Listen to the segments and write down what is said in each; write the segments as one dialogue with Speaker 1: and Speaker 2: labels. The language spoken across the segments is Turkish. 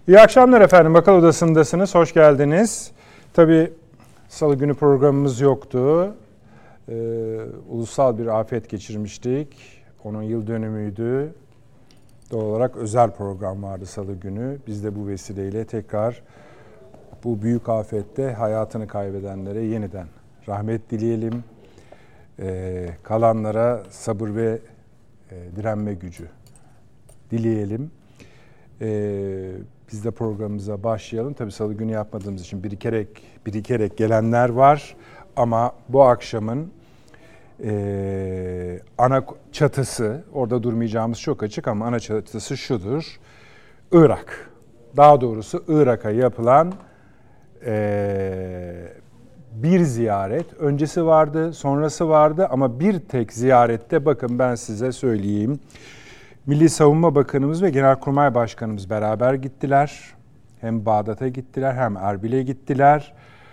Speaker 1: İyi akşamlar efendim. Akıl Odası'ndasınız. Hoş geldiniz. Tabii Salı günü programımız yoktu. Ulusal bir afet geçirmiştik. Onun yıl dönümüydü. Doğal olarak özel program vardı Salı günü. Biz de bu vesileyle tekrar bu büyük afette hayatını kaybedenlere yeniden rahmet dileyelim. Kalanlara sabır ve direnme gücü dileyelim. Biz de programımıza başlayalım. Tabii Salı günü yapmadığımız için birikerek gelenler var. Ama bu akşamın ana çatısı, orada durmayacağımız çok açık ama ana çatısı şudur. Irak. Daha doğrusu Irak'a yapılan bir ziyaret. Öncesi vardı, sonrası vardı ama bir tek ziyarette bakın ben size söyleyeyim. Milli Savunma Bakanımız ve Genelkurmay Başkanımız beraber gittiler. Hem Bağdat'a gittiler hem Erbil'e gittiler.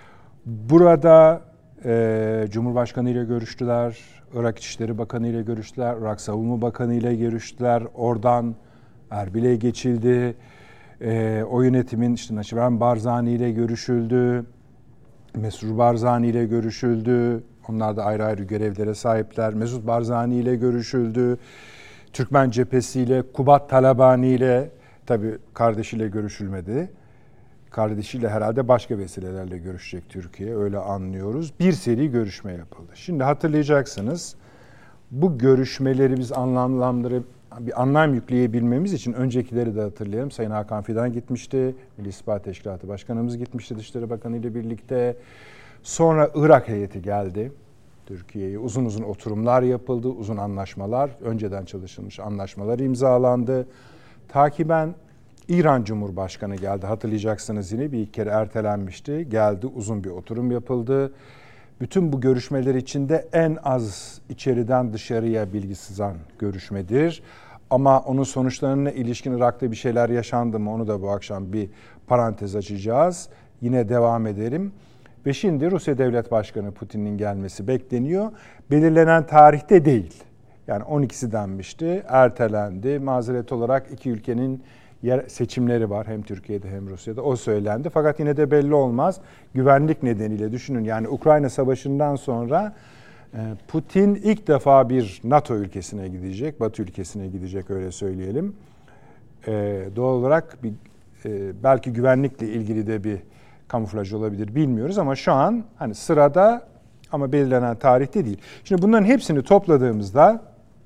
Speaker 1: Burada Cumhurbaşkanı ile görüştüler. Irak İçişleri Bakanı ile görüştüler. Irak Savunma Bakanı ile görüştüler. Oradan Erbil'e geçildi. O yönetimin işte Naçivan Barzani ile görüşüldü. Mesrur Barzani ile görüşüldü. Onlar da ayrı ayrı görevlere sahipler. Mesut Barzani ile görüşüldü. Türkmen cephesiyle, Kubat Talabani ile, tabii kardeşiyle görüşülmedi. Kardeşiyle herhalde başka vesilelerle görüşecek Türkiye, öyle anlıyoruz. Bir seri görüşme yapıldı. Şimdi hatırlayacaksınız, bu görüşmeleri biz anlamlandırıp bir anlam yükleyebilmemiz için öncekileri de hatırlayalım. Sayın Hakan Fidan gitmişti, Milli İstihbarat Teşkilatı Başkanımız gitmişti Dışişleri Bakanı ile birlikte. Sonra Irak heyeti geldi. Türkiye'ye uzun uzun oturumlar yapıldı, uzun anlaşmalar, önceden çalışılmış anlaşmalar imzalandı. Takiben İran Cumhurbaşkanı geldi, hatırlayacaksınız yine bir kere ertelenmişti. Geldi, uzun bir oturum yapıldı. Bütün bu görüşmeler içinde en az içeriden dışarıya bilgi sızan görüşmedir. Ama onun sonuçlarına ilişkin Irak'ta bir şeyler yaşandı mı onu da bu akşam bir parantez açacağız. Yine devam edelim. Ve şimdi Rusya Devlet Başkanı Putin'in gelmesi bekleniyor. Belirlenen tarihte değil. Yani 12'si denmişti, ertelendi. Mazeret olarak iki ülkenin seçimleri var. Hem Türkiye'de hem Rusya'da. O söylendi. Fakat yine de belli olmaz. Güvenlik nedeniyle düşünün. Yani Ukrayna Savaşı'ndan sonra Putin ilk defa bir NATO ülkesine gidecek. Batı ülkesine gidecek öyle söyleyelim. Doğal olarak belki güvenlikle ilgili de bir kamuflaj olabilir bilmiyoruz ama şu an hani sırada ama belirlenen tarihte değil. Şimdi bunların hepsini topladığımızda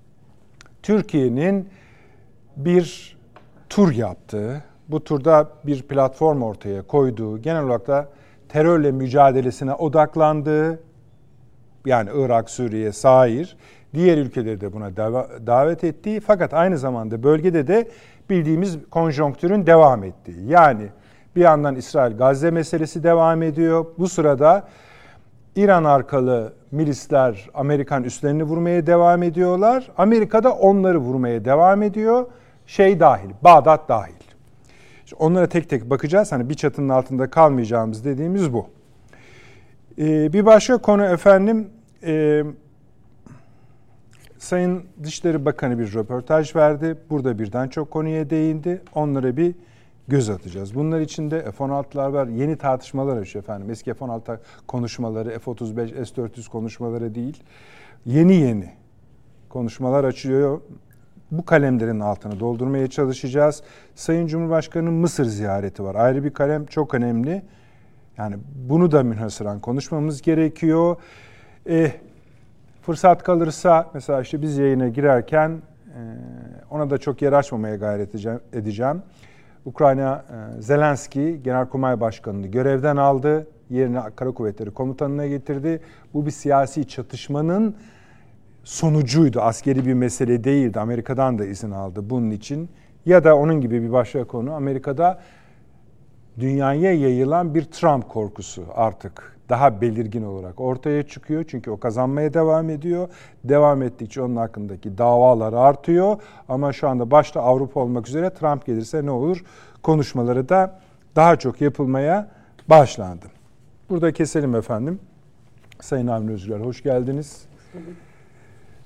Speaker 1: Türkiye'nin bir tur yaptığı, bu turda bir platform ortaya koyduğu, genel olarak da terörle mücadelesine odaklandığı, yani Irak, Suriye, sair diğer ülkeleri de buna davet ettiği fakat aynı zamanda bölgede de bildiğimiz konjonktürün devam ettiği. Yani bir yandan İsrail-Gazze meselesi devam ediyor. Bu sırada İran arkalı milisler Amerikan üslerini vurmaya devam ediyorlar. Amerika da onları vurmaya devam ediyor. Dahil, Bağdat dahil. Şimdi onlara tek tek bakacağız. Hani bir çatının altında kalmayacağımız dediğimiz bu. Bir başka konu efendim, Sayın Dışişleri Bakanı bir röportaj verdi. Burada birden çok konuya değindi. Onlara bir göz atacağız. Bunlar içinde F-16'lar var. Yeni tartışmalar açıyor efendim. Eski F-16 konuşmaları, F-35, S-400 konuşmaları değil. Yeni konuşmalar açıyor. Bu kalemlerin altını doldurmaya çalışacağız. Sayın Cumhurbaşkanı'nın Mısır ziyareti var. Ayrı bir kalem, çok önemli. Yani bunu da münhasıran konuşmamız gerekiyor. Fırsat kalırsa mesela işte biz yayına girerken ona da çok yer açmamaya gayret edeceğim. Ukrayna Zelenski Genelkurmay Başkanı'nı görevden aldı. Yerine Kara Kuvvetleri Komutanı'na getirdi. Bu bir siyasi çatışmanın sonucuydu. Askeri bir mesele değildi. Amerika'dan da izin aldı bunun için. Ya da onun gibi bir başka konu, Amerika'da dünyaya yayılan bir Trump korkusu artık daha belirgin olarak ortaya çıkıyor. Çünkü o kazanmaya devam ediyor. Devam ettikçe onun hakkındaki davalar artıyor. Ama şu anda başta Avrupa olmak üzere Trump gelirse ne olur? Konuşmaları da daha çok yapılmaya başlandı. Burada keselim efendim. Sayın Avni Özgür, hoş geldiniz.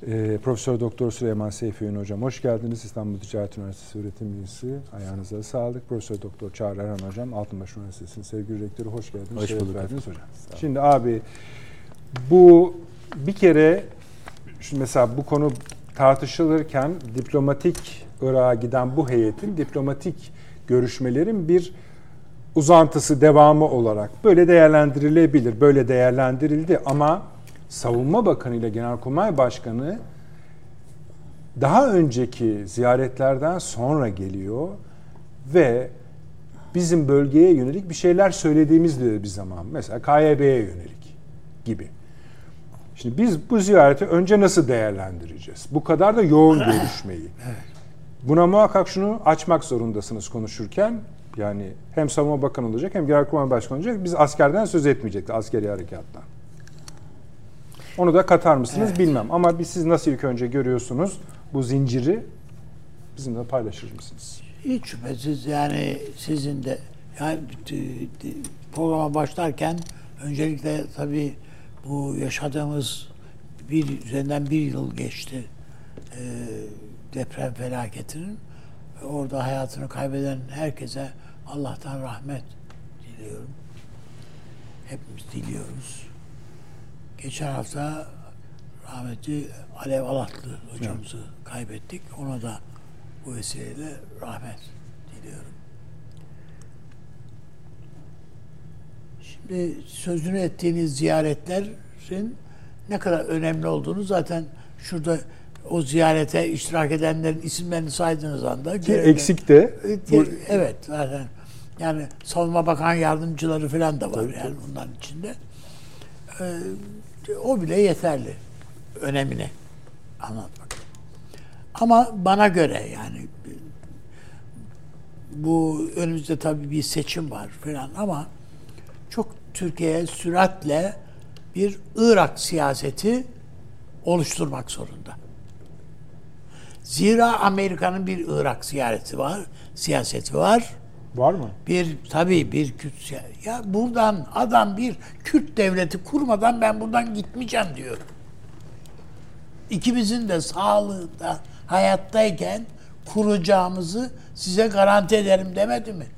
Speaker 1: Profesör Doktor Süleyman Seyfi Ün hocam hoş geldiniz. İstanbul Ticaret Üniversitesi öğretim üyesi. Ayağınıza sağlık. Profesör Doktor Çağrı Erhan hocam Altınbaş Üniversitesi'nin sevgili rektörü hoş geldiniz.
Speaker 2: Hoş bulduk
Speaker 1: hocam. Şimdi abi bu bir kere mesela bu konu tartışılırken diplomatik Irak'a giden bu heyetin diplomatik görüşmelerin bir uzantısı, devamı olarak böyle değerlendirilebilir. Böyle değerlendirildi ama Savunma Bakanı ile Genelkurmay Başkanı daha önceki ziyaretlerden sonra geliyor ve bizim bölgeye yönelik bir şeyler söylediğimizde bir zaman. Mesela KYB'ye yönelik gibi. Şimdi biz bu ziyareti önce nasıl değerlendireceğiz? Bu kadar da yoğun görüşmeyi. Buna muhakkak şunu açmak zorundasınız konuşurken. Yani hem Savunma Bakanı olacak hem Genelkurmay Başkanı olacak. Biz askerden söz etmeyecektik, askeri harekattan. Onu da katar mısınız bilmem. Ama siz nasıl ilk önce görüyorsunuz bu zinciri bizimle paylaşır mısınız?
Speaker 3: Hiç şüphesiz yani sizin de yani programa başlarken öncelikle tabii bu yaşadığımız üzerinden bir yıl geçti deprem felaketinin. Orada hayatını kaybeden herkese Allah'tan rahmet diliyorum. Hepimiz diliyoruz. Geçen hafta rahmetli Alev Alatlı hocamızı kaybettik. Ona da bu vesileyle rahmet diliyorum. Şimdi sözünü ettiğiniz ziyaretlerin ne kadar önemli olduğunu zaten şurada o ziyarete iştirak edenlerin isimlerini saydığınız anda
Speaker 1: ki eksik de
Speaker 3: evet zaten yani Savunma Bakan yardımcıları falan da var tabii, yani bunların içinde. O bile yeterli önemini anlatmak. Ama bana göre yani bu önümüzde tabii bir seçim var falan ama çok Türkiye süratle bir Irak siyaseti oluşturmak zorunda. Zira Amerika'nın bir Irak siyaseti var.
Speaker 1: Var mı?
Speaker 3: Tabii bir Kürt siyaseti. Ya buradan adam bir Kürt devleti kurmadan ben buradan gitmeyeceğim diyor. İkimizin de sağlığında, hayattayken kuracağımızı size garanti ederim demedi mi?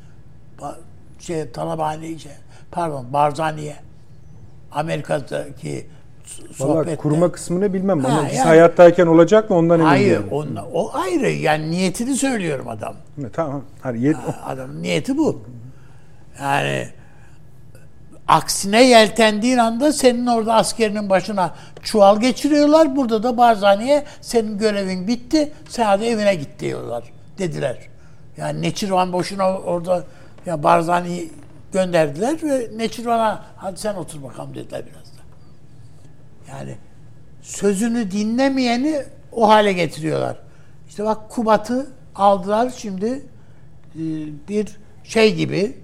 Speaker 3: Barzani'ye. Amerika'daki sohbette.
Speaker 1: Kurma kısmını bilmem ama biz hayattayken olacak mı ondan emin değilim.
Speaker 3: Hayır, o ayrı. Yani niyetini söylüyorum adam.
Speaker 1: Tamam.
Speaker 3: Adamın niyeti bu. Yani aksine yeltendiğin anda senin orada askerinin başına çuval geçiriyorlar. Burada da Barzani'ye senin görevin bitti. Sen hadi evine git diyorlar. Dediler. Yani Neçirvan boşuna orada ya Barzani'yi gönderdiler ve Neçirvan'a hadi sen otur bakalım dediler biraz da. Yani sözünü dinlemeyeni o hale getiriyorlar. İşte bak Kubat'ı aldılar şimdi bir şey gibi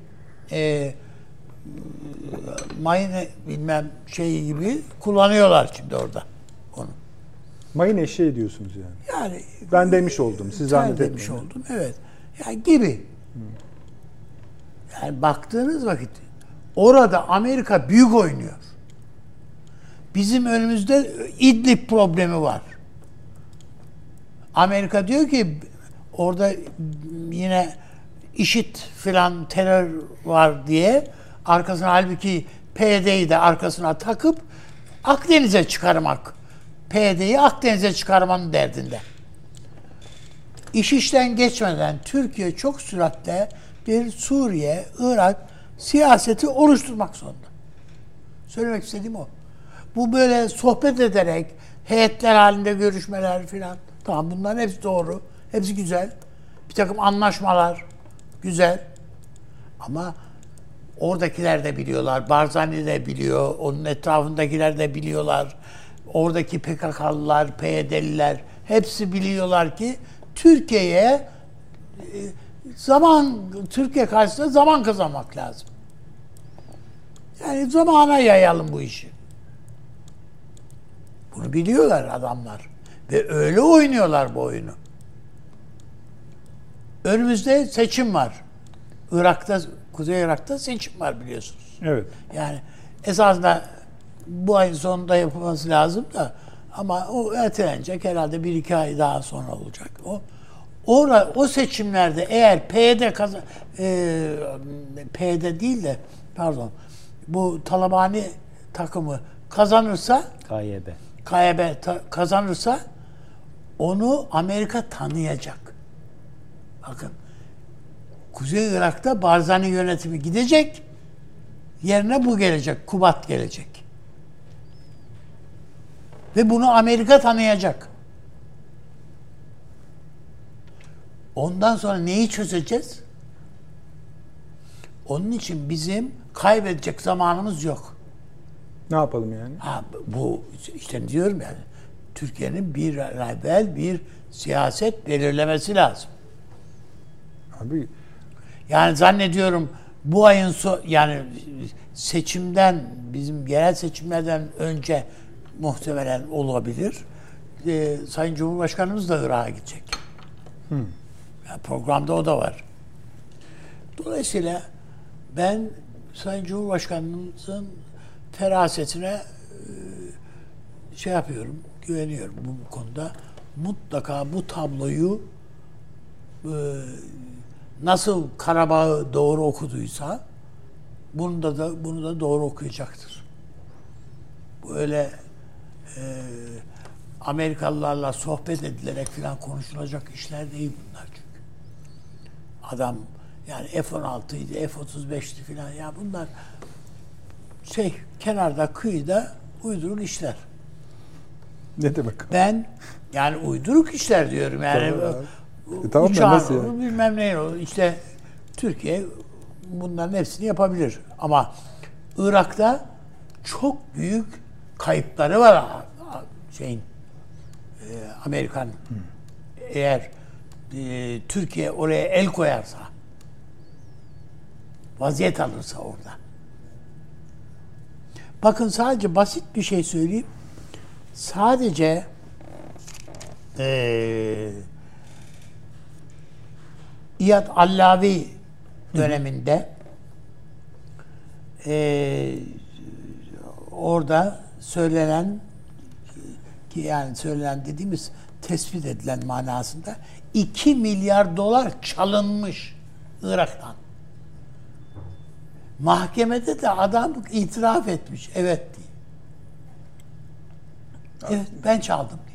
Speaker 3: mayın bilmem şey gibi kullanıyorlar şimdi orada onu.
Speaker 1: Mayın eşeği diyorsunuz yani.
Speaker 3: Yani
Speaker 1: ben demiş oldum. Siz zahmet etmeyin.
Speaker 3: Demiş oldum. Evet. Yani gibi. Yani baktığınız vakit orada Amerika büyük oynuyor. Bizim önümüzde İdlib problemi var. Amerika diyor ki orada yine IŞİD filan terör var diye arkasına halbuki PYD'yi de arkasına takıp Akdeniz'e çıkarmak. PYD'yi Akdeniz'e çıkarmanın derdinde. İş işten geçmeden Türkiye çok süratle bir Suriye, Irak siyaseti oluşturmak zorunda. Söylemek istediğim o. Bu böyle sohbet ederek, heyetler halinde görüşmeler filan. Tamam bunların hepsi doğru. Hepsi güzel. Bir takım anlaşmalar güzel. Ama oradakiler de biliyorlar. Barzani de biliyor. Onun etrafındakiler de biliyorlar. Oradaki PKK'lılar, PYD'liler hepsi biliyorlar ki Türkiye karşısında zaman kazanmak lazım. Yani zamana yayalım bu işi. Bunu biliyorlar adamlar. Ve öyle oynuyorlar bu oyunu. Önümüzde seçim var. Kuzey Irak'ta seçim var biliyorsunuz.
Speaker 1: Evet.
Speaker 3: Yani esasında bu ayın sonunda yapılması lazım da Ama o ertelenecek herhalde 1-2 ay daha sonra olacak. O seçimlerde eğer PYD değil de pardon bu Talabani takımı kazanırsa KYB kazanırsa onu Amerika tanıyacak. Bakın Kuzey Irak'ta Barzani yönetimi gidecek. Yerine bu gelecek. Kubat gelecek. Ve bunu Amerika tanıyacak. Ondan sonra neyi çözeceğiz? Onun için bizim kaybedecek zamanımız yok.
Speaker 1: Ne yapalım yani?
Speaker 3: Bu işte diyorum yani Türkiye'nin bir evvel bir siyaset belirlemesi lazım.
Speaker 1: Abi
Speaker 3: yani zannediyorum bu ayın yani seçimden bizim yerel seçimlerden önce muhtemelen olabilir. Sayın Cumhurbaşkanımız da Irak'a gidecek. Yani programda o da var. Dolayısıyla ben Sayın Cumhurbaşkanımızın ferasetine şey yapıyorum, güveniyorum bu konuda. Mutlaka bu tabloyu nasıl Karabağ'ı doğru okuduysa bunu da doğru okuyacaktır. Bu öyle Amerikalılarla sohbet edilerek falan konuşulacak işler değil bunlar çünkü. Adam yani F-16'ydı, F-35'ti falan ya bunlar kenarda, kıyıda uyduruk işler.
Speaker 1: Ne demek?
Speaker 3: Ben yani uyduruk işler diyorum yani.
Speaker 1: Tamam da nasıl yani?
Speaker 3: Bilmem ne işte Türkiye bunların hepsini yapabilir. Ama Irak'ta çok büyük kayıpları var Amerikan. Eğer Türkiye oraya el koyarsa, vaziyet alırsa orada. Bakın sadece basit bir şey söyleyeyim. Sadece İyad Allavi döneminde orada söylenen dediğimiz tespit edilen manasında 2 milyar dolar çalınmış Irak'tan. Mahkemede de adam itiraf etmiş. Evet diye. Evet ben çaldım diye.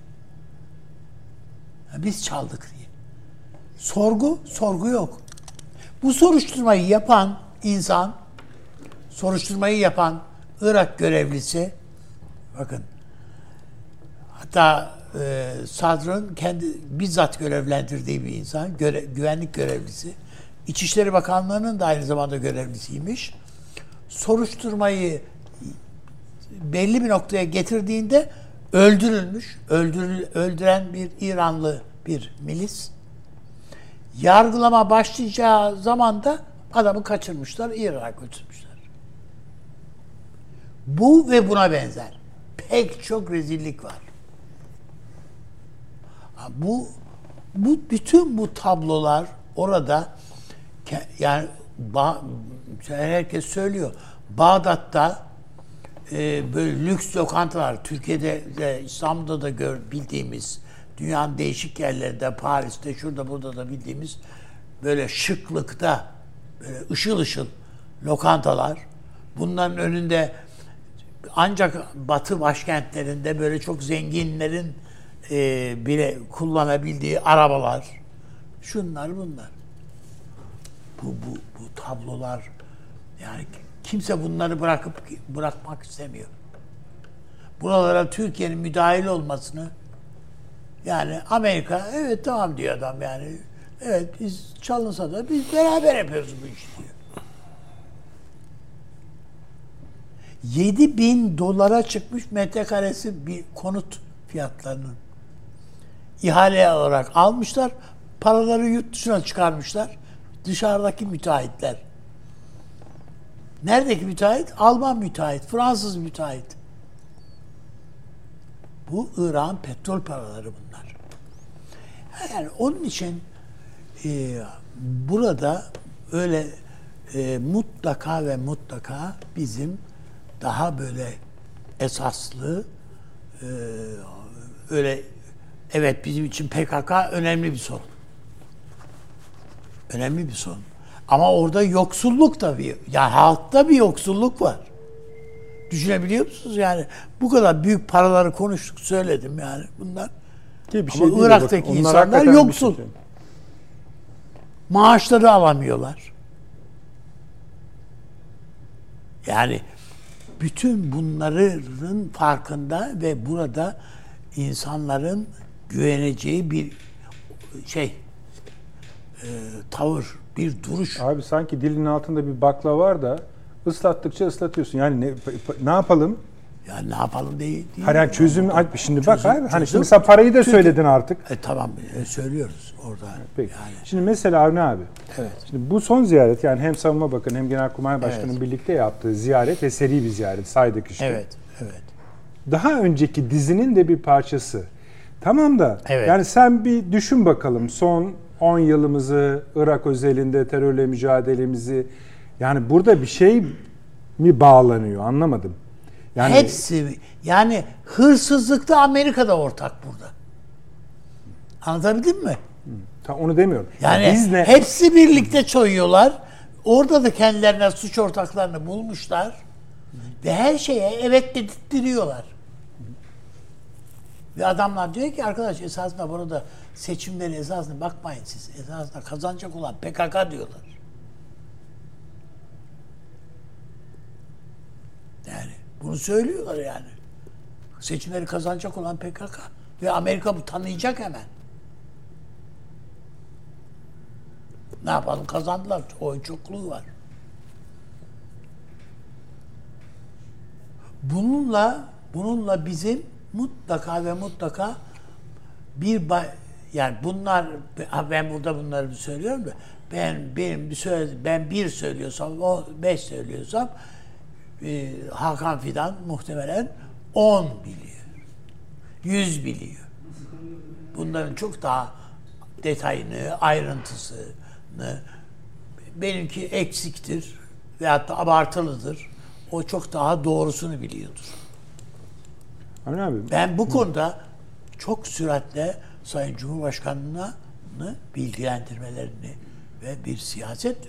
Speaker 3: Biz çaldık diye. Sorgu yok. Bu soruşturmayı yapan insan, soruşturmayı yapan Irak görevlisi, bakın, hatta Sadr'ın kendi bizzat görevlendirdiği bir insan, güvenlik görevlisi, İçişleri Bakanlığı'nın da aynı zamanda görevlisiymiş. Soruşturmayı belli bir noktaya getirdiğinde öldürülmüş, öldüren bir İranlı bir milis. Yargılama başlayacağı zaman da adamı kaçırmışlar, Irak'a götürmüşler. Bu ve buna benzer pek çok rezillik var. Bütün bu tablolar orada, yani herkes söylüyor. Bağdat'ta böyle lüks lokantalar, Türkiye'de de İstanbul'da da bildiğimiz, dünyanın değişik yerlerinde, Paris'te, şurada burada da bildiğimiz böyle şıklıkta, böyle ışıl ışıl lokantalar. Bunların önünde ancak Batı başkentlerinde böyle çok zenginlerin bile kullanabildiği arabalar. Şunlar bunlar. Bu tablolar, yani kimse bunları bırakmak istemiyor. Buralara Türkiye'nin müdahil olmasını, yani Amerika evet tamam diyor adam, yani evet biz çalınsa da biz beraber yapıyoruz bu işi diyor. 7.000 dolara çıkmış metrekaresi bir konut fiyatlarının. İhale olarak almışlar, paraları yurt dışına çıkarmışlar. Dışarıdaki müteahhitler. Neredeki müteahhit? Alman müteahhit, Fransız müteahhit. Bu Irak'ın petrol paraları bunlar. Yani onun için burada öyle mutlaka ve mutlaka bizim daha böyle esaslı öyle evet bizim için PKK önemli bir sorun. Önemli bir sorun. Ama orada yoksulluk tabii. Yani halkta bir yoksulluk var. Düşünebiliyor musunuz? Yani bu kadar büyük paraları konuştuk, söyledim yani bunlar.
Speaker 1: Ki bir
Speaker 3: Ama
Speaker 1: şey
Speaker 3: Irak'taki insanlar yoksul. Maaşları alamıyorlar. Yani bütün bunların farkında ve burada insanların güveneceği bir tavır, bir duruş.
Speaker 1: Abi sanki dilin altında bir bakla var da ıslattıkça ıslatıyorsun. Yani ne yapalım?
Speaker 3: Ya ne yapalım değil.
Speaker 1: Hani çözüm şimdi bak abi hani şimdi sen parayı da söyledin artık.
Speaker 3: Tamam söylüyoruz orada.
Speaker 1: Peki.
Speaker 3: Yani.
Speaker 1: Şimdi mesela Avni abi.
Speaker 3: Evet.
Speaker 1: Şimdi bu son ziyaret yani hem Savunma Bakanı hem Genelkurmay Başkanı'nın
Speaker 3: Evet.
Speaker 1: birlikte yaptığı ziyaret ve seri bir ziyaret saydık işte.
Speaker 3: Evet. Evet.
Speaker 1: Daha önceki dizinin de bir parçası. Tamam da
Speaker 3: evet.
Speaker 1: Yani sen bir düşün bakalım son 10 yılımızı, Irak özelinde terörle mücadelemizi, yani burada bir şey mi bağlanıyor anlamadım. Yani
Speaker 3: hepsi yani hırsızlıkta Amerika'da ortak burada. Anlatabildim mi?
Speaker 1: Onu demiyorum.
Speaker 3: Yani
Speaker 1: biz
Speaker 3: hepsi birlikte soyuyorlar. Orada da kendilerine suç ortaklarını bulmuşlar. Ve her şeye evet dedirtiyorlar. Ve adamlar diyor ki arkadaş esasında burada seçimleri esasında bakmayın siz. Esasında kazanacak olan PKK diyorlar. Yani bunu söylüyorlar yani. Seçimleri kazanacak olan PKK. Ve Amerika bu tanıyacak hemen. Ne yapalım kazandılar. Oy çokluğu var. Bununla bizim mutlaka ve mutlaka yani bunlar ben burada bunları söylüyorum da ben bir söylüyorsam o 5 söylüyorsam Hakan Fidan muhtemelen 10 biliyor. 100 biliyor. Bunların çok daha detayını, ayrıntısını benimki eksiktir veyahut da abartılıdır. O çok daha doğrusunu biliyordur.
Speaker 1: Abi.
Speaker 3: Ben bu konuda çok süratle Sayın Cumhurbaşkanı'nı bilgilendirmelerini ve bir siyaset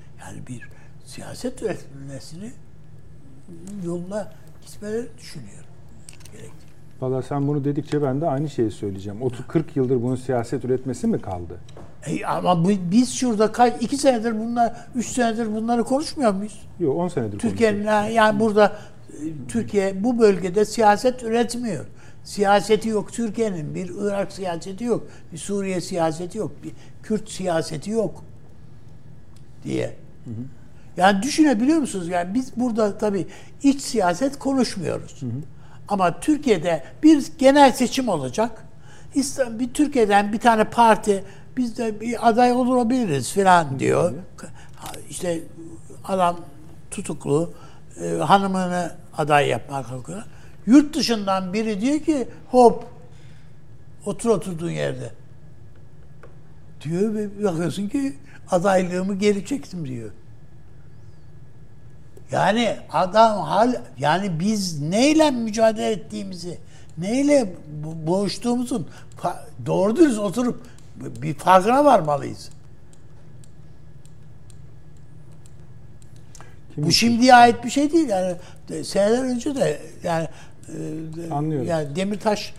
Speaker 3: üretmesini yoluna gitmelerini düşünüyorum.
Speaker 1: Valla sen bunu dedikçe ben de aynı şeyi söyleyeceğim. 30-40 yıldır bunun siyaset üretmesi mi kaldı?
Speaker 3: Ama biz şurada 2 senedir 3 senedir bunları konuşmuyor muyuz?
Speaker 1: Yok 10 senedir
Speaker 3: Türkiye'nin yani burada Türkiye bu bölgede siyaset üretmiyor. Siyaseti yok Türkiye'nin. Bir Irak siyaseti yok. Bir Suriye siyaseti yok. Bir Kürt siyaseti yok diye. Hı hı. Yani düşünebiliyor musunuz? Yani biz burada tabii iç siyaset konuşmuyoruz. Hı hı. Ama Türkiye'de bir genel seçim olacak. Bir Türkiye'den bir tane parti biz de bir aday olabiliriz falan diyor. İşte adam tutuklu, hanımını aday yapmaya kalkıyor. Yurt dışından biri diyor ki hop oturduğun yerde diyor ve bakıyorsun ki adaylığımı geri çektim diyor. Yani yani biz neyle mücadele ettiğimizi, neyle boğuştuğumuzun doğru dürüst oturup bir farkına varmalıyız. Bu şimdiye ait bir şey değil yani seneler önce de yani
Speaker 1: anlıyorum.
Speaker 3: Yani Demirtaş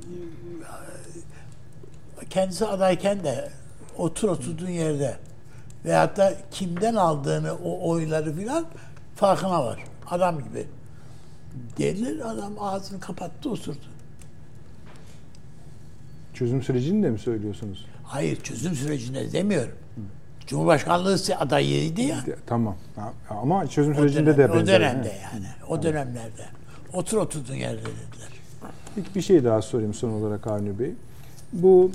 Speaker 3: kendisi adayken de oturduğun yerde veyahut da kimden aldığını o oyları filan farkına var. Adam gibi. Diğerleri adam ağzını kapattı oturdu.
Speaker 1: Çözüm sürecini de mi söylüyorsunuz?
Speaker 3: Hayır çözüm sürecinde demiyorum. Cumhurbaşkanlığı adayıydı ya.
Speaker 1: Tamam. Ama çözüm sürecinde de benzer.
Speaker 3: O dönemde yani. O dönemlerde. Oturduğun yerde dediler.
Speaker 1: Bir şey daha sorayım son olarak Avni Bey. Bu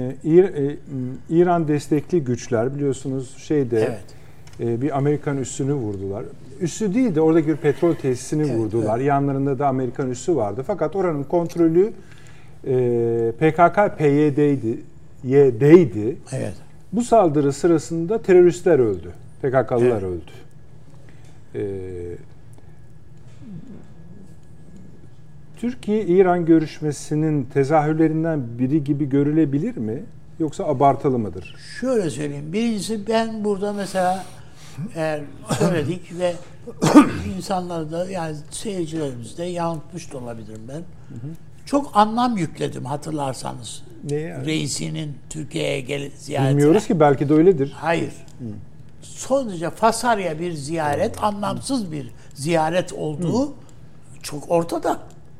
Speaker 1: İran destekli güçler biliyorsunuz evet. Bir Amerikan üssünü vurdular. Üssü değil de oradaki bir petrol tesisini vurdular. Evet. Yanlarında da Amerikan üssü vardı. Fakat oranın kontrolü PKK-PYD'ydi.
Speaker 3: Evet.
Speaker 1: Bu saldırı sırasında teröristler öldü. PKK'lılar öldü. Türkiye-İran görüşmesinin tezahürlerinden biri gibi görülebilir mi? Yoksa abartılı mıdır?
Speaker 3: Şöyle söyleyeyim. Birincisi, ben burada mesela eğer söyledik ve insanları da, yani seyircilerimiz de yanıltmış da olabilirim ben. Çok anlam yükledim, hatırlarsanız.
Speaker 1: Ne yani?
Speaker 3: Reisinin Türkiye'ye ziyaretine.
Speaker 1: Bilmiyoruz ki, belki de öyledir.
Speaker 3: Hayır. Son derece fasarya bir ziyaret, anlamsız bir ziyaret olduğu çok ortada.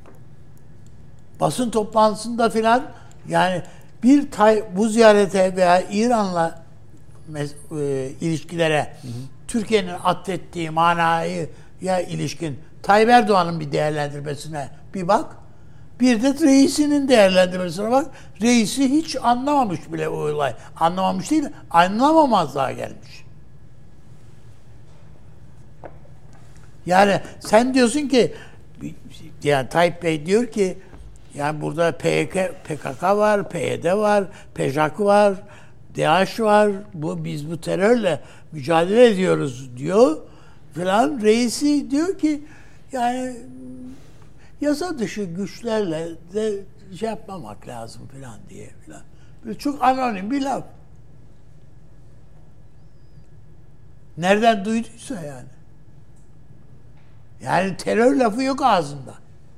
Speaker 3: Basın toplantısında filan, yani bu ziyarete veya İran'la ilişkilere Türkiye'nin atfettiği manayı ya ilişkin Tayyip Erdoğan'ın bir değerlendirmesine bir bak. Bir de reisinin değerlendirmesine bak. Reisi hiç anlamamış bile o olay. Anlamamış değil, anlamamazlığa gelmiş. Yani sen diyorsun ki, yani Tayyip Bey diyor ki, yani burada PKK var, PYD var, PJAK var, DAEŞ var. Biz bu terörle mücadele ediyoruz diyor falan. Reisi diyor ki, yani yasa dışı güçlerle de şey yapmamak lazım falan diye falan. Böyle çok anonim bir laf. Nereden duyduysa yani. Yani terör lafı yok ağzında.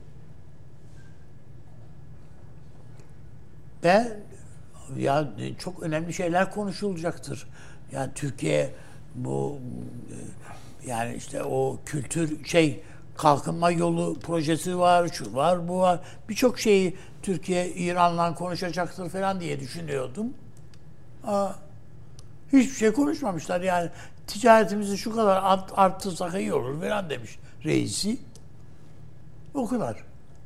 Speaker 3: Ya çok önemli şeyler konuşulacaktır. Yani Türkiye bu, yani işte o kültür kalkınma yolu projesi var, şu var, bu var. Birçok şeyi Türkiye İran'la konuşacaktır falan diye düşünüyordum. Hiçbir şey konuşmamışlar. Yani ticaretimizi şu kadar arttırsak iyi olur falan demiş reisi. O kadar.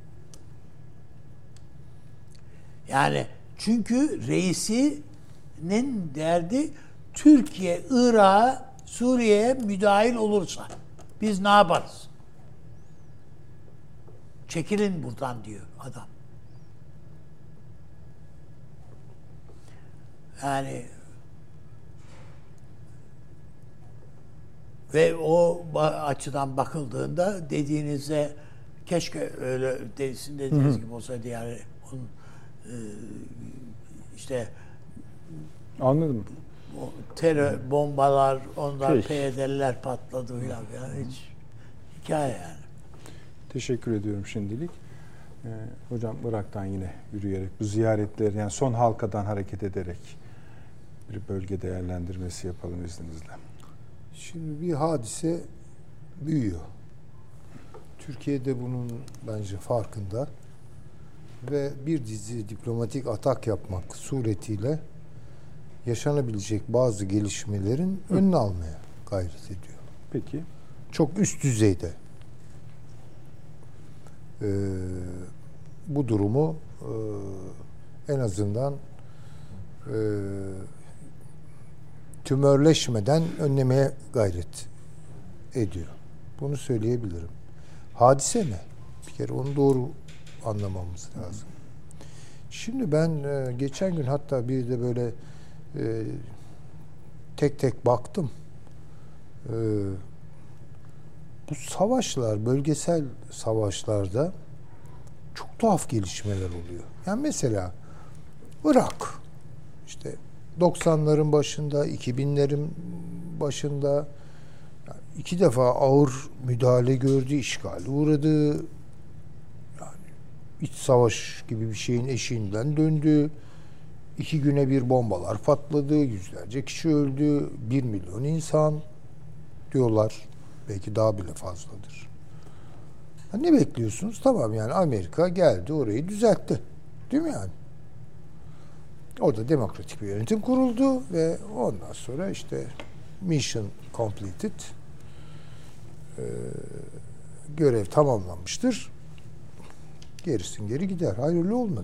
Speaker 3: Yani çünkü reisinin derdi, Türkiye, Irak'a, Suriye'ye müdahil olursa biz ne yaparız? Çekilin buradan diyor adam. Yani ve o açıdan bakıldığında dediğinizde keşke öyle dediğiniz gibi olsaydı, yani onun işte
Speaker 1: anladım.
Speaker 3: O terör bombalar, ondan PYD'liler patladı falan, hiç hikaye yani.
Speaker 1: Teşekkür ediyorum şimdilik. Hocam, Irak'tan yine yürüyerek bu ziyaretler, yani son halkadan hareket ederek bir bölge değerlendirmesi yapalım izninizle.
Speaker 2: Şimdi bir hadise büyüyor. Türkiye'de bunun bence farkında ve bir dizi diplomatik atak yapmak suretiyle yaşanabilecek bazı gelişmelerin önünü almaya gayret ediyor.
Speaker 1: Peki.
Speaker 2: Çok üst düzeyde bu durumu en azından tümörleşmeden önlemeye gayret ediyor. Bunu söyleyebilirim. Hadise ne? Bir kere onu doğru anlamamız lazım. Şimdi ben geçen gün hatta bir de böyle tek tek baktım. Bu savaşlar, bölgesel savaşlarda çok tuhaf gelişmeler oluyor. Yani mesela Irak, işte 90'ların başında, 2000'lerin başında yani 2 defa ağır müdahale gördü, işgale uğradı. Yani iç savaş gibi bir şeyin eşiğinden döndü. 2 güne bir bombalar patladı, yüzlerce kişi öldü, 1 milyon insan diyorlar. Belki daha bile fazladır. Ne bekliyorsunuz? Tamam, yani Amerika geldi, orayı düzeltti. Değil mi yani? Orada demokratik bir yönetim kuruldu ve ondan sonra işte mission completed, görev tamamlanmıştır. Gerisin geri gider. Hayırlı olmadı.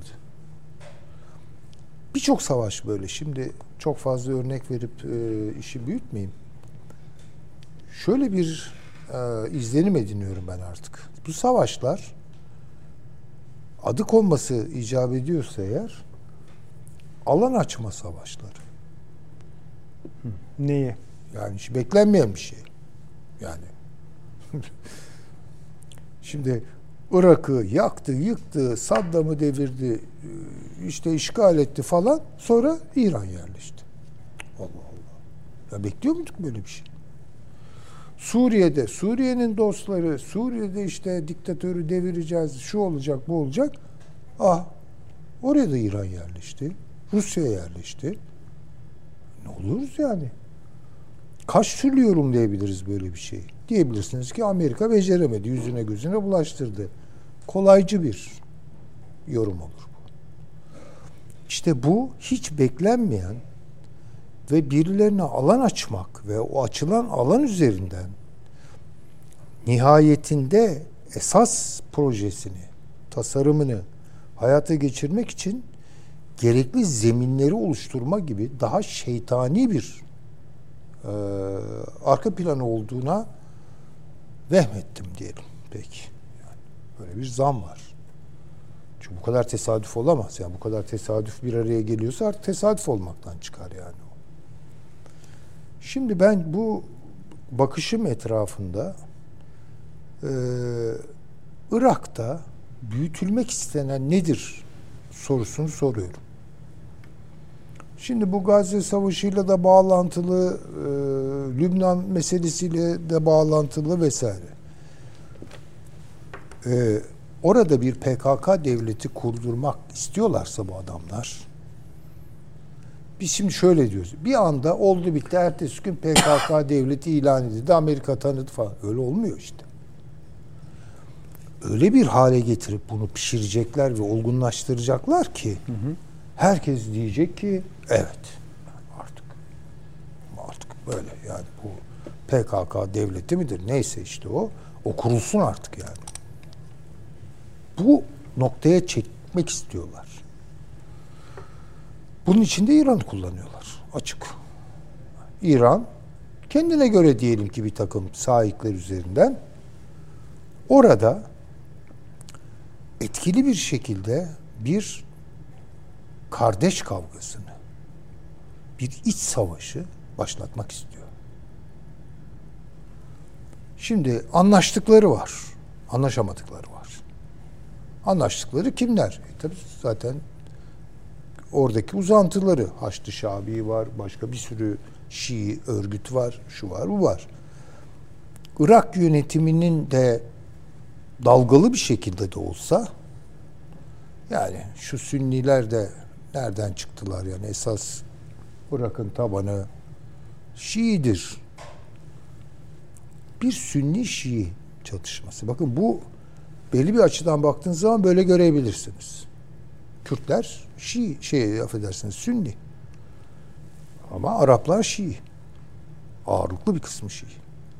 Speaker 2: Birçok savaş böyle. Şimdi çok fazla örnek verip işi büyütmeyeyim. Şöyle bir izlenim ediniyorum ben artık. Bu savaşlar, adı konması icap ediyorsa eğer, alan açma savaşları.
Speaker 1: Neye?
Speaker 2: Yani hiç beklenmeyen bir şey. Yani şimdi Irak'ı yaktı, yıktı, Saddam'ı devirdi, işte işgal etti falan. Sonra İran yerleşti. Allah Allah. Ya bekliyor muyduk böyle bir şey? Suriye'de, Suriye'nin dostları, Suriye'de işte diktatörü devireceğiz, şu olacak, bu olacak. Oraya da İran yerleşti. Rusya yerleşti. Ne oluruz yani? Kaç türlü yorumlayabiliriz böyle bir şeyi? Diyebilirsiniz ki Amerika beceremedi, yüzüne gözüne bulaştırdı. Kolaycı bir yorum olur bu. İşte bu hiç beklenmeyen ve birilerine alan açmak ve o açılan alan üzerinden nihayetinde esas projesini, tasarımını hayata geçirmek için gerekli zeminleri oluşturma gibi daha şeytani bir arka planı olduğuna vehmettim diyelim. Peki. Yani böyle bir zam var. Çünkü bu kadar tesadüf olamaz. Yani bu kadar tesadüf bir araya geliyorsa artık tesadüf olmaktan çıkar yani. Şimdi ben bu bakışım etrafında Irak'ta büyütülmek istenen nedir sorusunu soruyorum. Şimdi bu Gazze Savaşı'yla da bağlantılı, Lübnan meselesiyle de bağlantılı vesaire. Orada bir PKK devleti kurdurmak istiyorlarsa bu adamlar, biz şimdi şöyle diyoruz. Bir anda oldu bitti, ertesi gün PKK devleti ilan edildi, Amerika tanıdı falan. Öyle olmuyor işte. Öyle bir hale getirip bunu pişirecekler ve olgunlaştıracaklar ki herkes diyecek ki evet artık böyle yani bu PKK devleti midir neyse işte o kurulsun artık yani. Bu noktaya çekmek istiyorlar. Bunun için de İran'ı kullanıyorlar. Açık. İran kendine göre diyelim ki bir takım sahipler üzerinden orada etkili bir şekilde bir kardeş kavgasını, bir iç savaşı başlatmak istiyor. Şimdi anlaştıkları var, anlaşamadıkları var. Anlaştıkları kimler? Tabii zaten oradaki uzantıları, Haçlı Şabi var, başka bir sürü Şii örgüt var, şu var, bu var. Irak yönetiminin de dalgalı bir şekilde de olsa, yani şu Sünniler de nereden çıktılar yani esas Irak'ın tabanı Şii'dir. Bir Sünni Şii çatışması. Bakın bu belli bir açıdan baktığınız zaman böyle görebilirsiniz. Kürtler Şii, affedersiniz Sünni. Ama Araplar Şii. Ağırlıklı bir kısmı Şii.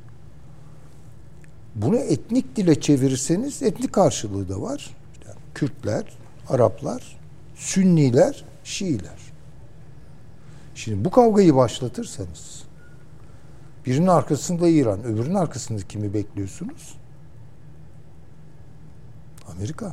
Speaker 2: Bunu etnik dile çevirirseniz etnik karşılığı da var. Yani Kürtler, Araplar, Sünniler, Şiiler. Şimdi bu kavgayı başlatırsanız birinin arkasında İran, öbürünün arkasında kimi bekliyorsunuz? Amerika.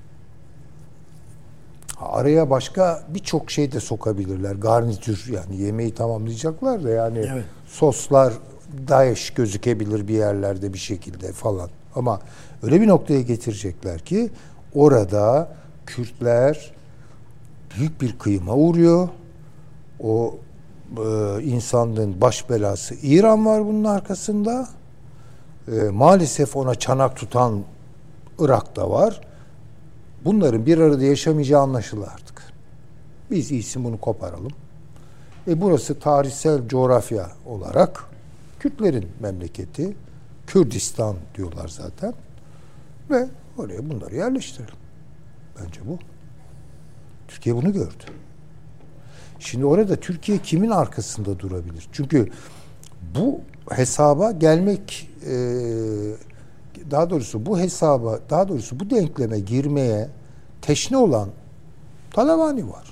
Speaker 2: Araya başka birçok şey de sokabilirler. Garnitür yani yemeği tamamlayacaklar da yani evet. Soslar DAEŞ gözükebilir bir yerlerde bir şekilde falan. Ama öyle bir noktaya getirecekler ki orada Kürtler büyük bir kıyıma uğruyor. O insanlığın baş belası İran var bunun arkasında. Maalesef ona çanak tutan Irak'ta var. Bunların bir arada yaşamayacağı anlaşıldı artık. Biz iyisi bunu koparalım. Burası tarihsel coğrafya olarak Kürtlerin memleketi. Kürdistan diyorlar zaten. Ve oraya bunları yerleştirelim. Bence bu. Türkiye bunu gördü. Şimdi orada Türkiye kimin arkasında durabilir? Çünkü bu hesaba gelmek daha doğrusu bu denkleme girmeye teşne olan Talabani var.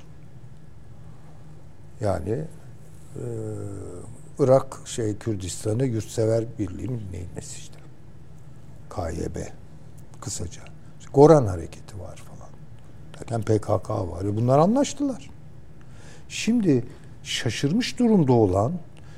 Speaker 2: Yani Irak Kürdistan'ı Yurtsever Birliği'nin neyinesi işte. KYB kısaca. Goran Hareketi var falan. Derken PKK var. Bunlar anlaştılar. Şimdi şaşırmış durumda olan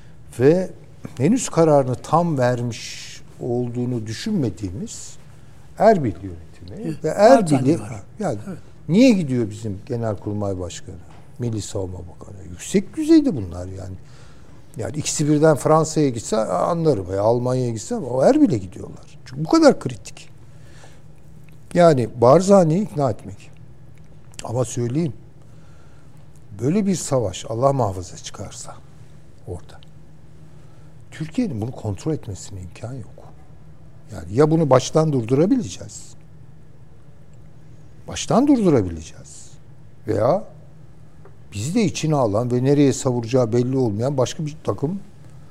Speaker 2: ve henüz kararını tam vermiş olduğunu düşünmediğimiz Erbil yönetimi
Speaker 3: Evet,
Speaker 2: ve Erbil'i
Speaker 3: Barzani var.
Speaker 2: yani niye gidiyor bizim Genelkurmay Başkanı, Milli Savunma Bakanı? Yüksek düzeyde bunlar yani. Yani ikisi birden Fransa'ya gitse anlarım veya Almanya'ya gitse ama o Erbil'e gidiyorlar. Çünkü bu kadar kritik. Yani Barzani'yi ikna etmek. Ama söyleyeyim, böyle bir savaş Allah muhafaza çıkarsa orada, Türkiye'nin bunu kontrol etmesine imkan yok. Yani ya bunu baştan durdurabileceğiz, veya bizi de içine alan ve nereye savuracağı belli olmayan başka bir takım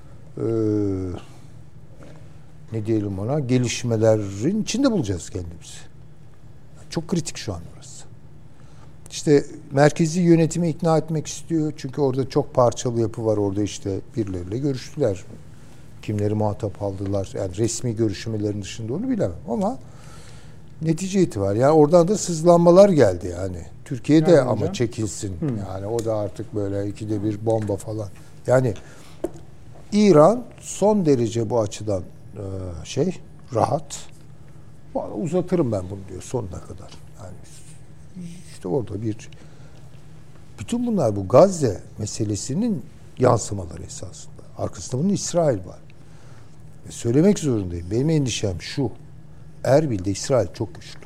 Speaker 2: ne diyelim ona, gelişmelerin içinde bulacağız kendimizi. Çok kritik şu an orası. İşte merkezi yönetimi ikna etmek istiyor. Çünkü orada çok parçalı yapı var. Orada işte birileriyle görüştüler. Kimleri muhatap aldılar. Yani resmi görüşmelerin dışında onu bilemem. Ama netice itibariyle yani oradan da sızlanmalar geldi yani. Türkiye'de
Speaker 1: yani
Speaker 2: ama
Speaker 1: hocam
Speaker 2: çekilsin. Yani o da artık böyle ikide bir bomba falan. Yani İran son derece bu açıdan rahat. Uzatırım ben bunu diyor sonuna kadar. Yani işte orada bütün bunlar bu Gazze meselesinin yansımaları esasında. Arkasında bunun İsrail var. Ve söylemek zorundayım. Benim endişem şu. Erbil'de İsrail çok güçlü.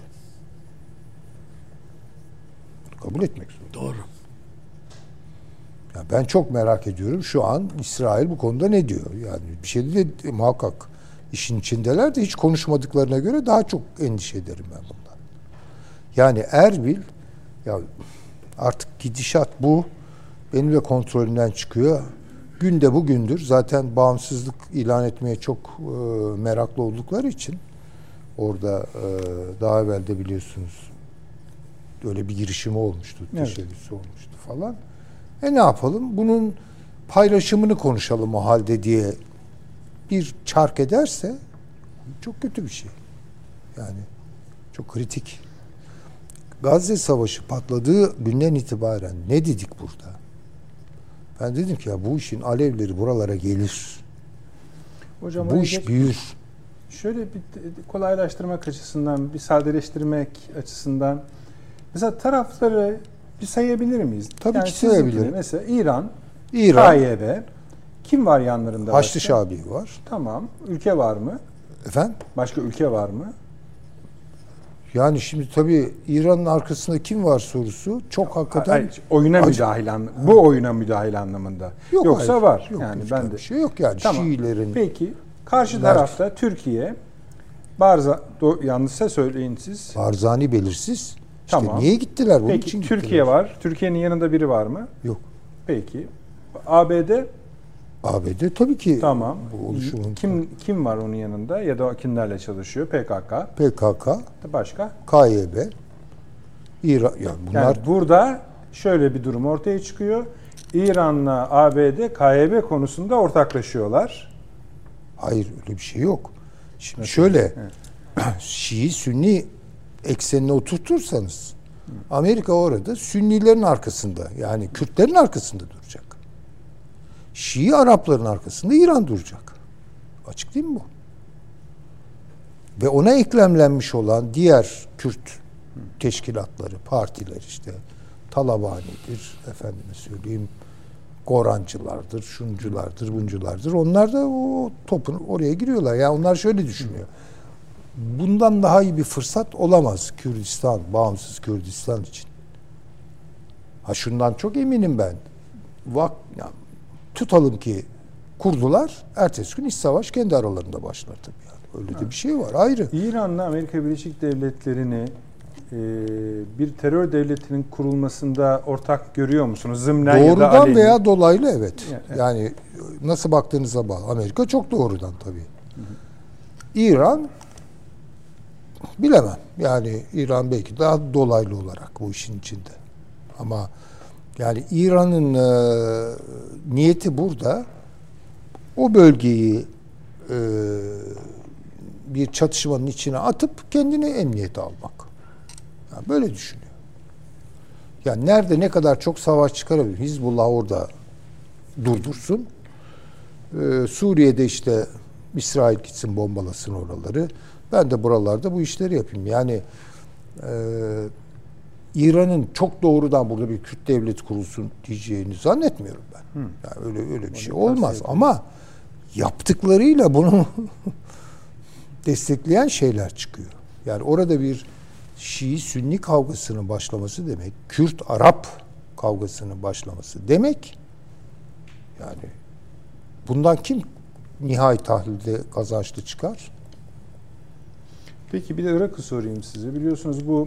Speaker 2: Kabul etmek zorundayım.
Speaker 3: Doğru.
Speaker 2: Yani ben çok merak ediyorum şu an İsrail bu konuda ne diyor? Yani bir şey de muhakkak işin içindeler de hiç konuşmadıklarına göre daha çok endişe ederim ben bundan. Yani Erbil ya artık gidişat bu. Benim de kontrolümden çıkıyor. Gün de bugündür. Zaten bağımsızlık ilan etmeye çok meraklı oldukları için orada daha evvel de biliyorsunuz öyle bir girişimi olmuştu.
Speaker 1: Evet.
Speaker 2: Teşebbüsü olmuştu falan. Ne yapalım? Bunun paylaşımını konuşalım o halde diye bir çark ederse çok kötü bir şey. Yani çok kritik. Gazze Savaşı patladığı günden itibaren ne dedik burada? Ben dedim ki ya bu işin alevleri buralara gelir.
Speaker 1: Hocam,
Speaker 2: bu iş büyür.
Speaker 1: Şöyle bir kolaylaştırmak açısından, bir sadeleştirmek açısından mesela tarafları bir sayabilir miyiz?
Speaker 2: Tabii ki sayabilirim.
Speaker 1: Mesela İran, KYB, kim var yanlarında?
Speaker 2: Haçlı Şabi var.
Speaker 1: Tamam. Ülke var mı?
Speaker 2: Efendim?
Speaker 1: Başka ülke var mı?
Speaker 2: Yani şimdi tabii İran'ın arkasında kim var sorusu çok hakikaten...
Speaker 1: Hayır, bu oyuna müdahil anlamında.
Speaker 2: Yok,
Speaker 1: Yoksa
Speaker 2: hayır.
Speaker 1: var.
Speaker 2: Yok,
Speaker 1: yani ben de.
Speaker 2: Bir şey yok yani.
Speaker 1: Tamam.
Speaker 2: Şiilerin...
Speaker 1: Peki karşı tarafta Türkiye, yanlışsa söyleyin siz.
Speaker 2: Barzani belirsiz.
Speaker 1: Tamam.
Speaker 2: İşte niye gittiler? Bunun
Speaker 1: Peki
Speaker 2: için
Speaker 1: Türkiye
Speaker 2: gittiler.
Speaker 1: var. Türkiye'nin yanında biri var mı?
Speaker 2: Yok.
Speaker 1: Peki. ABD?
Speaker 2: ABD tabii ki
Speaker 1: Tamam.
Speaker 2: bu oluşumun...
Speaker 1: Kim var onun yanında ya da kimlerle çalışıyor? PKK. Başka?
Speaker 2: KYB. İran. Yani bunlar...
Speaker 1: Yani burada şöyle bir durum ortaya çıkıyor. İran'la ABD KYB konusunda ortaklaşıyorlar.
Speaker 2: Hayır öyle bir şey yok. Şimdi şöyle Şii Sünni eksenine oturtursanız Amerika orada Sünnilerin arkasında yani Kürtlerin arkasında duracak. Şii Arapların arkasında İran duracak. Açık değil mi bu? Ve ona eklemlenmiş olan diğer Kürt teşkilatları, partiler işte Talabani'dir, efendime söyleyeyim Gorancılardır, şunculardır, bunculardır. Onlar da o topun oraya giriyorlar. Yani onlar şöyle düşünüyor. Bundan daha iyi bir fırsat olamaz Kürdistan, bağımsız Kürdistan için. Şundan çok eminim ben. Yani, tutalım ki kurdular, ertesi gün iç savaş kendi aralarında başlar tabii. Yani. Öyle de bir şey var, ayrı.
Speaker 1: İran'la Amerika Birleşik Devletleri'ni bir terör devletinin kurulmasında ortak görüyor musunuz? Zımnen ya da
Speaker 2: doğrudan
Speaker 1: aleyhi.
Speaker 2: veya dolaylı evet.
Speaker 1: Evet.
Speaker 2: Yani nasıl baktığınıza bağlı. Amerika çok doğrudan tabii. İran bilemem. Yani İran belki daha dolaylı olarak bu işin içinde. Ama yani İran'ın niyeti burada o bölgeyi bir çatışmanın içine atıp kendine emniyete almak. Yani böyle düşünüyor. Yani nerede ne kadar çok savaş çıkarabilir? Hizbullah orada durdursun. Suriye'de işte İsrail gitsin bombalasın oraları. Ben de buralarda bu işleri yapayım. Yani İran'ın çok doğrudan burada bir Kürt devleti kurulsun diyeceğini zannetmiyorum ben. Yani öyle bir şey olmaz. Ama yaptıklarıyla bunu destekleyen şeyler çıkıyor. Yani orada bir Şii-Sünni kavgasının başlaması demek, Kürt-Arap kavgasının başlaması demek. Yani bundan kim nihai tahlilde kazançlı çıkar?
Speaker 1: Peki bir de Irak'ı sorayım size. Biliyorsunuz bu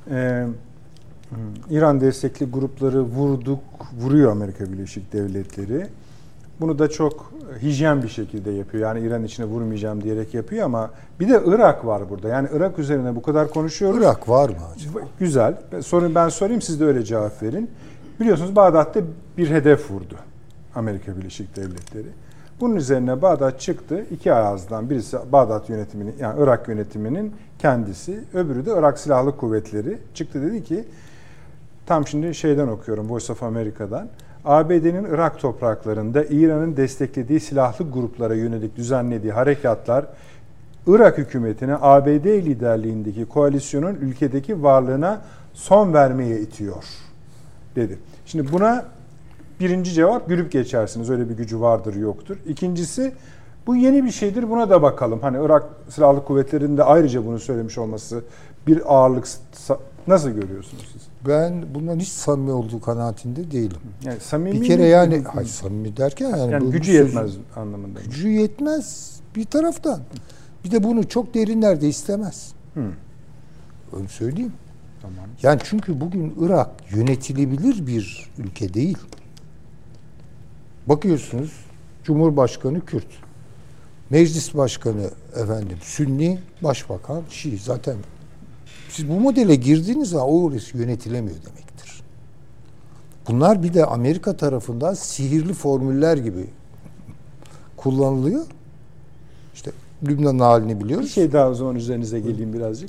Speaker 1: İran destekli grupları vuruyor Amerika Birleşik Devletleri. Bunu da çok hijyen bir şekilde yapıyor. Yani İran içine vurmayacağım diyerek yapıyor ama bir de Irak var burada. Yani Irak üzerine bu kadar konuşuyoruz.
Speaker 2: Irak var mı acaba?
Speaker 1: Güzel. Ben sorayım, siz de öyle cevap verin. Biliyorsunuz Bağdat'ta bir hedef vurdu Amerika Birleşik Devletleri. Bunun üzerine Bağdat çıktı. İki ağızdan, birisi Bağdat yönetiminin, yani Irak yönetiminin kendisi, öbürü de Irak Silahlı Kuvvetleri çıktı, dedi ki, tam şimdi şeyden okuyorum, Voice of America'dan. ABD'nin Irak topraklarında İran'ın desteklediği silahlı gruplara yönelik düzenlediği harekatlar Irak hükümetine ABD liderliğindeki koalisyonun ülkedeki varlığına son vermeye itiyor dedi. Şimdi buna birinci cevap, gülüp geçersiniz. Öyle bir gücü vardır yoktur. İkincisi, bu yeni bir şeydir, buna da bakalım. Hani Irak Silahlı Kuvvetleri'nin de ayrıca bunu söylemiş olması bir ağırlık, nasıl görüyorsunuz siz?
Speaker 2: Ben bundan hiç samimi olduğu kanaatinde değilim.
Speaker 1: Yani samimi
Speaker 2: bir kere yani samimi derken
Speaker 1: yani gücü yetmez anlamında.
Speaker 2: Gücü yetmez bir taraftan. Bir de bunu çok derinlerde istemez. Öyle söyleyeyim.
Speaker 1: Tamam.
Speaker 2: Yani çünkü bugün Irak yönetilebilir bir ülke değil. Bakıyorsunuz Cumhurbaşkanı Kürt. Meclis Başkanı Sünni, Başbakan Şii. Zaten siz bu modele girdiğiniz zaman orası yönetilemiyor demektir. Bunlar bir de Amerika tarafından sihirli formüller gibi kullanılıyor. İşte Lübnan'ın halini biliyoruz.
Speaker 1: Bir şey daha o zaman üzerinize geleyim birazcık.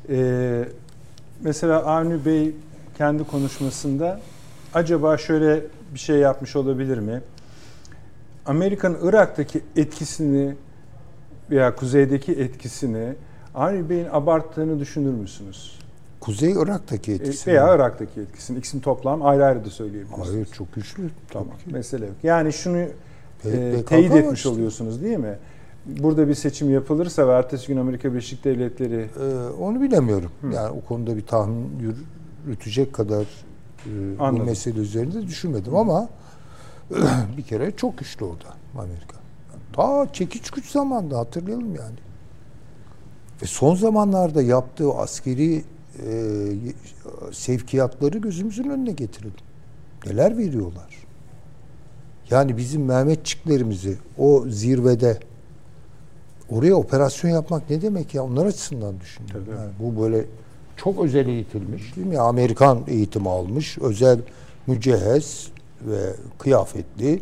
Speaker 1: Mesela Avni Bey kendi konuşmasında acaba şöyle bir şey yapmış olabilir mi? Amerika'nın Irak'taki etkisini veya kuzeydeki etkisini Avni Bey'in abarttığını düşünür müsünüz?
Speaker 2: Kuzey Irak'taki etkisini.
Speaker 1: Veya Irak'taki etkisini. İkisini toplam ayrı ayrı da söyleyebilirsiniz.
Speaker 2: Hayır, çok güçlü.
Speaker 1: Tamam, mesele yok. Yani şunu
Speaker 2: PKK
Speaker 1: teyit etmiş
Speaker 2: işte.
Speaker 1: oluyorsunuz değil mi? Burada bir seçim yapılırsa ve ertesi gün Amerika Birleşik Devletleri...
Speaker 2: onu bilemiyorum. Yani o konuda bir tahmin yürütecek kadar bu mesele üzerinde düşünmedim ama bir kere çok güçlü orada Amerika. Ta çekiç güç zamanında hatırlayalım yani. Ve son zamanlarda yaptığı askeri sevkiyatları gözümüzün önüne getirelim. Neler veriyorlar? Yani bizim Mehmetçiklerimizi o zirvede oraya operasyon yapmak ne demek ya? Onlar açısından düşünüyorum. Yani bu böyle çok özel eğitilmiş, değil mi? Amerikan eğitimi almış, özel mücehhez ve kıyafetli,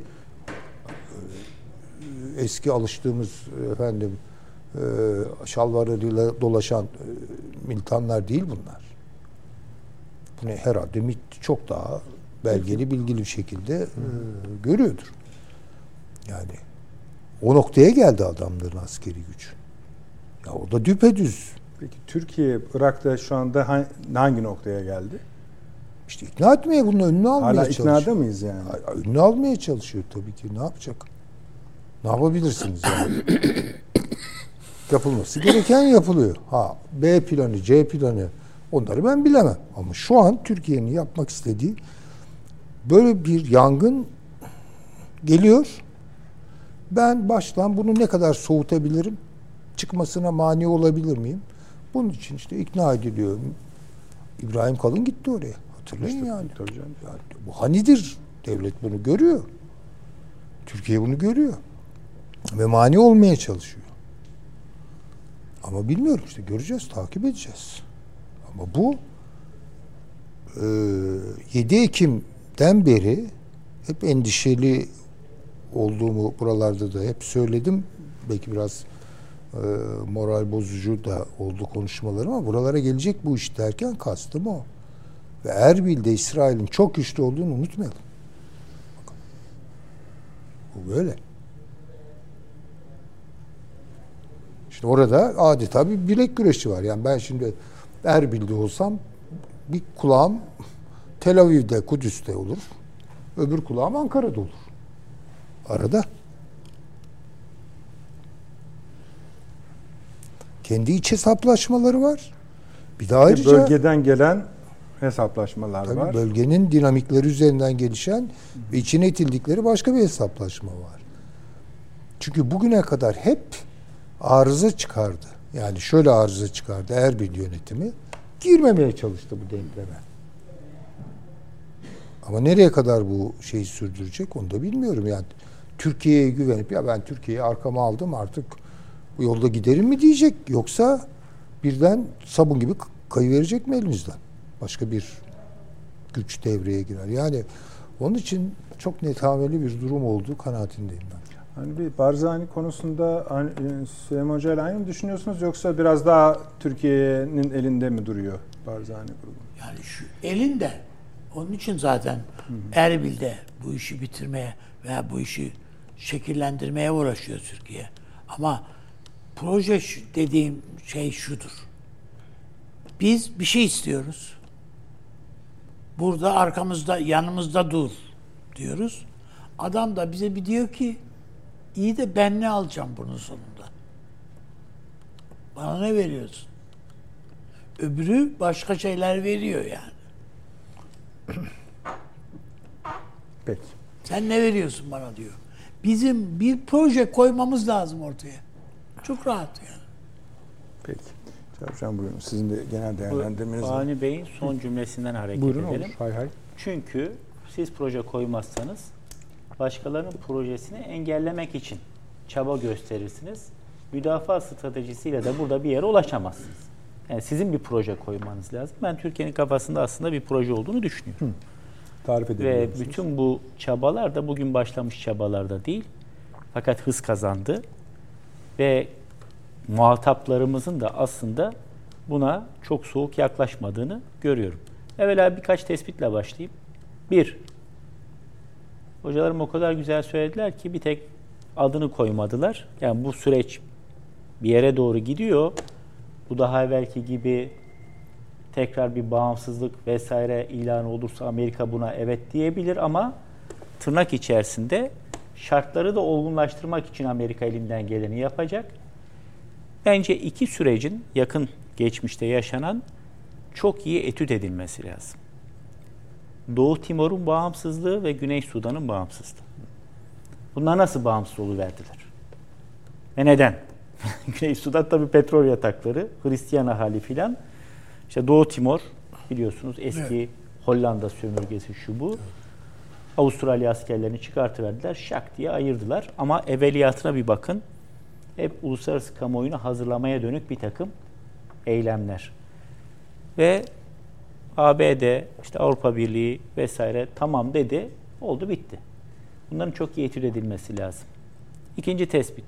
Speaker 2: eski alıştığımız şalvarlarıyla dolaşan militanlar değil bunlar. Bunu herhalde MİT çok daha belgeli, bilgili bir şekilde görüyordur. Yani o noktaya geldi adamların askeri gücü. Ya o da düpedüz.
Speaker 1: Peki Türkiye, Irak'ta şu anda hangi noktaya geldi?
Speaker 2: İşte ikna etmeye, bunun önünü almaya çalışıyor.
Speaker 1: Hala iknada mıyız yani?
Speaker 2: Önünü almaya çalışıyor tabii ki. Ne yapacak? Ne yapabilirsiniz yani? Yapılması gereken yapılıyor. B planı, C planı, onları ben bilemem. Ama şu an Türkiye'nin yapmak istediği, böyle bir yangın geliyor. Ben baştan bunu ne kadar soğutabilirim? Çıkmasına mani olabilir miyim? Bunun için işte ikna ediliyor. İbrahim Kalın gitti oraya. Hatırlayın yani.
Speaker 1: Tabii canım.
Speaker 2: Yani bu hanidir. Devlet bunu görüyor. Türkiye bunu görüyor. Ve mani olmaya çalışıyor. Ama bilmiyorum işte, göreceğiz, takip edeceğiz. Ama bu 7 Ekim'den beri hep endişeli olduğumu buralarda da hep söyledim. Belki biraz moral bozucu da oldu konuşmalarım ama buralara gelecek bu iş derken kastım o. Ve Erbil'de İsrail'in çok güçlü olduğunu unutmayalım. Bakın. Bu böyle. İşte orada adeta bir bilek güreşi var. Yani ben şimdi Erbil'de olsam bir kulağım Tel Aviv'de, Kudüs'te olur. Öbür kulağım Ankara'da olur. Arada. Kendi iç hesaplaşmaları var. Bir de ayrıca
Speaker 1: bölgeden gelen hesaplaşmalar
Speaker 2: tabii
Speaker 1: var.
Speaker 2: bölgenin dinamikleri üzerinden gelişen ve içine itildikleri başka bir hesaplaşma var. Çünkü bugüne kadar hep arıza çıkardı. Yani şöyle arıza çıkardı. Erbil yönetimi girmemeye çalıştı bu denkleme. Ama nereye kadar bu şeyi sürdürecek onu da bilmiyorum. Yani Türkiye'ye güvenip ya ben Türkiye'yi arkama aldım artık bu yolda giderim mi diyecek. Yoksa birden sabun gibi kayıverecek mi elimizden? Başka bir güç devreye girer. Yani onun için çok netameli bir durum olduğu kanaatindeyim ben.
Speaker 1: Hani bir Barzani konusunda Süleyman Hoca ile aynı mı düşünüyorsunuz yoksa biraz daha Türkiye'nin elinde mi duruyor Barzani grubu?
Speaker 3: Yani şu elinde. Onun için zaten Erbil'de bu işi bitirmeye veya bu işi şekillendirmeye uğraşıyor Türkiye. Ama proje dediğim şey şudur. Biz bir şey istiyoruz. Burada arkamızda, yanımızda dur diyoruz. Adam da bize bir diyor ki iyi de ben ne alacağım bunun sonunda? Bana ne veriyorsun? Öbürü başka şeyler veriyor yani.
Speaker 1: Peki.
Speaker 3: Sen ne veriyorsun bana diyor. Bizim bir proje koymamız lazım ortaya. Çok rahat yani.
Speaker 1: Peki. Hocam buyurun. Sizin de genel değerlendirmeniz var.
Speaker 4: Fani Bey'in son cümlesinden hareket
Speaker 1: Buyurun
Speaker 4: edelim.
Speaker 1: olur. Hay hay.
Speaker 4: Çünkü siz proje koymazsanız başkalarının projesini engellemek için çaba gösterirsiniz. Müdafaa stratejisiyle de burada bir yere ulaşamazsınız. Yani sizin bir proje koymanız lazım. Ben Türkiye'nin kafasında aslında bir proje olduğunu düşünüyorum.
Speaker 1: Tarif edebilir
Speaker 4: Ve
Speaker 1: misiniz?
Speaker 4: bütün bu çabalar da bugün başlamış çabalar da değil. Fakat hız kazandı. Ve muhataplarımızın da aslında buna çok soğuk yaklaşmadığını görüyorum. Evvela birkaç tespitle başlayayım. Bir, hocalarım o kadar güzel söylediler ki bir tek adını koymadılar. Yani bu süreç bir yere doğru gidiyor. Bu daha evvelki gibi tekrar bir bağımsızlık vesaire ilanı olursa Amerika buna evet diyebilir ama tırnak içerisinde şartları da olgunlaştırmak için Amerika elinden geleni yapacak. Bence iki sürecin yakın geçmişte yaşanan çok iyi etüt edilmesi lazım. Doğu Timor'un bağımsızlığı ve Güney Sudan'ın bağımsızlığı. Bunlar nasıl bağımsız oluverdiler? Ve neden? Güney Sudan tabii petrol yatakları, Hristiyan ahali filan. İşte Doğu Timor biliyorsunuz eski Hollanda sömürgesi şu bu. Avustralya askerlerini çıkartıverdiler, şak diye ayırdılar. Ama evveliyatına bir bakın. Hep uluslararası kamuoyunu hazırlamaya dönük bir takım eylemler. Ve ABD, işte Avrupa Birliği vesaire tamam dedi, oldu bitti. Bunların çok iyi etüt edilmesi lazım. İkinci tespit.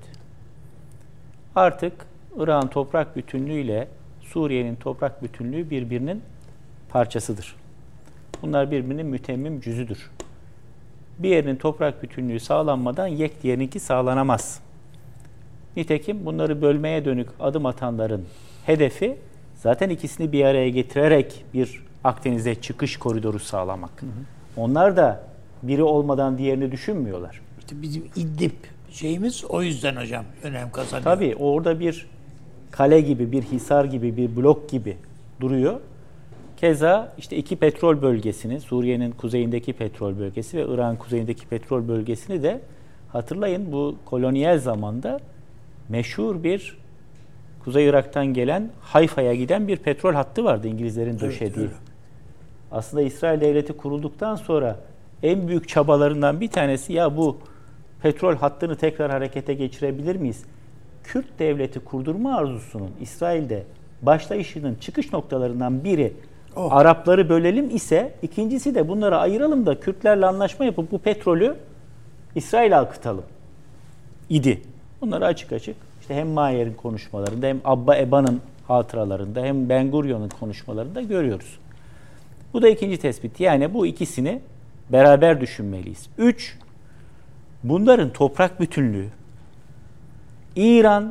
Speaker 4: Artık Irak'ın toprak bütünlüğüyle Suriye'nin toprak bütünlüğü birbirinin parçasıdır. Bunlar birbirinin mütemmim cüzüdür. Bir yerinin toprak bütünlüğü sağlanmadan diğerininki sağlanamaz. Nitekim bunları bölmeye dönük adım atanların hedefi zaten ikisini bir araya getirerek bir Akdeniz'e çıkış koridoru sağlamak. Onlar da biri olmadan diğerini düşünmüyorlar.
Speaker 3: İşte bizim İdlib şeyimiz o yüzden hocam önem kazanıyor.
Speaker 4: Tabii orada bir kale gibi, bir hisar gibi, bir blok gibi duruyor. Keza işte iki petrol bölgesini, Suriye'nin kuzeyindeki petrol bölgesi ve Irak'ın kuzeyindeki petrol bölgesini de hatırlayın bu kolonyal zamanda meşhur bir Kuzey Irak'tan gelen Hayfa'ya giden bir petrol hattı vardı İngilizlerin döşediği. Evet, aslında İsrail Devleti kurulduktan sonra en büyük çabalarından bir tanesi ya bu petrol hattını tekrar harekete geçirebilir miyiz? Kürt devleti kurdurma arzusunun İsrail'de başlayışının çıkış noktalarından biri Arapları bölelim ise ikincisi de bunları ayıralım da Kürtlerle anlaşma yapıp bu petrolü İsrail'e akıtalım idi. Bunları açık açık işte hem Mayer'in konuşmalarında hem Abba Eban'ın hatıralarında hem Ben Gurion'un konuşmalarında görüyoruz. Bu da ikinci tespit. Yani bu ikisini beraber düşünmeliyiz. 3. Bunların toprak bütünlüğü İran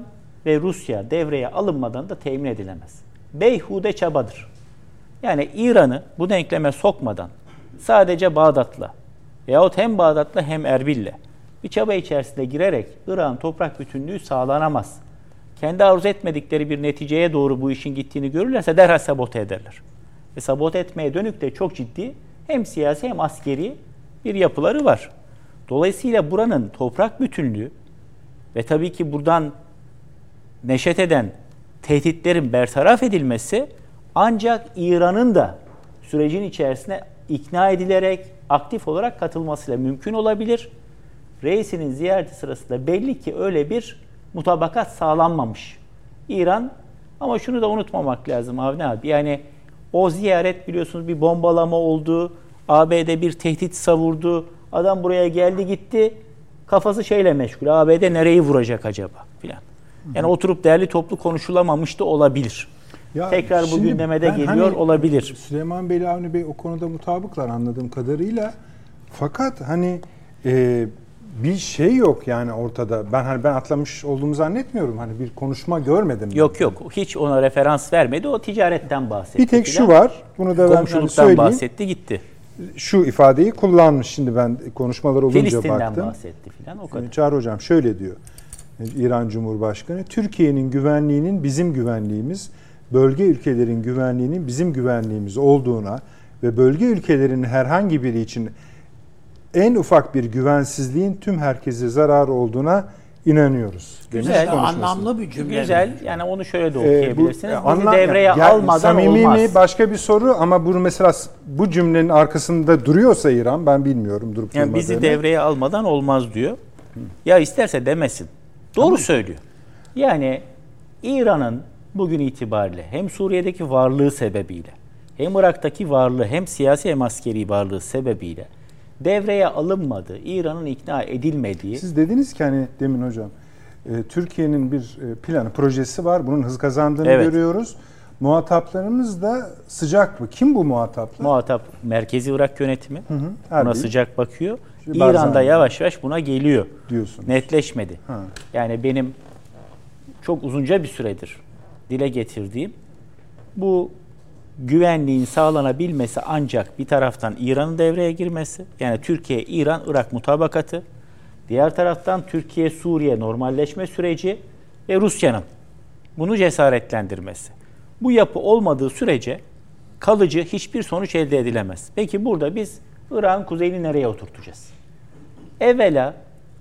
Speaker 4: ve Rusya devreye alınmadan da temin edilemez. Beyhude çabadır. Yani İran'ı bu denkleme sokmadan sadece Bağdat'la veyahut hem Bağdat'la hem Erbil'le bir çaba içerisinde girerek Irak'ın toprak bütünlüğü sağlanamaz. Kendi arzu etmedikleri bir neticeye doğru bu işin gittiğini görürlerse derhal sabote ederler. Ve sabote etmeye dönük de çok ciddi hem siyasi hem askeri bir yapıları var. Dolayısıyla buranın toprak bütünlüğü ve tabii ki buradan neşet eden tehditlerin bertaraf edilmesi ancak İran'ın da sürecin içerisine ikna edilerek aktif olarak katılmasıyla mümkün olabilir. Reisinin ziyareti sırasında belli ki öyle bir mutabakat sağlanmamış. İran, ama şunu da unutmamak lazım Avni abi. Yani o ziyaret biliyorsunuz bir bombalama oldu. ABD bir tehdit savurdu. Adam buraya geldi gitti. Kafası şeyle meşgul. ABD nereyi vuracak acaba filan. Yani oturup derli toplu konuşulamamış da olabilir.
Speaker 1: Ya
Speaker 4: tekrar bu gündeme de geliyor olabilir.
Speaker 1: Süleyman Bey, Avni Bey o konuda mutabıklar anladığım kadarıyla. Fakat bir şey yok yani ortada. Ben atlamış olduğumu zannetmiyorum. Hani bir konuşma görmedim.
Speaker 4: Yok. Hiç ona referans vermedi. O ticaretten bahsetti.
Speaker 1: Bir tek şu var. Bunu da ben
Speaker 4: komşuluktan
Speaker 1: söyleyeyim.
Speaker 4: bahsetti gitti.
Speaker 1: Şu ifadeyi kullanmış şimdi ben konuşmalar olunca
Speaker 4: Filistin'den
Speaker 1: baktım.
Speaker 4: bahsetti filan o kadar.
Speaker 1: Çağrı Hocam şöyle diyor. İran Cumhurbaşkanı, Türkiye'nin güvenliğinin bizim güvenliğimiz, bölge ülkelerin güvenliğinin bizim güvenliğimiz olduğuna ve bölge ülkelerinin herhangi biri için en ufak bir güvensizliğin tüm herkese zararı olduğuna inanıyoruz.
Speaker 3: Güzel, anlamlı bir cümle.
Speaker 4: Güzel, yani onu şöyle de okuyabilirsiniz. Bizi
Speaker 1: Yani,
Speaker 4: devreye almadan
Speaker 1: samimi
Speaker 4: olmaz.
Speaker 1: mi başka bir soru ama bunu mesela bu cümlenin arkasında duruyorsa İran, ben bilmiyorum durup
Speaker 4: yani bizi devreye almadan olmaz diyor. Ya isterse demesin. Doğru söylüyor. Yani İran'ın bugün itibariyle hem Suriye'deki varlığı sebebiyle hem Irak'taki varlığı hem siyasi hem askeri varlığı sebebiyle devreye alınmadığı, İran'ın ikna edilmediği...
Speaker 1: Siz dediniz ki hani demin hocam, Türkiye'nin bir planı, projesi var. Bunun hız kazandığını görüyoruz. Muhataplarımız da sıcak mı? Kim bu muhataplar?
Speaker 4: Muhatap Merkezi Irak Yönetimi. Buna sıcak bakıyor.
Speaker 1: Şimdi
Speaker 4: İran'da yavaş yavaş buna geliyor.
Speaker 1: Diyorsunuz.
Speaker 4: Netleşmedi. Yani benim çok uzunca bir süredir dile getirdiğim bu güvenliğin sağlanabilmesi ancak bir taraftan İran'ın devreye girmesi, yani Türkiye-İran-Irak mutabakatı, diğer taraftan Türkiye-Suriye normalleşme süreci ve Rusya'nın bunu cesaretlendirmesi. Bu yapı olmadığı sürece kalıcı hiçbir sonuç elde edilemez. Peki burada biz Irak'ın kuzeyini nereye oturtacağız? Evvela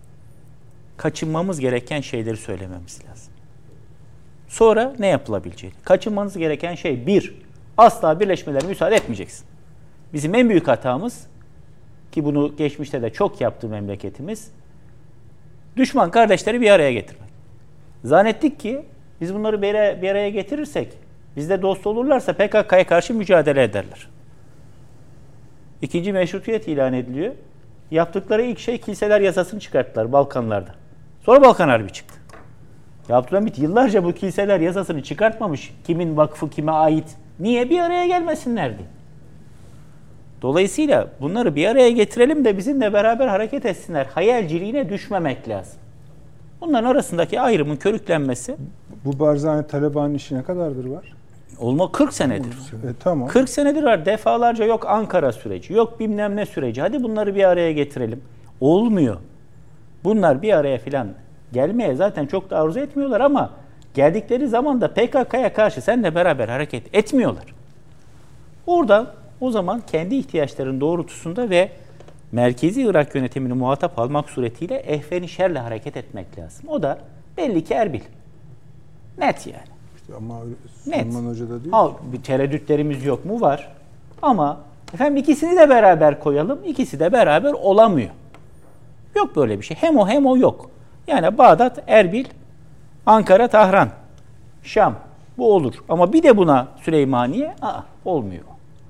Speaker 4: kaçınmamız gereken şeyleri söylememiz lazım. Sonra ne yapılabileceğini. Kaçınmanız gereken şey asla birleşmelere müsaade etmeyeceksin. Bizim en büyük hatamız, ki bunu geçmişte de çok yaptı memleketimiz, düşman kardeşleri bir araya getirmek. Zannettik ki biz bunları bir araya getirirsek, bizde dost olurlarsa PKK'ya karşı mücadele ederler. İkinci meşrutiyet ilan ediliyor. Yaptıkları ilk şey kiliseler yasasını çıkarttılar Balkanlarda. Sonra Balkan Harbi çıktı. Abdülhamit yıllarca bu kiliseler yasasını çıkartmamış. Kimin vakfı kime ait? Niye bir araya gelmesinlerdi? Dolayısıyla bunları bir araya getirelim de bizimle beraber hareket etsinler. Hayalciliğine düşmemek lazım. Bunların arasındaki ayrımın körüklenmesi...
Speaker 1: Bu Barzani Taliban'ın işi ne kadardır var?
Speaker 4: 40 senedir.
Speaker 1: Tamam.
Speaker 4: 40 senedir var. Defalarca yok Ankara süreci, yok bilmem ne süreci. Hadi bunları bir araya getirelim. Olmuyor. Bunlar bir araya filan gelmeye zaten çok da arzu etmiyorlar ama geldikleri zaman da PKK'ya karşı seninle beraber hareket etmiyorlar. Orada o zaman kendi ihtiyaçlarının doğrultusunda ve Merkezi Irak yönetimini muhatap almak suretiyle ehvenişerle hareket etmek lazım. O da belli ki Erbil. Net yani.
Speaker 1: Ama
Speaker 4: net.
Speaker 1: Süleyman Hoca da değil.
Speaker 4: Bir tereddütlerimiz yok mu? Var. Ama efendim ikisini de beraber koyalım. İkisi de beraber olamıyor. Yok böyle bir şey. Hem o hem o yok. Yani Bağdat, Erbil, Ankara, Tahran, Şam. Bu olur. Ama bir de buna Süleymaniye olmuyor.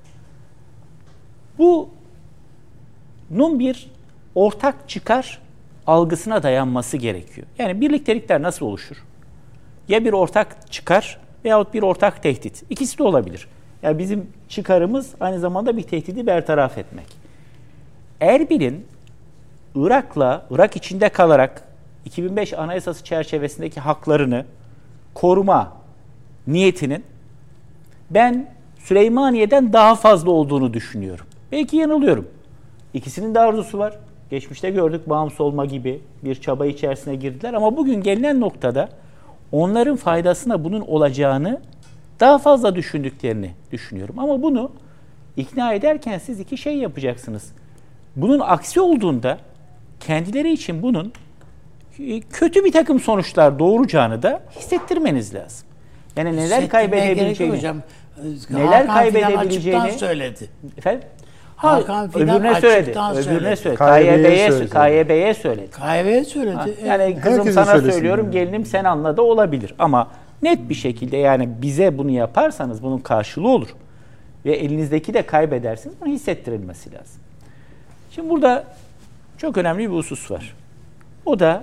Speaker 4: Bunun bir ortak çıkar algısına dayanması gerekiyor. Yani birliktelikler nasıl oluşur? Ya bir ortak çıkar veyahut bir ortak tehdit. İkisi de olabilir. Yani bizim çıkarımız aynı zamanda bir tehdidi bertaraf etmek. Erbil'in Irak içinde kalarak 2005 Anayasası çerçevesindeki haklarını koruma niyetinin ben Süleymaniye'den daha fazla olduğunu düşünüyorum. Belki yanılıyorum. İkisinin de arzusu var. Geçmişte gördük, bağımsız olma gibi bir çaba içerisine girdiler ama bugün gelinen noktada onların faydasına bunun olacağını daha fazla düşündüklerini düşünüyorum. Ama bunu ikna ederken siz iki şey yapacaksınız. Bunun aksi olduğunda kendileri için bunun kötü bir takım sonuçlar doğuracağını da hissettirmeniz lazım. Yani neler kaybedebileceğini, neler kaybedebileceğini
Speaker 3: söyledi.
Speaker 4: Efendim?
Speaker 3: Hakan Fidan
Speaker 4: öbürüne söyledi. Öbürüne söyledi. KYB'ye söyledi.
Speaker 3: KYB'ye söyledi.
Speaker 4: Yani kızım
Speaker 1: Herkese
Speaker 4: sana
Speaker 1: söylesin
Speaker 4: söylüyorum,
Speaker 1: yani.
Speaker 4: gelinim sen anla da olabilir. Ama net bir şekilde yani bize bunu yaparsanız bunun karşılığı olur. Ve elinizdeki de kaybedersiniz. Bunu hissettirilmesi lazım. Şimdi burada çok önemli bir husus var. O da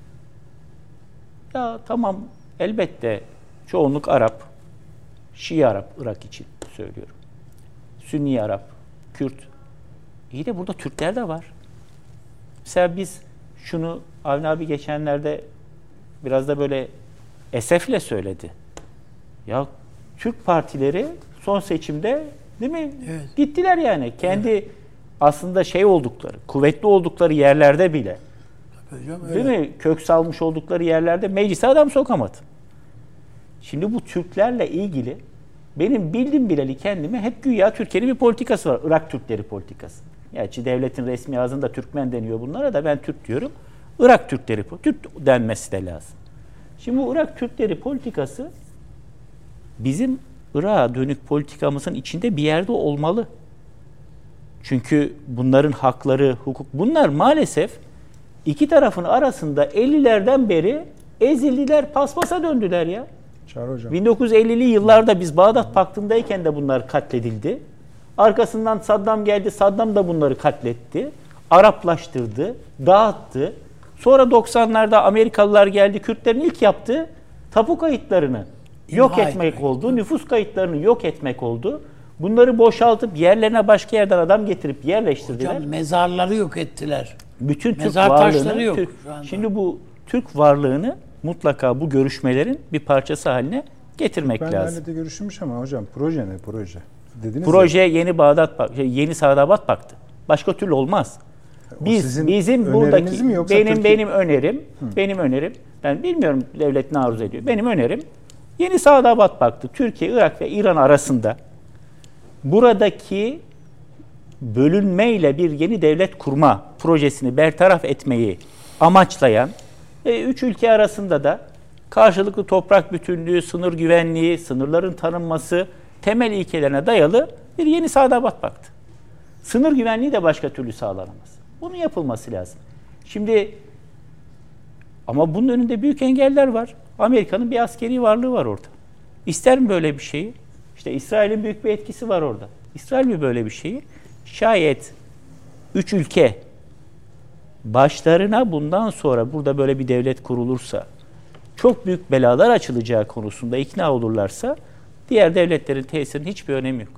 Speaker 4: ya tamam elbette çoğunluk Arap, Şii Arap, Irak için söylüyorum. Sünni Arap, Kürt. İyi de burada Türkler de var. Mesela biz şunu Avni abi geçenlerde biraz da böyle esefle söyledi. Ya Türk partileri son seçimde değil mi?
Speaker 3: Evet.
Speaker 4: Gittiler yani. Kendi aslında şey oldukları, kuvvetli oldukları yerlerde bile.
Speaker 3: Hocam,
Speaker 4: Değil mi? Kök salmış oldukları yerlerde meclise adam sokamadı. Şimdi bu Türklerle ilgili benim bildiğim bileli kendime hep güya Türkiye'nin bir politikası var. Irak Türkleri politikası. Gerçi devletin resmi ağzında Türkmen deniyor bunlara da ben Türk diyorum. Irak Türkleri, Türk denmesi de lazım. Şimdi bu Irak Türkleri politikası bizim Irak'a dönük politikamızın içinde bir yerde olmalı. Çünkü bunların hakları, hukuk, bunlar maalesef iki tarafın arasında 50'lerden beri ezildiler, paspasa döndüler ya.
Speaker 1: Çağrı hocam.
Speaker 4: 1950'li yıllarda biz Bağdat Paktı'ndayken de bunlar katledildi. Arkasından Saddam geldi, Saddam da bunları katletti. Araplaştırdı, dağıttı. Sonra 90'larda Amerikalılar geldi, Kürtlerin ilk yaptığı tapu kayıtlarını yok etmek oldu. Nüfus kayıtlarını yok etmek oldu. Bunları boşaltıp yerlerine başka yerden adam getirip yerleştirdiler.
Speaker 3: Hocam mezarları yok ettiler.
Speaker 4: Bütün Türk
Speaker 3: Mezar taşları
Speaker 4: varlığını,
Speaker 3: yok şu anda.
Speaker 4: şimdi bu Türk varlığını mutlaka bu görüşmelerin bir parçası haline getirmek lazım.
Speaker 1: Benlerle de görüşülmüş ama hocam proje ne proje? Dediniz
Speaker 4: Proje
Speaker 1: ya.
Speaker 4: yeni Sadabat Paktı. Başka türlü olmaz. Bizim buradaki
Speaker 1: mi yoksa
Speaker 4: benim önerim ben bilmiyorum devlet ne arzu ediyor. Benim önerim yeni Sadabat Paktı Türkiye, Irak ve İran arasında buradaki bölünmeyle bir yeni devlet kurma projesini bertaraf etmeyi amaçlayan üç ülke arasında da karşılıklı toprak bütünlüğü, sınır güvenliği, sınırların tanınması temel ilkelerine dayalı bir yeni Sadabat Paktı. Sınır güvenliği de başka türlü sağlanamaz. Bunun yapılması lazım. Şimdi ama bunun önünde büyük engeller var. Amerika'nın bir askeri varlığı var orada. İster mi böyle bir şeyi? İşte İsrail'in büyük bir etkisi var orada. İsrail mi böyle bir şeyi? Şayet üç ülke başlarına bundan sonra burada böyle bir devlet kurulursa çok büyük belalar açılacağı konusunda ikna olurlarsa diğer devletlerin tesirinin hiçbir önemi yok.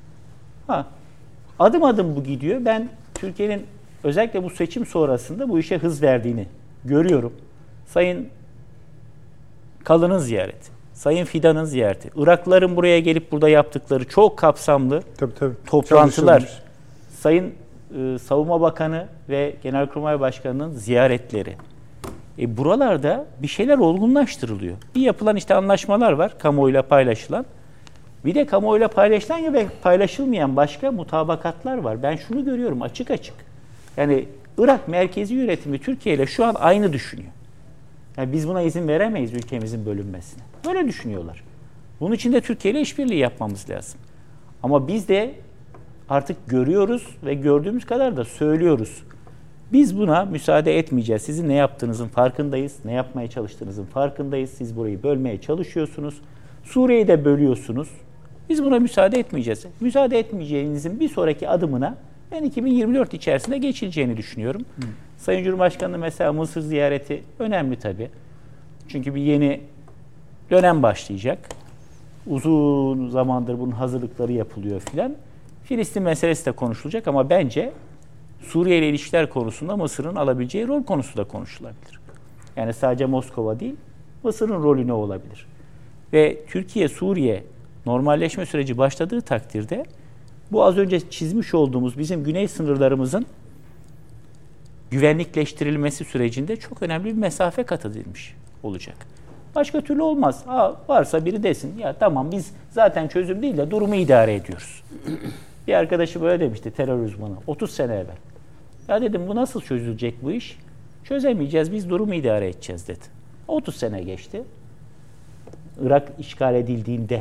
Speaker 4: Adım adım bu gidiyor. Ben Türkiye'nin özellikle bu seçim sonrasında bu işe hız verdiğini görüyorum. Sayın Kalın'ın ziyareti, Sayın Fidan'ın ziyareti, Iraklıların buraya gelip burada yaptıkları çok kapsamlı
Speaker 1: Tabii.
Speaker 4: toplantılar, Sayın Savunma Bakanı ve Genelkurmay Başkanı'nın ziyaretleri. Buralarda bir şeyler olgunlaştırılıyor. Bir yapılan işte anlaşmalar var, kamuoyuyla paylaşılan. Bir de kamuoyuyla paylaşılan ve paylaşılmayan başka mutabakatlar var. Ben şunu görüyorum açık açık. Yani Irak merkezi yönetimi Türkiye ile şu an aynı düşünüyor. Yani biz buna izin veremeyiz ülkemizin bölünmesine. Böyle düşünüyorlar. Bunun için de Türkiye ile işbirliği yapmamız lazım. Ama biz de artık görüyoruz ve gördüğümüz kadar da söylüyoruz. Biz buna müsaade etmeyeceğiz. Sizin ne yaptığınızın farkındayız. Ne yapmaya çalıştığınızın farkındayız. Siz burayı bölmeye çalışıyorsunuz. Suriye'yi de bölüyorsunuz. Biz buna müsaade etmeyeceğiz. Müsaade etmeyeceğinizin bir sonraki adımına ben 2024 içerisinde geçileceğini düşünüyorum. Sayın Cumhurbaşkanı'nın mesela Mısır ziyareti önemli tabii. Çünkü bir yeni dönem başlayacak. Uzun zamandır bunun hazırlıkları yapılıyor filan. Filistin meselesi de konuşulacak ama bence Suriye ile ilişkiler konusunda Mısır'ın alabileceği rol konusu da konuşulabilir. Yani sadece Moskova değil, Mısır'ın rolü ne olabilir? Ve Türkiye-Suriye normalleşme süreci başladığı takdirde bu az önce çizmiş olduğumuz bizim güney sınırlarımızın güvenlikleştirilmesi sürecinde çok önemli bir mesafe kat edilmiş olacak. Başka türlü olmaz. Varsa biri desin ya tamam biz zaten çözüm değil de durumu idare ediyoruz. Bir arkadaşı böyle demişti, terör uzmanı 30 sene evvel. Ya dedim bu nasıl çözülecek bu iş? Çözemeyeceğiz, biz durumu idare edeceğiz dedi. 30 sene geçti. Irak işgal edildiğinde,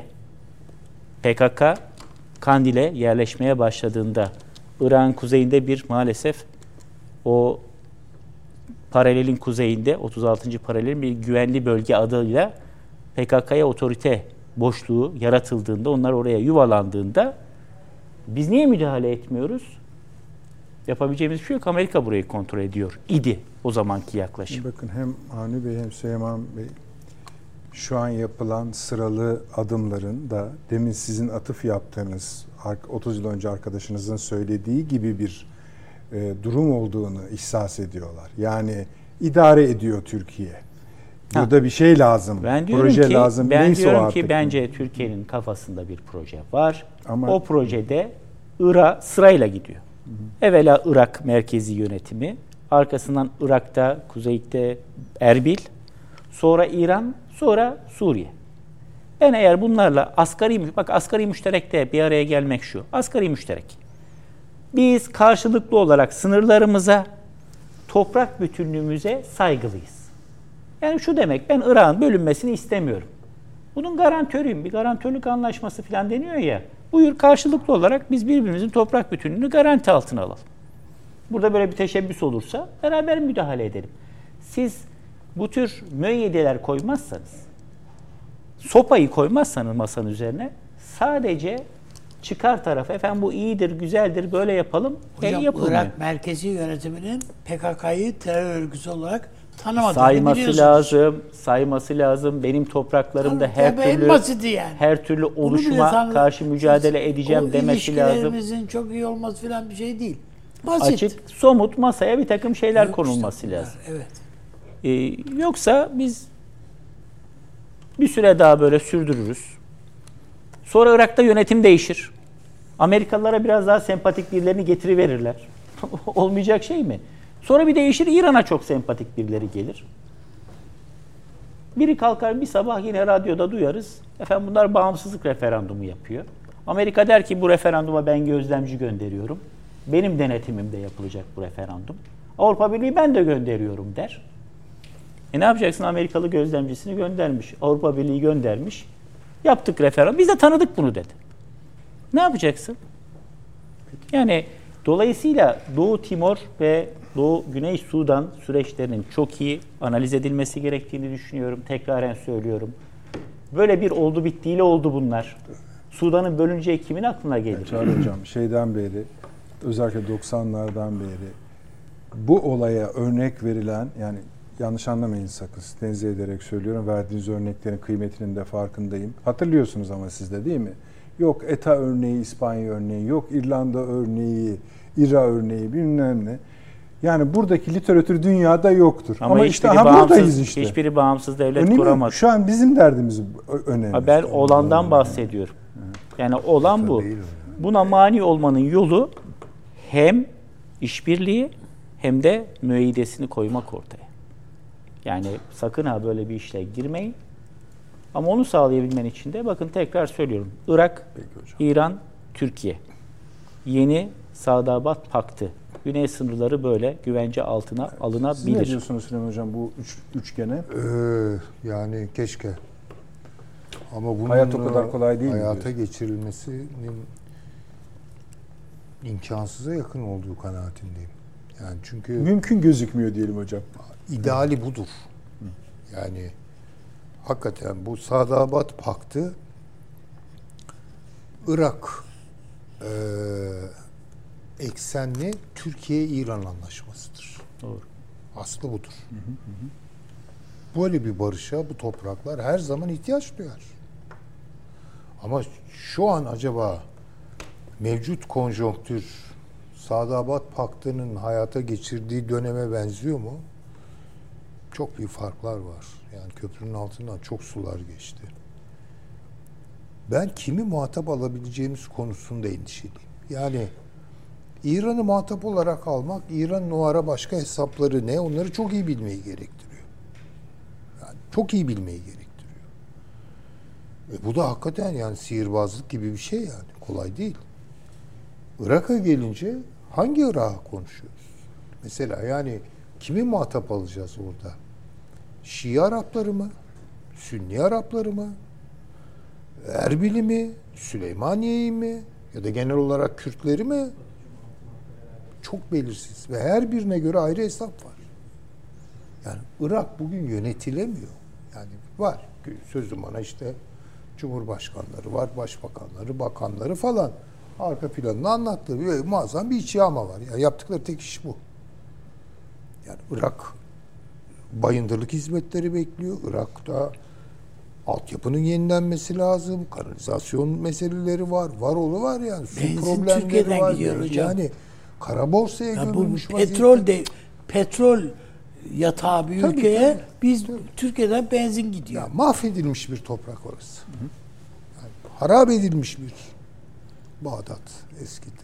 Speaker 4: PKK Kandil'e yerleşmeye başladığında, Irak'ın kuzeyinde bir maalesef o paralelin kuzeyinde, 36. paralelin bir güvenli bölge adıyla PKK'ya otorite boşluğu yaratıldığında, onlar oraya yuvalandığında biz niye müdahale etmiyoruz? Yapabileceğimiz bir şey yok. Amerika burayı kontrol ediyor idi o zamanki yaklaşım.
Speaker 1: Bakın hem Avni Bey hem Süleyman Bey şu an yapılan sıralı adımların da demin sizin atıf yaptığınız 30 yıl önce arkadaşınızın söylediği gibi bir durum olduğunu ihsas ediyorlar. Yani idare ediyor Türkiye. Burada bir şey lazım. Proje lazım.
Speaker 4: Ben diyorum ki bence Türkiye'nin kafasında bir proje var. Ama o projede Irak sırayla gidiyor. Evvela Irak merkezi yönetimi, arkasından Irak'ta, kuzeyde Erbil, sonra İran, sonra Suriye. Ben eğer bunlarla asgari müşterekte bir araya gelmek şu. Asgari müşterek. Biz karşılıklı olarak sınırlarımıza, toprak bütünlüğümüze saygılıyız. Yani şu demek, ben Irak'ın bölünmesini istemiyorum. Bunun garantörüyüm, bir garantörlük anlaşması falan deniyor ya. Buyur karşılıklı olarak biz birbirimizin toprak bütünlüğünü garanti altına alalım. Burada böyle bir teşebbüs olursa beraber müdahale edelim. Siz bu tür müeyyideler koymazsanız, sopayı koymazsanız masanın üzerine sadece çıkar tarafı, efendim bu iyidir, güzeldir, böyle yapalım.
Speaker 3: Hocam Irak merkezi yönetiminin PKK'yı terör örgütü olarak tanımadığını
Speaker 4: sayması lazım. Benim topraklarımda
Speaker 3: yani.
Speaker 4: her türlü oluşuma karşı mücadele edeceğim demesi lazım.
Speaker 3: İlişkilerimizin çok iyi olması falan bir şey değil. Basit.
Speaker 4: Açık, somut masaya bir takım şeyler konulması lazım.
Speaker 3: Evet.
Speaker 4: Yoksa biz bir süre daha böyle sürdürürüz. Sonra Irak'ta yönetim değişir. Amerikalılara biraz daha sempatik birilerini getiriverirler. Olmayacak şey mi? Sonra bir değişir, İran'a çok sempatik birileri gelir. Biri kalkar bir sabah yine radyoda duyarız. Efendim bunlar bağımsızlık referandumu yapıyor. Amerika der ki bu referanduma ben gözlemci gönderiyorum. Benim denetimimde yapılacak bu referandum. Avrupa Birliği ben de gönderiyorum der. Ne yapacaksın? Amerikalı gözlemcisini göndermiş. Avrupa Birliği göndermiş. Yaptık referandum. Biz de tanıdık bunu dedi. Ne yapacaksın? Yani dolayısıyla Doğu Timor ve Güney Sudan süreçlerinin çok iyi analiz edilmesi gerektiğini düşünüyorum. Tekraren söylüyorum. Böyle bir oldu bittiyle oldu bunlar. Sudan'ın bölüneceği kimin aklına gelir?
Speaker 1: Çağrı Hocam şeyden beri, özellikle 90'lardan beri bu olaya örnek verilen, yani yanlış anlamayın sakın, tenzih ederek söylüyorum, verdiğiniz örneklerin kıymetinin de farkındayım. Hatırlıyorsunuz ama siz de değil mi? Yok ETA örneği, İspanya örneği, yok İrlanda örneği, İRA örneği, bilmem ne. Yani buradaki literatür dünyada yoktur. Ama işte buradayız işte.
Speaker 4: Hiçbiri bağımsız devlet kuramadı.
Speaker 1: Şu an bizim derdimiz önemli.
Speaker 4: Ben olandan bahsediyorum. Yani olan bu. Buna mani olmanın yolu hem işbirliği hem de müeyyidesini koymak ortaya. Yani sakın ha böyle bir işle girmeyin. Ama onu sağlayabilmen için de bakın tekrar söylüyorum. Irak, İran, Türkiye. Yeni Sadabat Paktı. Güney sınırları böyle güvence altına alınabilir.
Speaker 1: Siz ne diyorsunuz Süleyman Hocam bu üçgene?
Speaker 2: Yani keşke. Ama bunun
Speaker 1: hayat o kadar kolay değil
Speaker 2: hayata geçirilmesinin imkansıza yakın olduğu kanaatindeyim. Yani çünkü
Speaker 1: mümkün gözükmüyor diyelim hocam.
Speaker 2: İdeali budur. Yani hakikaten bu Sadabat Paktı Irak eksenli Türkiye-İran anlaşmasıdır.
Speaker 4: Doğru.
Speaker 2: Aslı budur. Böyle bir barışa bu topraklar her zaman ihtiyaç duyar. Ama şu an acaba mevcut konjonktür Sadabat Paktı'nın hayata geçirdiği döneme benziyor mu? Çok büyük farklar var. Yani köprünün altından çok sular geçti. Ben kimi muhatap alabileceğimiz konusunda endişeliyim. Yani İran'ı muhatap olarak almak, İran'ın o ara başka hesapları ne, onları çok iyi bilmeyi gerektiriyor. Yani çok iyi bilmeyi gerektiriyor. Bu da hakikaten yani sihirbazlık gibi bir şey yani. Kolay değil. Irak'a gelince hangi Irak'ı konuşuyoruz? Mesela yani kimi muhatap alacağız orada? Şii Arapları mı? Sünni Arapları mı? Erbil'i mi? Süleymaniye'yi mi? Ya da genel olarak Kürtleri mi? Çok belirsiz. Ve her birine göre ayrı hesap var. Yani Irak bugün yönetilemiyor. Yani var. Sözüm ona işte Cumhurbaşkanları var, başbakanları, bakanları falan. Arka planını anlattığı muazzam bir iç yağma var. Yani yaptıkları tek iş bu. Yani Irak bayındırlık hizmetleri bekliyor. Irak'ta altyapının yenilenmesi lazım. Kanalizasyon meseleleri var. Var yani. Su
Speaker 3: Benzin
Speaker 2: problemleri
Speaker 3: Türkiye'den
Speaker 2: var.
Speaker 3: gidiyor hocam.
Speaker 2: Yani kara borsaya
Speaker 3: Ya bu
Speaker 2: gömülmüş vaziyette.
Speaker 3: petrol yatağı bir
Speaker 2: Tabii,
Speaker 3: ülkeye
Speaker 2: tabii.
Speaker 3: biz Türkiye'den benzin gidiyor.
Speaker 2: Ya mahvedilmiş bir toprak orası. Yani harap edilmiş bir Bağdat eskidi.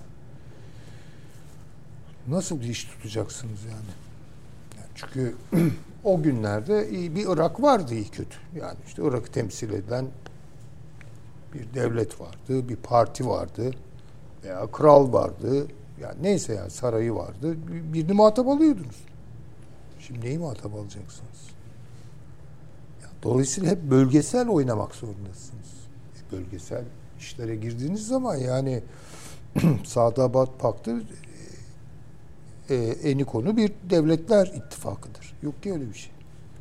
Speaker 2: Nasıl bir iş tutacaksınız yani? Çünkü o günlerde bir Irak vardı iyi kötü. Yani işte Irak'ı temsil eden bir devlet vardı, bir parti vardı veya kral vardı. Yani neyse yani sarayı vardı. Birini muhatap alıyordunuz. Şimdi neyi muhatap alacaksınız? Dolayısıyla hep bölgesel oynamak zorundasınız. Bölgesel işlere girdiğiniz zaman yani Sadabat Paktı eni konu bir devletler ittifakıdır. Yok ki öyle bir şey.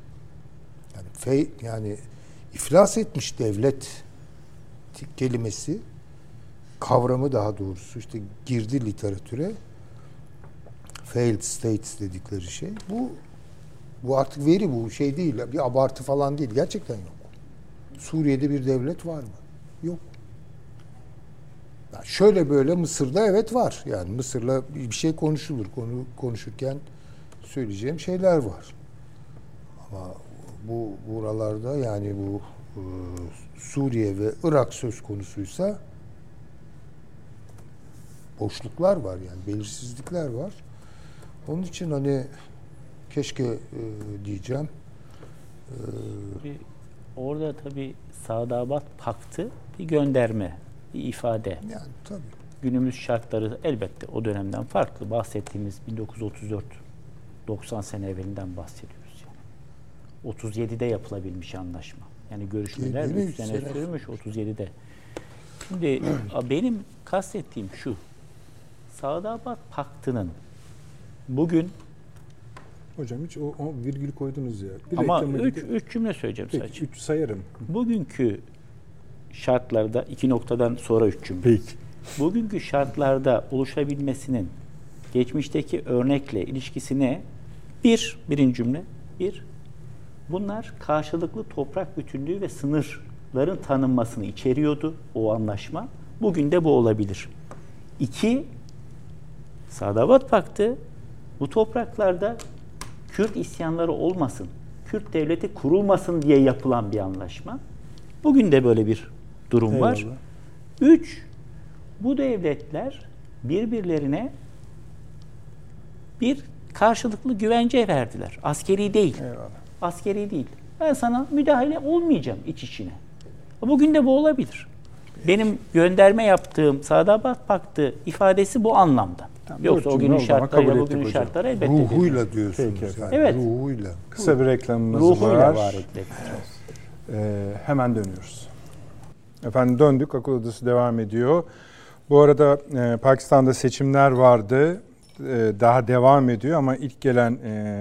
Speaker 2: Yani iflas etmiş devlet kelimesi, kavramı daha doğrusu işte girdi literatüre. Failed states dedikleri şey. Bu artık veri, bu şey değil. Bir abartı falan değil. Gerçekten yok. Suriye'de bir devlet var mı? Yok. Yani şöyle böyle Mısır'da evet var. Yani Mısır'la bir şey konuşulur. Konuşurken söyleyeceğim şeyler var. Ama bu buralarda yani bu Suriye ve Irak söz konusuysa boşluklar var yani belirsizlikler var. Onun için hani keşke diyeceğim.
Speaker 4: Orada tabii Sadabat Paktı bir gönderme, bir ifade.
Speaker 2: Yani tabii.
Speaker 4: Günümüz şartları elbette o dönemden farklı. Bahsettiğimiz 1934-90 sene evvelinden bahsediyoruz. Yani. 37'de yapılabilmiş anlaşma. Yani görüşmeler 3 sene sürmüş 37'de. Şimdi benim kastettiğim şu. Sadabat Paktı'nın bugün
Speaker 1: hocam hiç o virgül koydunuz ya. Bir
Speaker 4: ama 3 cümle söyleyeceğim
Speaker 1: peki,
Speaker 4: sadece.
Speaker 1: 3 sayarım.
Speaker 4: Bugünkü şartlarda 2 noktadan sonra 3 cümle.
Speaker 1: Peki.
Speaker 4: Bugünkü şartlarda oluşabilmesinin geçmişteki örnekle ilişkisine birinci cümle, bunlar karşılıklı toprak bütünlüğü ve sınırların tanınmasını içeriyordu o anlaşma. Bugün de bu olabilir. 2, Sadabat Paktı bu topraklarda Kürt isyanları olmasın, Kürt devleti kurulmasın diye yapılan bir anlaşma. Bugün de böyle bir durum var. 3, bu devletler birbirlerine bir karşılıklı güvence verdiler. Askeri değil.
Speaker 1: Eyvallah.
Speaker 4: Askeri değil. Ben sana müdahale olmayacağım iç içine. Bugün de bu olabilir. Benim gönderme yaptığım Sadabat Paktı ifadesi bu anlamda.
Speaker 1: Tamam,
Speaker 4: yoksa o günün şartlarıyla bugünün şartları elbette değil.
Speaker 2: Ruhuyla diyorsunuz.
Speaker 1: Peki.
Speaker 2: Yani.
Speaker 4: Evet.
Speaker 2: Ruhuyla.
Speaker 1: Kısa bir reklamımız
Speaker 4: Ruhuyla
Speaker 1: var.
Speaker 4: etmek.
Speaker 1: Hemen dönüyoruz. Efendim döndük. Akıl Odası devam ediyor. Bu arada Pakistan'da seçimler vardı. Daha devam ediyor ama ilk gelen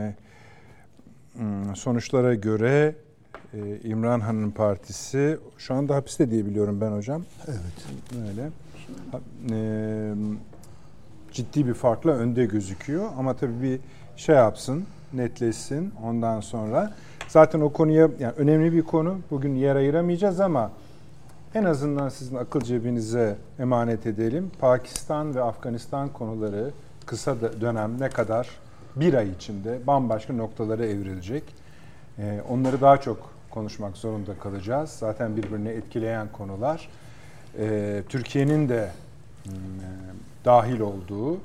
Speaker 1: sonuçlara göre İmran Han'ın partisi şu anda hapiste diye biliyorum ben hocam.
Speaker 2: Evet.
Speaker 1: Öyle. Ciddi bir farkla önde gözüküyor ama tabii bir şey yapsın, netleşsin ondan sonra. Zaten o konuya yani önemli bir konu. Bugün yer ayıramayacağız ama en azından sizin akıl cebinize emanet edelim. Pakistan ve Afganistan konuları kısa dönem ne kadar bir ay içinde bambaşka noktalara evrilecek. Onları daha çok konuşmak zorunda kalacağız. Zaten birbirini etkileyen konular. Türkiye'nin de dahil olduğu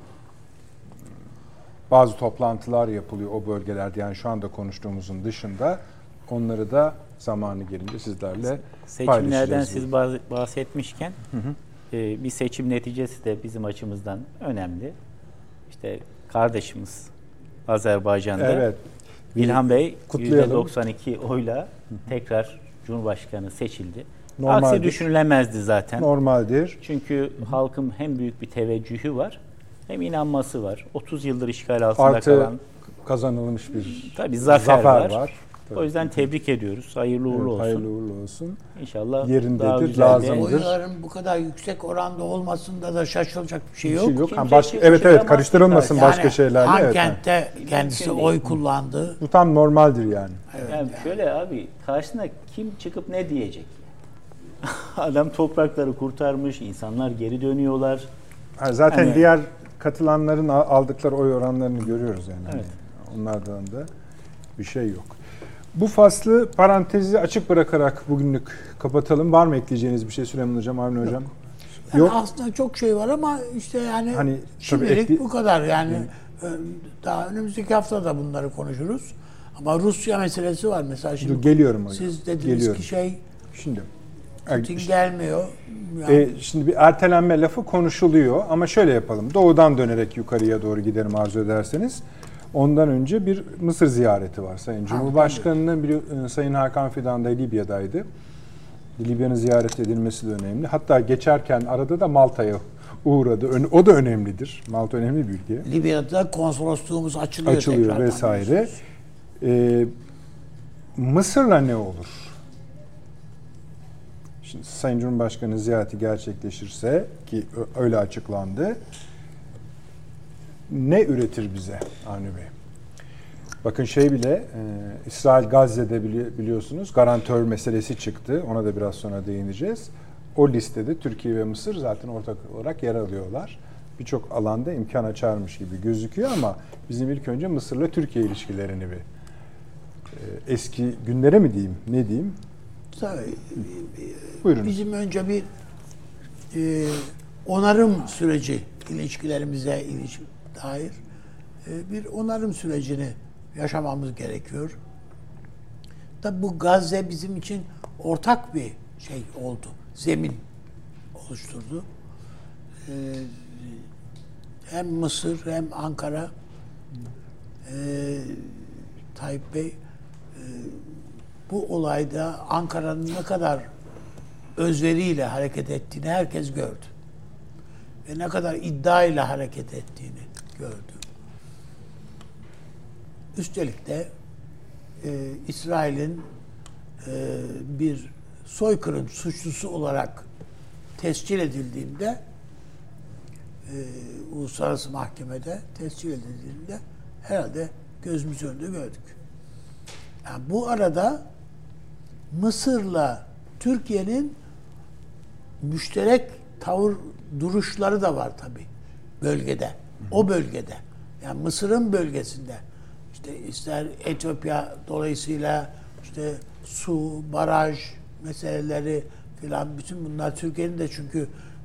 Speaker 1: bazı toplantılar yapılıyor o bölgelerde. Yani şu anda konuştuğumuzun dışında onları da zamanı gelince sizlerle
Speaker 4: seçimlerden
Speaker 1: paylaşacağız.
Speaker 4: siz bahsetmişken bir seçim neticesi de bizim açımızdan önemli. İşte kardeşimiz Azerbaycan'da
Speaker 1: Evet.
Speaker 4: İlhan Bey
Speaker 1: kutlayalım.
Speaker 4: %92 oyla tekrar Cumhurbaşkanı seçildi.
Speaker 1: Normaldir.
Speaker 4: Aksi düşünülemezdi zaten.
Speaker 1: Normaldir.
Speaker 4: Çünkü halkın hem büyük bir teveccühü var hem inanması var. 30 yıldır işgal altında
Speaker 1: Artı
Speaker 4: kalan
Speaker 1: kazanılmış bir
Speaker 4: tabii zafer var.
Speaker 1: Tabii.
Speaker 4: O yüzden tebrik ediyoruz. Hayırlı uğurlu olsun.
Speaker 1: Hayırlı uğurlu olsun.
Speaker 4: İnşallah
Speaker 1: Yerindedir,
Speaker 4: daha güzel de-
Speaker 1: lazımdır.
Speaker 3: Oyların bu kadar yüksek oranda olmasında da şaşılacak bir şey
Speaker 1: Bir
Speaker 3: yok.
Speaker 1: şey yok.
Speaker 4: Kimse
Speaker 1: Ha,
Speaker 4: hiçbir
Speaker 1: evet
Speaker 4: şey
Speaker 1: evet
Speaker 4: ama-
Speaker 1: karıştırılmasın
Speaker 3: Yani
Speaker 1: başka şeylerle. Evet,
Speaker 3: Hankent'te kendisi
Speaker 4: Mümkün
Speaker 3: oy
Speaker 4: değil.
Speaker 3: kullandı.
Speaker 1: bu tam normaldir yani.
Speaker 4: Yani şöyle abi, karşısına kim çıkıp ne diyecek? Adam toprakları kurtarmış, insanlar geri dönüyorlar.
Speaker 1: Ha, zaten
Speaker 4: Hani-
Speaker 1: diğer katılanların aldıkları oy oranlarını görüyoruz yani.
Speaker 4: Evet.
Speaker 1: Hani onlardan da bir şey yok. Bu faslı parantezi açık bırakarak bugünlük kapatalım. Var mı ekleyeceğiniz bir şey Süleyman Hocam, Avni Hocam?
Speaker 3: Yani
Speaker 1: Yok.
Speaker 3: aslında çok şey var ama işte yani
Speaker 1: Hani
Speaker 3: şimdilik bu kadar yani. Daha önümüzdeki hafta da bunları konuşuruz. Ama Rusya meselesi var mesela şimdi.
Speaker 1: Dur, geliyorum hocam.
Speaker 3: Siz dediniz
Speaker 1: Geliyorum.
Speaker 3: ki şey
Speaker 1: Şimdi
Speaker 3: Putin gelmiyor. Yani
Speaker 1: şimdi bir ertelenme lafı konuşuluyor ama şöyle yapalım. Doğudan dönerek yukarıya doğru gidelim arzu ederseniz. Ondan önce bir Mısır ziyareti var Sayın Cumhurbaşkanı'nın. Sayın Hakan Fidan da Libya'daydı. Libya'nın ziyaret edilmesi de önemli. Hatta geçerken arada da Malta'ya uğradı. O da önemlidir. Malta önemli bir ülke.
Speaker 3: Libya'da konsolosluğumuz açılıyor tekrar.
Speaker 1: Vesaire. Mısır'la ne olur? Şimdi Sayın Cumhurbaşkanı ziyareti gerçekleşirse ki öyle açıklandı. Ne üretir bize Avni Bey? Bakın bile İsrail Gazze'de biliyorsunuz garantör meselesi çıktı. Ona da biraz sonra değineceğiz. O listede Türkiye ve Mısır zaten ortak olarak yer alıyorlar. Birçok alanda imkan açarmış gibi gözüküyor ama bizim ilk önce Mısır'la Türkiye ilişkilerini bir eski günlere mi diyeyim, ne diyeyim?
Speaker 3: Tabii.
Speaker 1: Buyurun.
Speaker 3: Bizim önce bir onarım süreci ilişkilerimize dair bir onarım sürecini yaşamamız gerekiyor. Tabi bu Gazze bizim için ortak bir şey oldu. Zemin oluşturdu. Hem Mısır hem Ankara Tayyip Bey bu olayda Ankara'nın ne kadar özveriyle hareket ettiğini herkes gördü. Ve ne kadar iddiayla hareket ettiğini gördü. Üstelik de İsrail'in bir soykırım suçlusu olarak tescil edildiğinde Uluslararası Mahkemede tescil edildiğinde herhalde gözümüz önünde gördük. Yani bu arada Mısır'la Türkiye'nin müşterek tavır duruşları da var tabii bölgede. O bölgede. Yani Mısır'ın bölgesinde. İşte ister Etiyopya dolayısıyla işte su, baraj meseleleri filan bütün bunlar Türkiye'nin de çünkü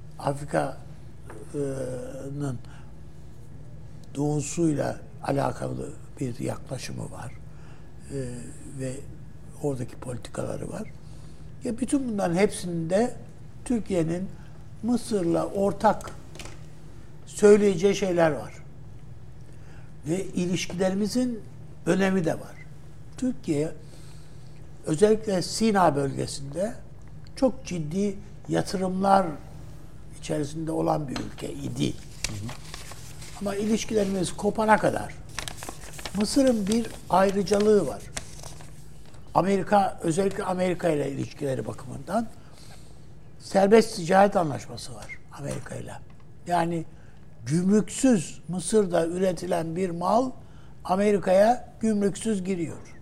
Speaker 3: Afrika'nın doğusuyla alakalı bir yaklaşımı var. Ve oradaki politikaları var. Ya bütün bunların hepsinde Türkiye'nin Mısır'la ortak söyleyeceği şeyler var. Ve ilişkilerimizin önemi de var. Türkiye özellikle Sina bölgesinde çok ciddi yatırımlar içerisinde olan bir ülke idi. Ama ilişkilerimiz kopana kadar Mısır'ın bir ayrıcalığı var. Amerika, özellikle Amerika ile ilişkileri bakımından serbest ticaret anlaşması var Amerika ile. Yani gümrüksüz Mısır'da üretilen bir mal Amerika'ya gümrüksüz giriyor.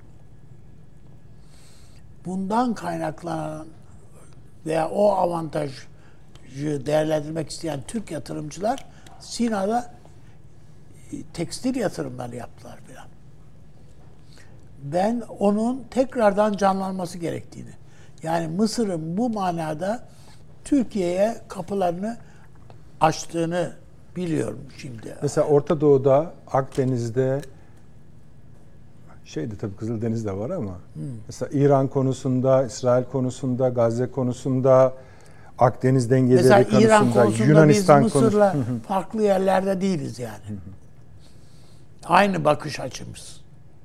Speaker 3: Bundan kaynaklanan veya o avantajı değerlendirmek isteyen Türk yatırımcılar Sina'da tekstil yatırımları yaptılar falan. ben onun tekrardan canlanması gerektiğini, yani Mısır'ın bu manada Türkiye'ye kapılarını açtığını biliyorum şimdi.
Speaker 1: Mesela Orta Doğu'da, Akdeniz'de, tabii Kızıldeniz de var ama mesela İran konusunda, İsrail konusunda, Gazze konusunda, Akdeniz dengeleri
Speaker 3: mesela
Speaker 1: konusunda,
Speaker 3: İran konusunda
Speaker 1: Yunanistan
Speaker 3: biz Mısır'la farklı yerlerde değiliz yani. Aynı bakış açımız.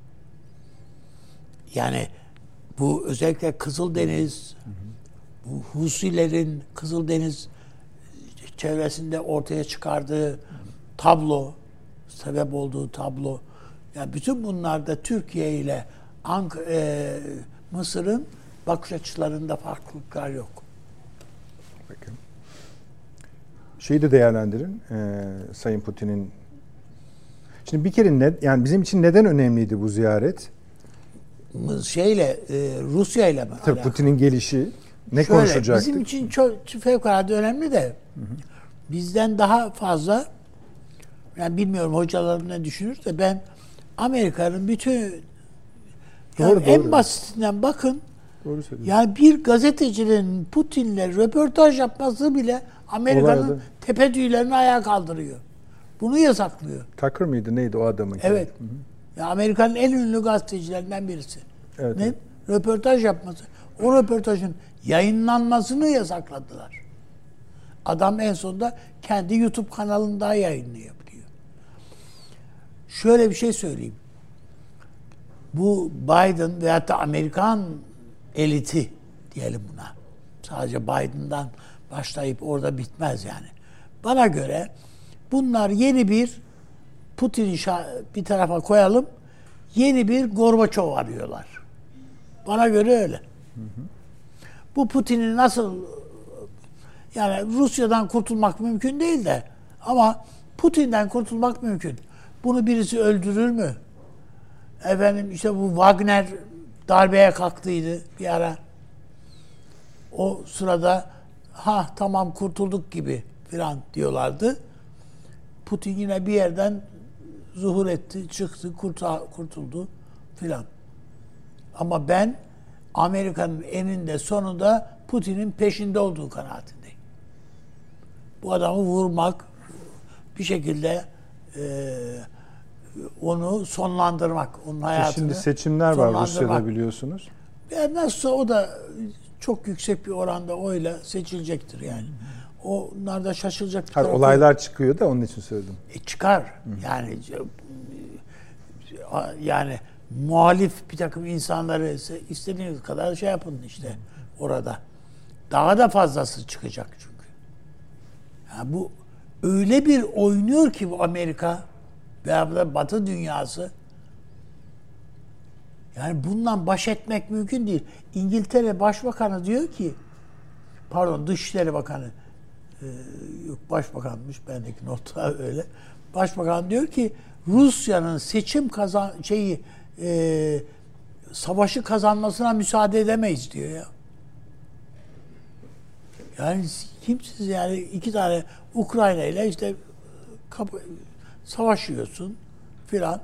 Speaker 3: Yani bu özellikle Kızıldeniz, bu Husilerin Kızıldeniz çevresinde ortaya çıkardığı tablo, sebep olduğu tablo, yani bütün bunlarda Türkiye ile Mısır'ın bakış açılarında farklılıklar yok.
Speaker 1: Peki. Şeyi de değerlendirin, Sayın Putin'in. Şimdi bir kere yani bizim için neden önemliydi bu ziyaret?
Speaker 3: Rusya ile mi?
Speaker 1: Tabii Putin'in gelişi ne
Speaker 3: Şöyle,
Speaker 1: konuşacaktık?
Speaker 3: bizim için çok fevkalade önemli de bizden daha fazla, yani bilmiyorum hocalarım ne düşünür de, ben Amerika'nın bütün
Speaker 1: Doğru.
Speaker 3: en basitinden bakın,
Speaker 1: Doğru söylüyorsun.
Speaker 3: yani bir gazetecinin Putin'le röportaj yapması bile Amerika'nın
Speaker 1: Olaydı.
Speaker 3: tepe düğlerini ayağa kaldırıyor. Bunu yasaklıyor.
Speaker 1: Tucker mıydı neydi o adamın?
Speaker 3: Evet. Ya Amerika'nın en ünlü gazetecilerinden birisi.
Speaker 1: Evet,
Speaker 3: Ne?
Speaker 1: evet.
Speaker 3: Röportaj yapması. O röportajın yayınlanmasını yasakladılar. Adam en sonunda kendi YouTube kanalında yayınlıyor. Şöyle bir şey söyleyeyim. Bu Biden veyahut da Amerikan eliti diyelim buna. Sadece Biden'dan başlayıp orada bitmez yani. Bana göre bunlar yeni bir Putin'i bir tarafa koyalım, yeni bir Gorbaçov arıyorlar. Bana göre öyle. Bu Putin'i nasıl, yani Rusya'dan kurtulmak mümkün değil de, ama Putin'den kurtulmak mümkün. Bunu birisi öldürür mü? Efendim işte bu Wagner darbeye kalktıydı bir ara. O sırada tamam kurtulduk gibi filan diyorlardı. Putin yine bir yerden zuhur etti, çıktı, kurtuldu filan. Ama ben Amerika'nın eninde sonunda Putin'in peşinde olduğu kanaatindeyim. Bu adamı vurmak, bir şekilde onu sonlandırmak, onun hayatını
Speaker 1: Şimdi seçimler var Rusya'da biliyorsunuz.
Speaker 3: Yani nasılsa o da çok yüksek bir oranda oyla seçilecektir yani. Onlar da şaşılacak bir tarafı yok.
Speaker 1: Olaylar çıkıyor da onun için söyledim.
Speaker 3: Çıkar. Yani muhalif bir takım insanları istediğiniz kadar şey yapın işte orada. Daha da fazlası çıkacak çünkü. Yani bu öyle bir oynuyor ki bu Amerika veya da Batı dünyası. Yani bundan baş etmek mümkün değil. İngiltere Başbakanı diyor ki, Dışişleri Bakanı, yok Başbakanmış, bendeki notta öyle. Başbakan diyor ki Rusya'nın seçim savaşı kazanmasına müsaade edemeyiz diyor ya. Yani kimsiz yani, iki tane Ukrayna ile işte savaşıyorsun filan.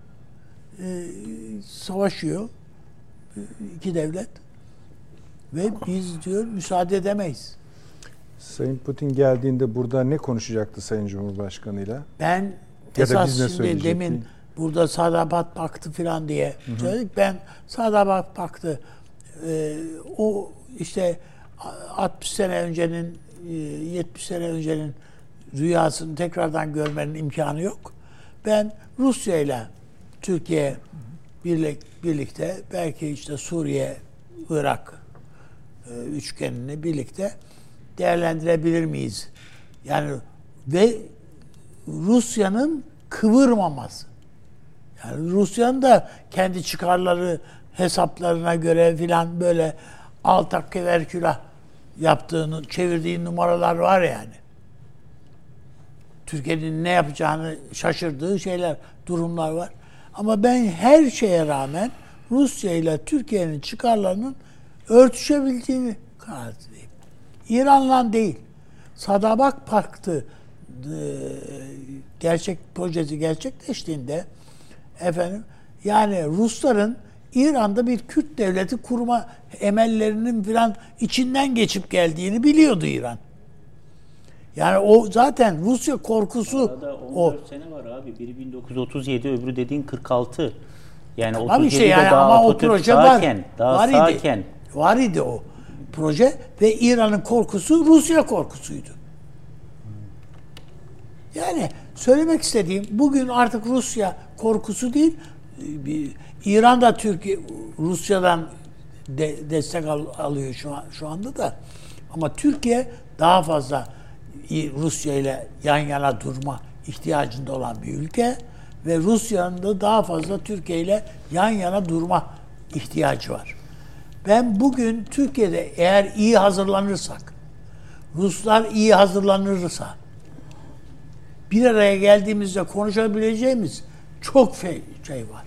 Speaker 3: Savaşıyor iki devlet ve biz diyor müsaade edemeyiz.
Speaker 1: Sayın Putin geldiğinde burada ne konuşacaktı Sayın Cumhurbaşkanı'yla?
Speaker 3: Ben
Speaker 1: ya da biz ne
Speaker 3: şimdi
Speaker 1: söyleyecektik?
Speaker 3: Demin burada Sadabat Paktı falan diye söyledik. Ben Sadabat Paktı o işte 60 sene öncenin 70 sene öncenin rüyasını tekrardan görmenin imkanı yok. Ben Rusya ile Türkiye birlikte, belki işte Suriye, Irak üçgenini birlikte değerlendirebilir miyiz? Yani ve Rusya'nın kıvırmaması. Yani Rusya'nın da kendi çıkarları hesaplarına göre filan böyle altak keverkülah yaptığını, çevirdiği numaralar var yani. Türkiye'nin ne yapacağını şaşırdığı durumlar var. Ama ben her şeye rağmen Rusya ile Türkiye'nin çıkarlarının örtüşebildiğini kanaatindeyim. İran'la değil. Sadabat Paktı projesi gerçekleştiğinde yani Rusların İran'da bir Kürt devleti kurma emellerinin falan içinden geçip geldiğini biliyordu İran. Yani o zaten Rusya korkusu
Speaker 4: Arada 14
Speaker 3: o.
Speaker 4: sene var abi. Biri 1937, öbürü dediğin 46. Yani
Speaker 3: Tamam
Speaker 4: 37'de
Speaker 3: işte yani
Speaker 4: daha
Speaker 3: ama o
Speaker 4: Atatürk
Speaker 3: proje
Speaker 4: sağken, daha
Speaker 3: var
Speaker 4: sağken.
Speaker 3: idi. Var idi o proje ve İran'ın korkusu Rusya korkusuydu. Yani söylemek istediğim bugün artık Rusya korkusu değil, İran da Rusya'dan destek alıyor şu anda da. Ama Türkiye daha fazla Rusya ile yan yana durma ihtiyacında olan bir ülke ve Rusya'nın da daha fazla Türkiye ile yan yana durma ihtiyacı var. Ben bugün Türkiye'de eğer iyi hazırlanırsak, Ruslar iyi hazırlanırsa, bir araya geldiğimizde konuşabileceğimiz çok şey var.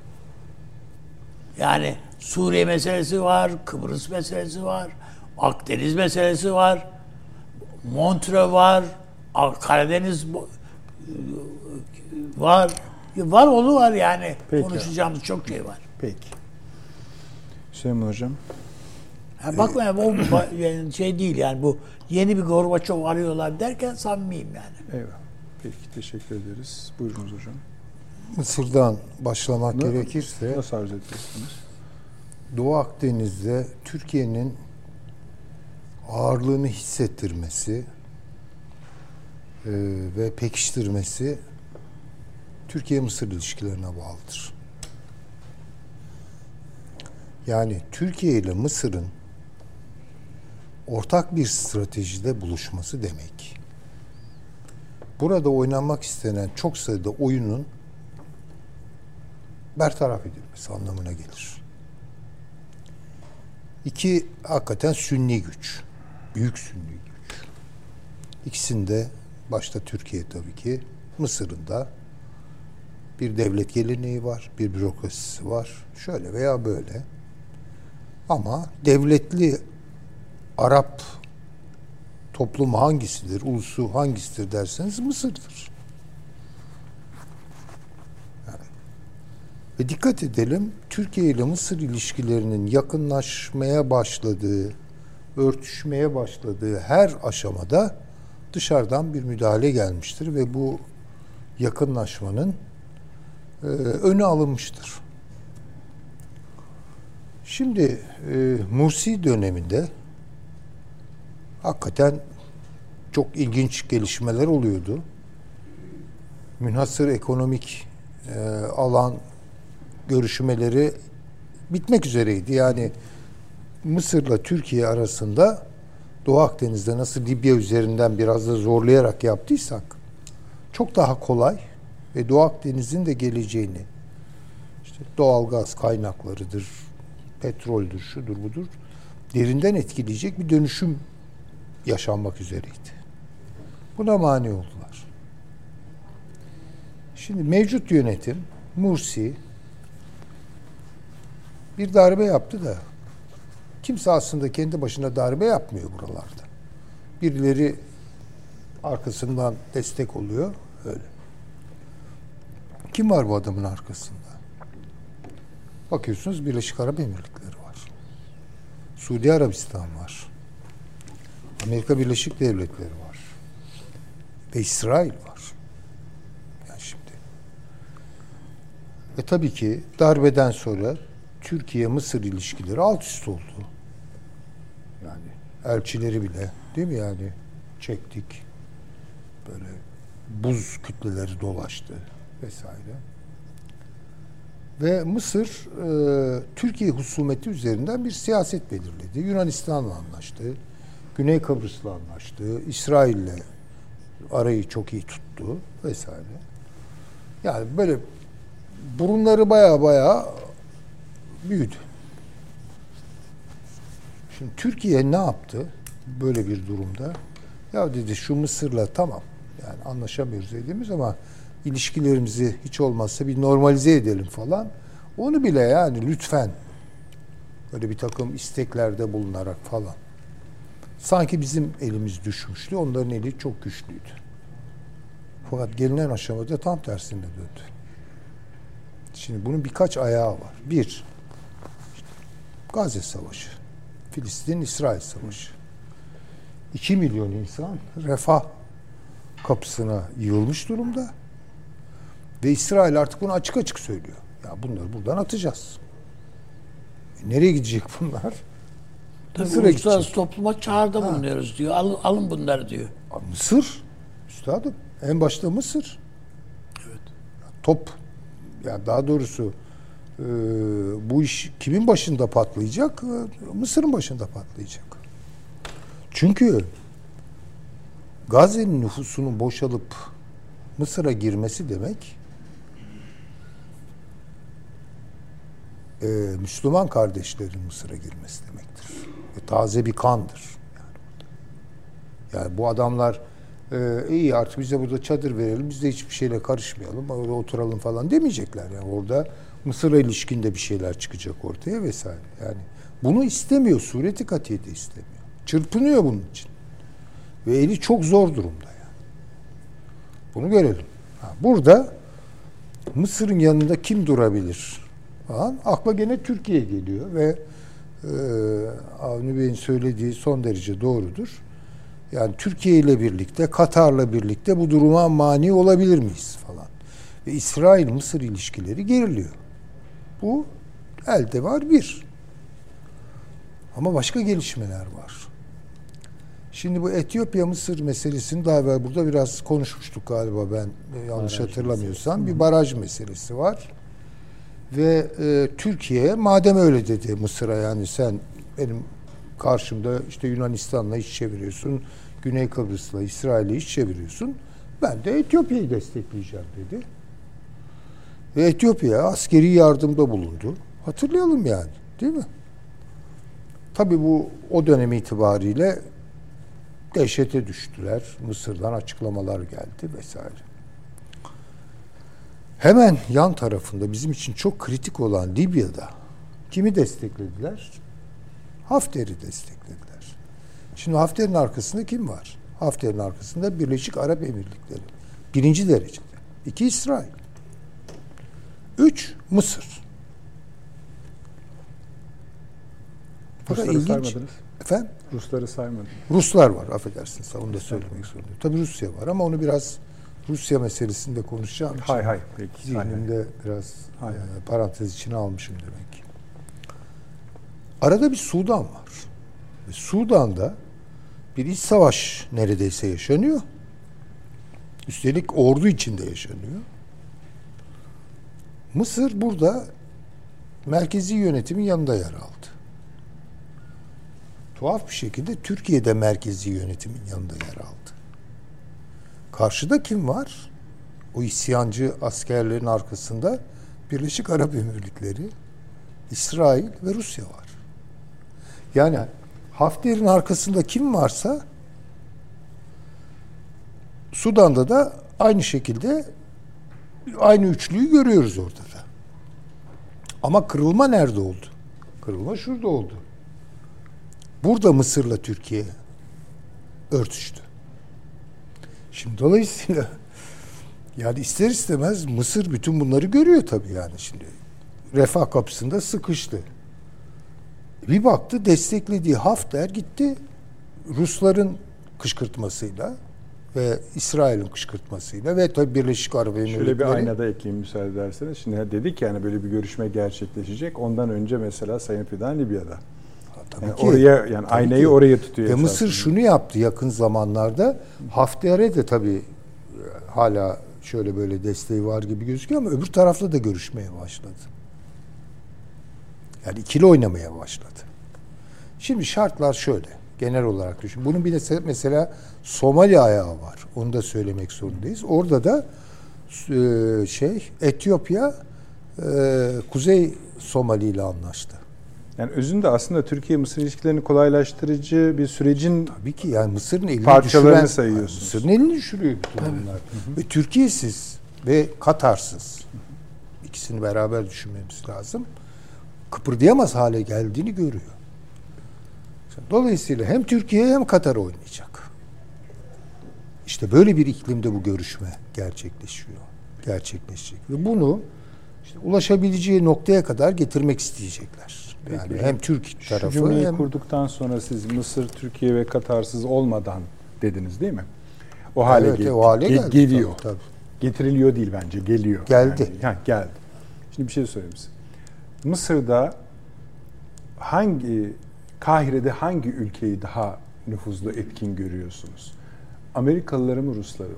Speaker 3: Yani Suriye meselesi var, Kıbrıs meselesi var, Akdeniz meselesi var, Montreux var, Karadeniz var. Var onu var yani.
Speaker 1: Peki.
Speaker 3: Konuşacağımız çok şey var.
Speaker 1: Peki. Süleyman Hocam.
Speaker 3: Ha, bakmayın o yani şey değil yani bu yeni bir Gorbaçov arıyorlar derken samimiyim yani.
Speaker 1: Eyvallah. Peki teşekkür ederiz. Buyurunuz hocam.
Speaker 2: Mısır'dan başlamak gerekirse
Speaker 1: Nasıl arz ediyorsunuz?
Speaker 2: Doğu Akdeniz'de Türkiye'nin ağırlığını hissettirmesi ve pekiştirmesi Türkiye-Mısır ilişkilerine bağlıdır. Yani Türkiye ile Mısır'ın ortak bir stratejide buluşması demek. Burada oynanmak istenen çok sayıda oyunun bertaraf edilmesi anlamına gelir. İki, hakikaten sünni güç. Büyük sünni güç. İkisinde başta Türkiye tabii ki, Mısır'ın da bir devlet geleneği var, bir bürokrasisi var. Şöyle veya böyle. Ama devletli Arap toplumu hangisidir, ulusu hangisidir derseniz Mısır'dır. Yani. Ve dikkat edelim, Türkiye ile Mısır ilişkilerinin yakınlaşmaya başladığı, örtüşmeye başladığı her aşamada dışarıdan bir müdahale gelmiştir ve bu yakınlaşmanın önü alınmıştır. Şimdi Mursi döneminde hakikaten çok ilginç gelişmeler oluyordu. Münhasır ekonomik alan görüşmeleri bitmek üzereydi. Yani Mısır'la Türkiye arasında Doğu Akdeniz'de nasıl Libya üzerinden biraz da zorlayarak yaptıysak çok daha kolay ve Doğu Akdeniz'in de geleceğini, işte doğalgaz kaynaklarıdır, petroldür, şudur budur, derinden etkileyecek bir dönüşüm yaşanmak üzereydi. Buna mani oldular. Şimdi mevcut yönetim, Mursi bir darbe yaptı da kimse aslında kendi başına darbe yapmıyor buralarda. Birileri arkasından destek oluyor, öyle. Kim var bu adamın arkasında? Bakıyorsunuz Birleşik Arap Emirlikleri var. Suudi Arabistan var. Amerika Birleşik Devletleri var. Ve İsrail var. Yani şimdi. Ve tabii ki darbeden sonra Türkiye-Mısır ilişkileri alt üst oldu. Yani elçileri bile, değil mi yani, çektik. Böyle buz kütleleri dolaştı vesaire. Ve Mısır Türkiye husumeti üzerinden bir siyaset belirledi. Yunanistan'la anlaştı. Güney Kıbrıs'la anlaştı. İsrail'le arayı çok iyi tuttu vesaire. Yani böyle burunları baya büyüdü. Şimdi Türkiye ne yaptı böyle bir durumda? Ya dedi şu Mısır'la tamam yani anlaşamıyoruz dediğimiz ama ilişkilerimizi hiç olmazsa bir normalize edelim falan. Onu bile yani lütfen böyle bir takım isteklerde bulunarak falan. Sanki bizim elimiz düşmüştü. Onların eli çok güçlüydü. Fakat gelinen aşamada tam tersine döndü. Şimdi bunun birkaç ayağı var. Bir, Gazze Savaşı, Filistin-İsrail Savaşı. 2 milyon insan refah kapısına yığılmış durumda. Ve İsrail artık bunu açık açık söylüyor. Ya bunları buradan atacağız. Nereye gidecek bunlar? Mısır'a
Speaker 3: uluslararası topluma çağrıda bulunuyoruz diyor. Alın bunları diyor.
Speaker 2: Mısır. Üstadım. En başta Mısır.
Speaker 3: Evet.
Speaker 2: Top. Ya daha doğrusu bu iş kimin başında patlayacak? Mısır'ın başında patlayacak. Çünkü Gazze'nin nüfusunun boşalıp Mısır'a girmesi demek Müslüman kardeşlerin Mısır'a girmesi demektir. Taze bir kandır. Yani bu adamlar iyi artık bize burada çadır verelim, biz de hiçbir şeyle karışmayalım, orada oturalım falan demeyecekler. Yani orada Mısır'a ilişkin de bir şeyler çıkacak ortaya vesaire. Yani bunu istemiyor, sureti katiyede istemiyor. Çırpınıyor bunun için. Ve eli çok zor durumda yani. Bunu görelim. Burada Mısır'ın yanında kim durabilir falan. Akla gene Türkiye geliyor ve Avni Bey'in söylediği son derece doğrudur. Yani Türkiye ile birlikte, Katar'la birlikte bu duruma mani olabilir miyiz falan. Ve İsrail-Mısır ilişkileri geriliyor. Bu elde var bir. Ama başka gelişmeler var. Şimdi bu Etiyopya-Mısır meselesini daha evvel burada biraz konuşmuştuk galiba, ben yanlış hatırlamıyorsam. Bir baraj meselesi var. Ve Türkiye madem öyle dedi Mısır'a, yani sen benim karşımda işte Yunanistan'la iş çeviriyorsun, Güney Kıbrıs'la İsrail'le iş çeviriyorsun, ben de Etiyopya'yı destekleyeceğim dedi. Ve Etiyopya askeri yardımda bulundu. Hatırlayalım yani, değil mi? Tabii bu o dönem itibariyle dehşete düştüler. Mısır'dan açıklamalar geldi vesaire. Hemen yan tarafında bizim için çok kritik olan Libya'da kimi desteklediler? Hafter'i desteklediler. Şimdi Hafter'in arkasında kim var? Hafter'in arkasında Birleşik Arap Emirlikleri. 1. derecede. 2 İsrail. 3 Mısır.
Speaker 1: Rusları saymadınız.
Speaker 2: Efendim?
Speaker 1: Rusları saymadınız.
Speaker 2: Ruslar var, affedersiniz. Onu da söylemek zorundayım. Tabii Rusya var ama onu biraz Rusya meselesinde konuşacağım için.
Speaker 1: Hay peki.
Speaker 2: Zihnimde biraz parantez içine almışım demek ki. Arada bir Sudan var. Ve Sudan'da bir iç savaş neredeyse yaşanıyor. Üstelik ordu içinde yaşanıyor. Mısır burada merkezi yönetimin yanında yer aldı. Tuhaf bir şekilde Türkiye'de merkezi yönetimin yanında yer aldı. Karşıda kim var? O isyancı askerlerin arkasında Birleşik Arap Emirlikleri, İsrail ve Rusya var. Yani Hafter'in arkasında kim varsa Sudan'da da aynı şekilde aynı üçlüyü görüyoruz orada da. Ama kırılma nerede oldu? Kırılma şurada oldu. Burada Mısır'la Türkiye örtüştü. Şimdi dolayısıyla yani ister istemez Mısır bütün bunları görüyor tabii yani şimdi. Refah kapısında sıkıştı. Bir baktı desteklediği Hafter gitti Rusların kışkırtmasıyla ve İsrail'in kışkırtmasıyla ve tabii Birleşik Arap Emirlikleri.
Speaker 1: Şöyle bir aynada ekleyeyim müsaade ederseniz. Şimdi dedik yani böyle bir görüşme gerçekleşecek. Ondan önce mesela Sayın Fidan Libya'da. Yani
Speaker 2: ki,
Speaker 1: oraya yani aynayı
Speaker 2: ki.
Speaker 1: oraya tutuyor.
Speaker 2: Ve Mısır şunu yaptı yakın zamanlarda. Hafter'e de tabii hala şöyle böyle desteği var gibi gözüküyor ama öbür tarafla da görüşmeye başladı. Yani ikili oynamaya başladı. Şimdi şartlar şöyle. Genel olarak düşün. Bunun bir de mesela Somali ayağı var. Onu da söylemek zorundayız. Orada da Etiyopya Kuzey Somali ile anlaştı.
Speaker 1: Yani özünde aslında Türkiye-Mısır ilişkilerini kolaylaştırıcı bir sürecin
Speaker 2: tabii ki yani Mısır'ın elini
Speaker 1: parçalarını sayıyorsunuz.
Speaker 2: Mısır'ın elini düşürüyor bütün bunlar. Ve Türkiye'siz ve Katar'sız ikisini beraber düşünmemiz lazım. Kıpırdayamaz hale geldiğini görüyor. Dolayısıyla hem Türkiye hem Katar oynayacak. İşte böyle bir iklimde bu görüşme gerçekleşecek. Ve bunu işte ulaşabileceği noktaya kadar getirmek isteyecekler. Yani
Speaker 1: Peki,
Speaker 2: hem Türk
Speaker 1: Şu
Speaker 2: tarafı
Speaker 1: cümleyi
Speaker 2: hem
Speaker 1: kurduktan sonra siz Mısır, Türkiye ve Katarsız olmadan dediniz değil mi? O hale,
Speaker 2: evet, o hale geldi.
Speaker 1: geliyor.
Speaker 2: Tabii.
Speaker 1: Getiriliyor değil bence, geliyor.
Speaker 2: Geldi.
Speaker 1: Yani, geldi. Şimdi bir şey söyleyeyim size. Mısır'da Kahire'de hangi ülkeyi daha nüfuzlu, etkin görüyorsunuz? Amerikalıları mı, Rusları mı?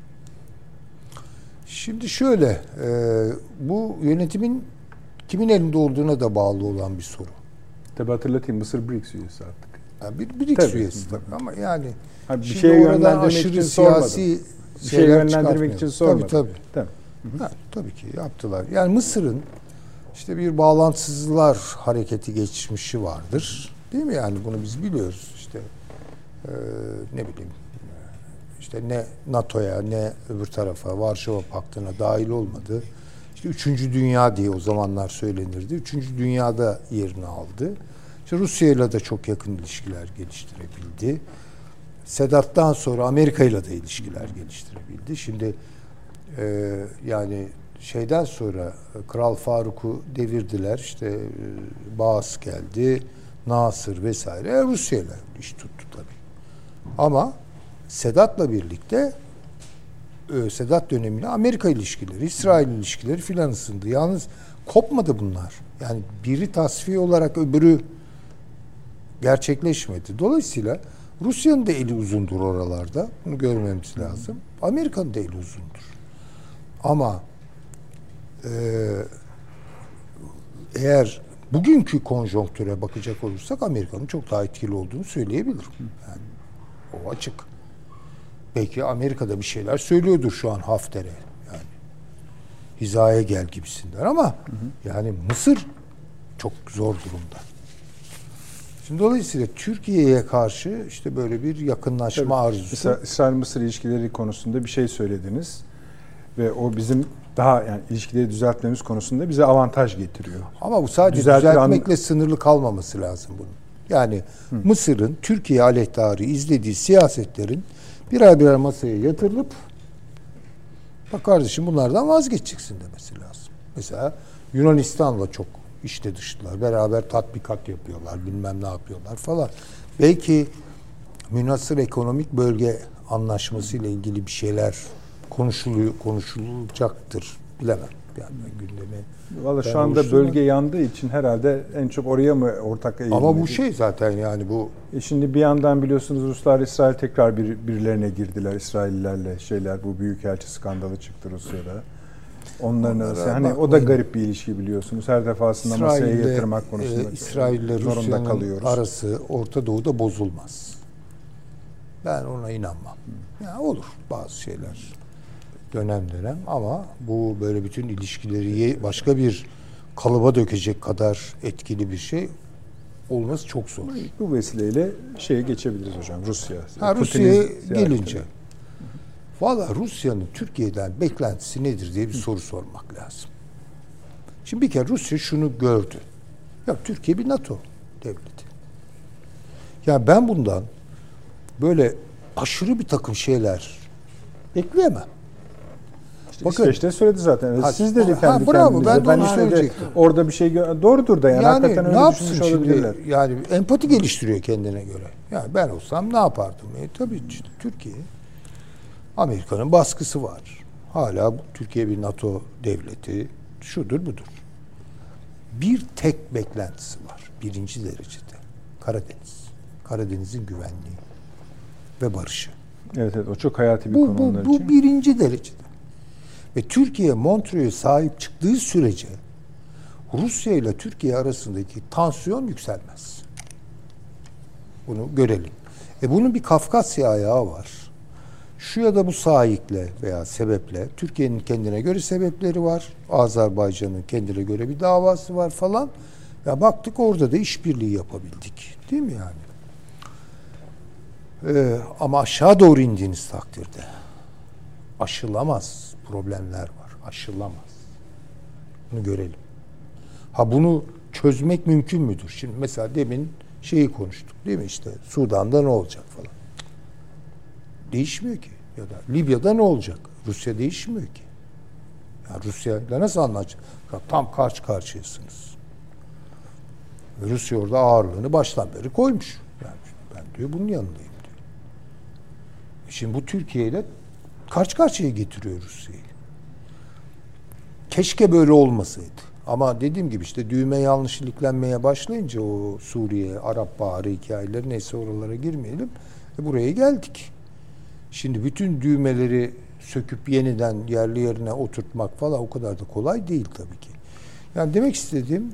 Speaker 2: Şimdi şöyle, bu yönetimin kimin elinde olduğuna da bağlı olan bir soru.
Speaker 1: Tabii hatırlatayım, Mısır BRICS üyesi artık.
Speaker 2: Yani bir BRICS
Speaker 1: Tabii.
Speaker 2: üyesi tabii ama yani
Speaker 1: Bir
Speaker 2: şimdi
Speaker 1: şeye
Speaker 2: orada
Speaker 1: yönlendirmek
Speaker 2: aşırı
Speaker 1: için sormadım.
Speaker 2: siyasi
Speaker 1: Bir şeye
Speaker 2: şeyler
Speaker 1: yönlendirmek
Speaker 2: çıkartmıyor.
Speaker 1: için sormadım.
Speaker 2: Tabii. Ha, tabii ki yaptılar. Yani Mısır'ın işte bir bağlantısızlar hareketi geçmişi vardır. Değil mi yani bunu biz biliyoruz işte ne bileyim işte ne NATO'ya ne öbür tarafa Varşova Paktı'na dahil olmadı. İşte 3. Dünya diye o zamanlar söylenirdi. 3. Dünyada yerini aldı. İşte Rusya'yla da çok yakın ilişkiler geliştirebildi. Sedat'tan sonra Amerika'yla da ilişkiler geliştirebildi. Şimdi yani şeyden sonra Kral Faruk'u devirdiler. İşte Bağız geldi, Nasır vesaire. Rusya'yla iş tuttu tabii. Ama Sedat'la birlikte Sedat döneminde Amerika ilişkileri, İsrail ilişkileri filan ısındı. Yalnız kopmadı bunlar. Yani biri tasfiye olarak öbürü gerçekleşmedi. Dolayısıyla Rusya'nın da eli uzundur oralarda. Bunu görmemiz lazım. Amerika'nın da eli uzundur. Ama eğer bugünkü konjonktüre bakacak olursak Amerika'nın çok daha etkili olduğunu söyleyebilirim. Yani o açık. Belki Amerika'da bir şeyler söylüyordur şu an Hafter'e. Yani hizaya gel gibisinden ama yani Mısır çok zor durumda. Şimdi dolayısıyla Türkiye'ye karşı işte böyle bir yakınlaşma arzusu.
Speaker 1: Mesela İsrail-Mısır ilişkileri konusunda bir şey söylediniz ve o bizim daha yani ilişkileri düzeltmemiz konusunda bize avantaj getiriyor.
Speaker 2: Ama bu sadece düzeltmekle sınırlı kalmaması lazım bunun. Yani Mısır'ın Türkiye aleyhtarı izlediği siyasetlerin birer birer masaya yatırılıp bak kardeşim bunlardan vazgeçeceksin demesi lazım. Mesela Yunanistan'la çok işte dıştılar. Beraber tatbikat yapıyorlar. Bilmem ne yapıyorlar falan. Münhasır Ekonomik Bölge Anlaşması ile ilgili bir şeyler konuşulacaktır. Bilemem. Yani gündemi.
Speaker 1: Valla şu anda bölge yandığı için herhalde en çok oraya mı ortak eğilimli?
Speaker 2: Ama bu şey zaten yani bu.
Speaker 1: Şimdi bir yandan biliyorsunuz Ruslar İsrail tekrar birilerine girdiler. İsraillilerle bu büyükelçi skandalı çıktı Rusya'da. Onların arası hani o da garip bir ilişki biliyorsunuz. Her defasında masaya yatırmak konusunda
Speaker 2: İsrail'le Rusya'nın arası Orta Doğu'da bozulmaz. Ben ona inanmam. Yani olur bazı şeyler. Dönem ama bu böyle bütün ilişkileri başka bir kalıba dökecek kadar etkili bir şey olması çok zor.
Speaker 1: Bu vesileyle geçebiliriz hocam Rusya.
Speaker 2: Rusya'ya gelince. Valla Rusya'nın Türkiye'den beklentisi nedir diye bir soru sormak lazım. Şimdi bir kere Rusya şunu gördü. Ya Türkiye bir NATO devleti. Ya ben bundan böyle aşırı bir takım şeyler bekleyemem.
Speaker 1: Bakın, İsveç'te söyledi zaten. Siz dedi kendi
Speaker 2: bravo,
Speaker 1: kendinize.
Speaker 2: Ben onu söyleyecektim.
Speaker 1: Orada bir şey doğrudur da yani hakikaten öyle düşünmüş olabilirler.
Speaker 2: Yani empati geliştiriyor kendine göre. Yani ben olsam ne yapardım? Tabii işte Türkiye. Amerika'nın baskısı var. Hala Türkiye bir NATO devleti. Şudur budur. Bir tek beklentisi var. Birinci derecede. Karadeniz. Karadeniz'in güvenliği ve barışı.
Speaker 1: Evet o çok hayati bir konu onlar için.
Speaker 2: Bu birinci derecede. Ve Türkiye Montreux'e sahip çıktığı sürece Rusya ile Türkiye arasındaki tansiyon yükselmez. Bunu görelim. Bunun bir Kafkasya ayağı var. Şu ya da bu sahikle veya sebeple Türkiye'nin kendine göre sebepleri var. Azerbaycan'ın kendine göre bir davası var falan. Ya baktık orada da işbirliği yapabildik. Değil mi yani? Ama aşağı doğru indiğiniz takdirde aşılamaz problemler var. Aşılamaz. Bunu görelim. Bunu çözmek mümkün müdür? Şimdi mesela demin konuştuk değil mi işte Sudan'da ne olacak falan. Değişmiyor ki. Ya da Libya'da ne olacak? Rusya değişmiyor ki. Yani Rusya'yla nasıl anlaşacak? Tam karşı karşıyasınız. Rusya orada ağırlığını baştan beri koymuş. Yani ben diyor bunun yanındayım diyor. Şimdi bu Türkiye ile karşı karşıya getiriyor Rusya'yı. Keşke böyle olmasaydı. Ama dediğim gibi işte düğme yanlış iliklenmeye başlayınca o Suriye, Arap Baharı hikayeleri neyse oralara girmeyelim. Buraya geldik. Şimdi bütün düğmeleri söküp yeniden yerli yerine oturtmak falan o kadar da kolay değil tabii ki. Yani demek istediğim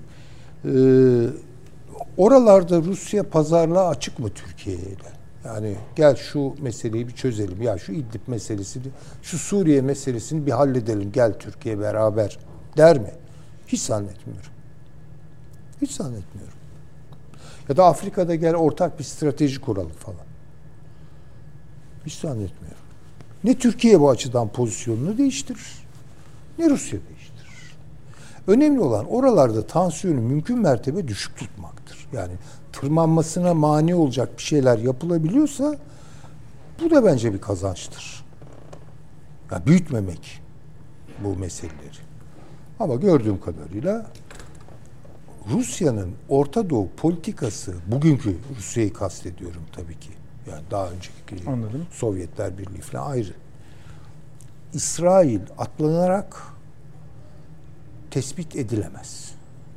Speaker 2: oralarda Rusya pazarlığa açık mı Türkiye'ye de? Yani gel şu meseleyi bir çözelim. Ya şu İdlib meselesini, şu Suriye meselesini bir halledelim. Gel Türkiye beraber der mi? Hiç zannetmiyorum. Hiç zannetmiyorum. Ya da Afrika'da gel ortak bir strateji kuralım falan. Hiç zannetmiyorum. Ne Türkiye bu açıdan pozisyonunu değiştirir, ne Rusya değiştirir. Önemli olan oralarda tansiyonu mümkün mertebe düşük tutmaktır. Yani tırmanmasına mani olacak bir şeyler yapılabiliyorsa bu da bence bir kazançtır. Yani büyütmemek bu meseleleri. Ama gördüğüm kadarıyla Rusya'nın Orta Doğu politikası, bugünkü Rusya'yı kastediyorum tabii ki. Yani daha önceki
Speaker 1: Anladım.
Speaker 2: Sovyetler Birliği falan ayrı. İsrail atlanarak tespit edilemez.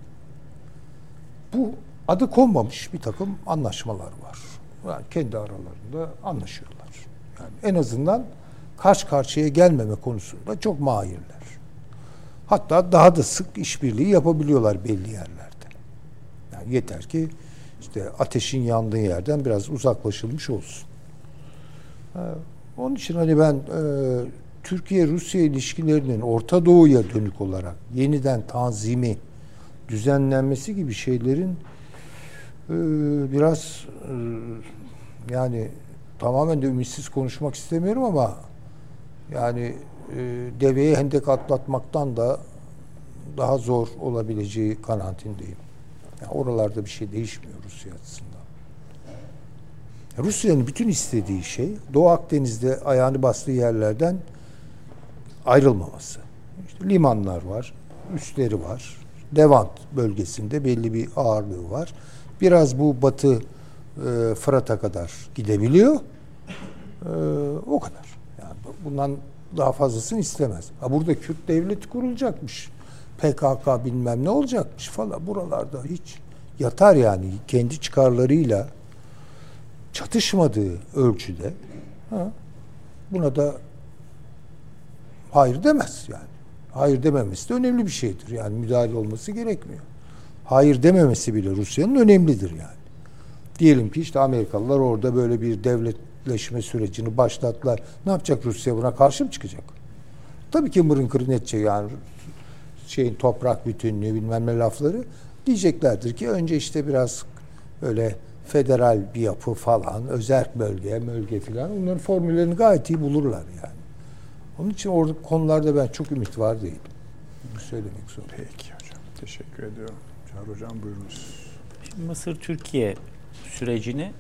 Speaker 2: Bu adı konmamış bir takım anlaşmalar var. Yani kendi aralarında anlaşıyorlar. Yani en azından karşı karşıya gelmeme konusunda çok mahirler. Hatta daha da sık işbirliği yapabiliyorlar belli yerlerde. Yani yeter ki işte ateşin yandığı yerden biraz uzaklaşılmış olsun. Onun için hani ben Türkiye-Rusya ilişkilerinin Orta Doğu'ya dönük olarak yeniden tanzimi, düzenlenmesi gibi şeylerin biraz yani tamamen de ümitsiz konuşmak istemiyorum ama yani deveye hendek atlatmaktan da daha zor olabileceği kanaatindeyim. Yani oralarda bir şey değişmiyor Rusya açısından. Rusya'nın bütün istediği şey Doğu Akdeniz'de ayağını bastığı yerlerden ayrılmaması. İşte limanlar var, üsleri var. Levant bölgesinde belli bir ağırlığı var. Biraz bu Batı Fırat'a kadar gidebiliyor. O kadar. Yani bundan daha fazlasını istemez. Ha, burada Kürt devleti kurulacakmış. PKK bilmem ne olacakmış falan. Buralarda hiç yatar yani kendi çıkarlarıyla çatışmadığı ölçüde buna da hayır demez yani. Hayır dememesi de önemli bir şeydir. Yani müdahale olması gerekmiyor. Hayır dememesi bile Rusya'nın önemlidir yani. Diyelim ki işte Amerikalılar orada böyle bir devletleşme sürecini başlattılar. Ne yapacak Rusya, buna karşı mı çıkacak? Tabii ki mırın kırın edecek yani toprak bütünlüğü bilmem ne lafları. Diyeceklerdir ki önce işte biraz böyle federal bir yapı falan, özerk bölge falan, onların formüllerini gayet iyi bulurlar yani. Onun için orada konularda ben çok ümit var değilim. Bunu söylemek zorundayım.
Speaker 1: Peki hocam. Teşekkür ediyorum. Çağrı hocam buyurunuz.
Speaker 4: Şimdi Mısır-Türkiye sürecini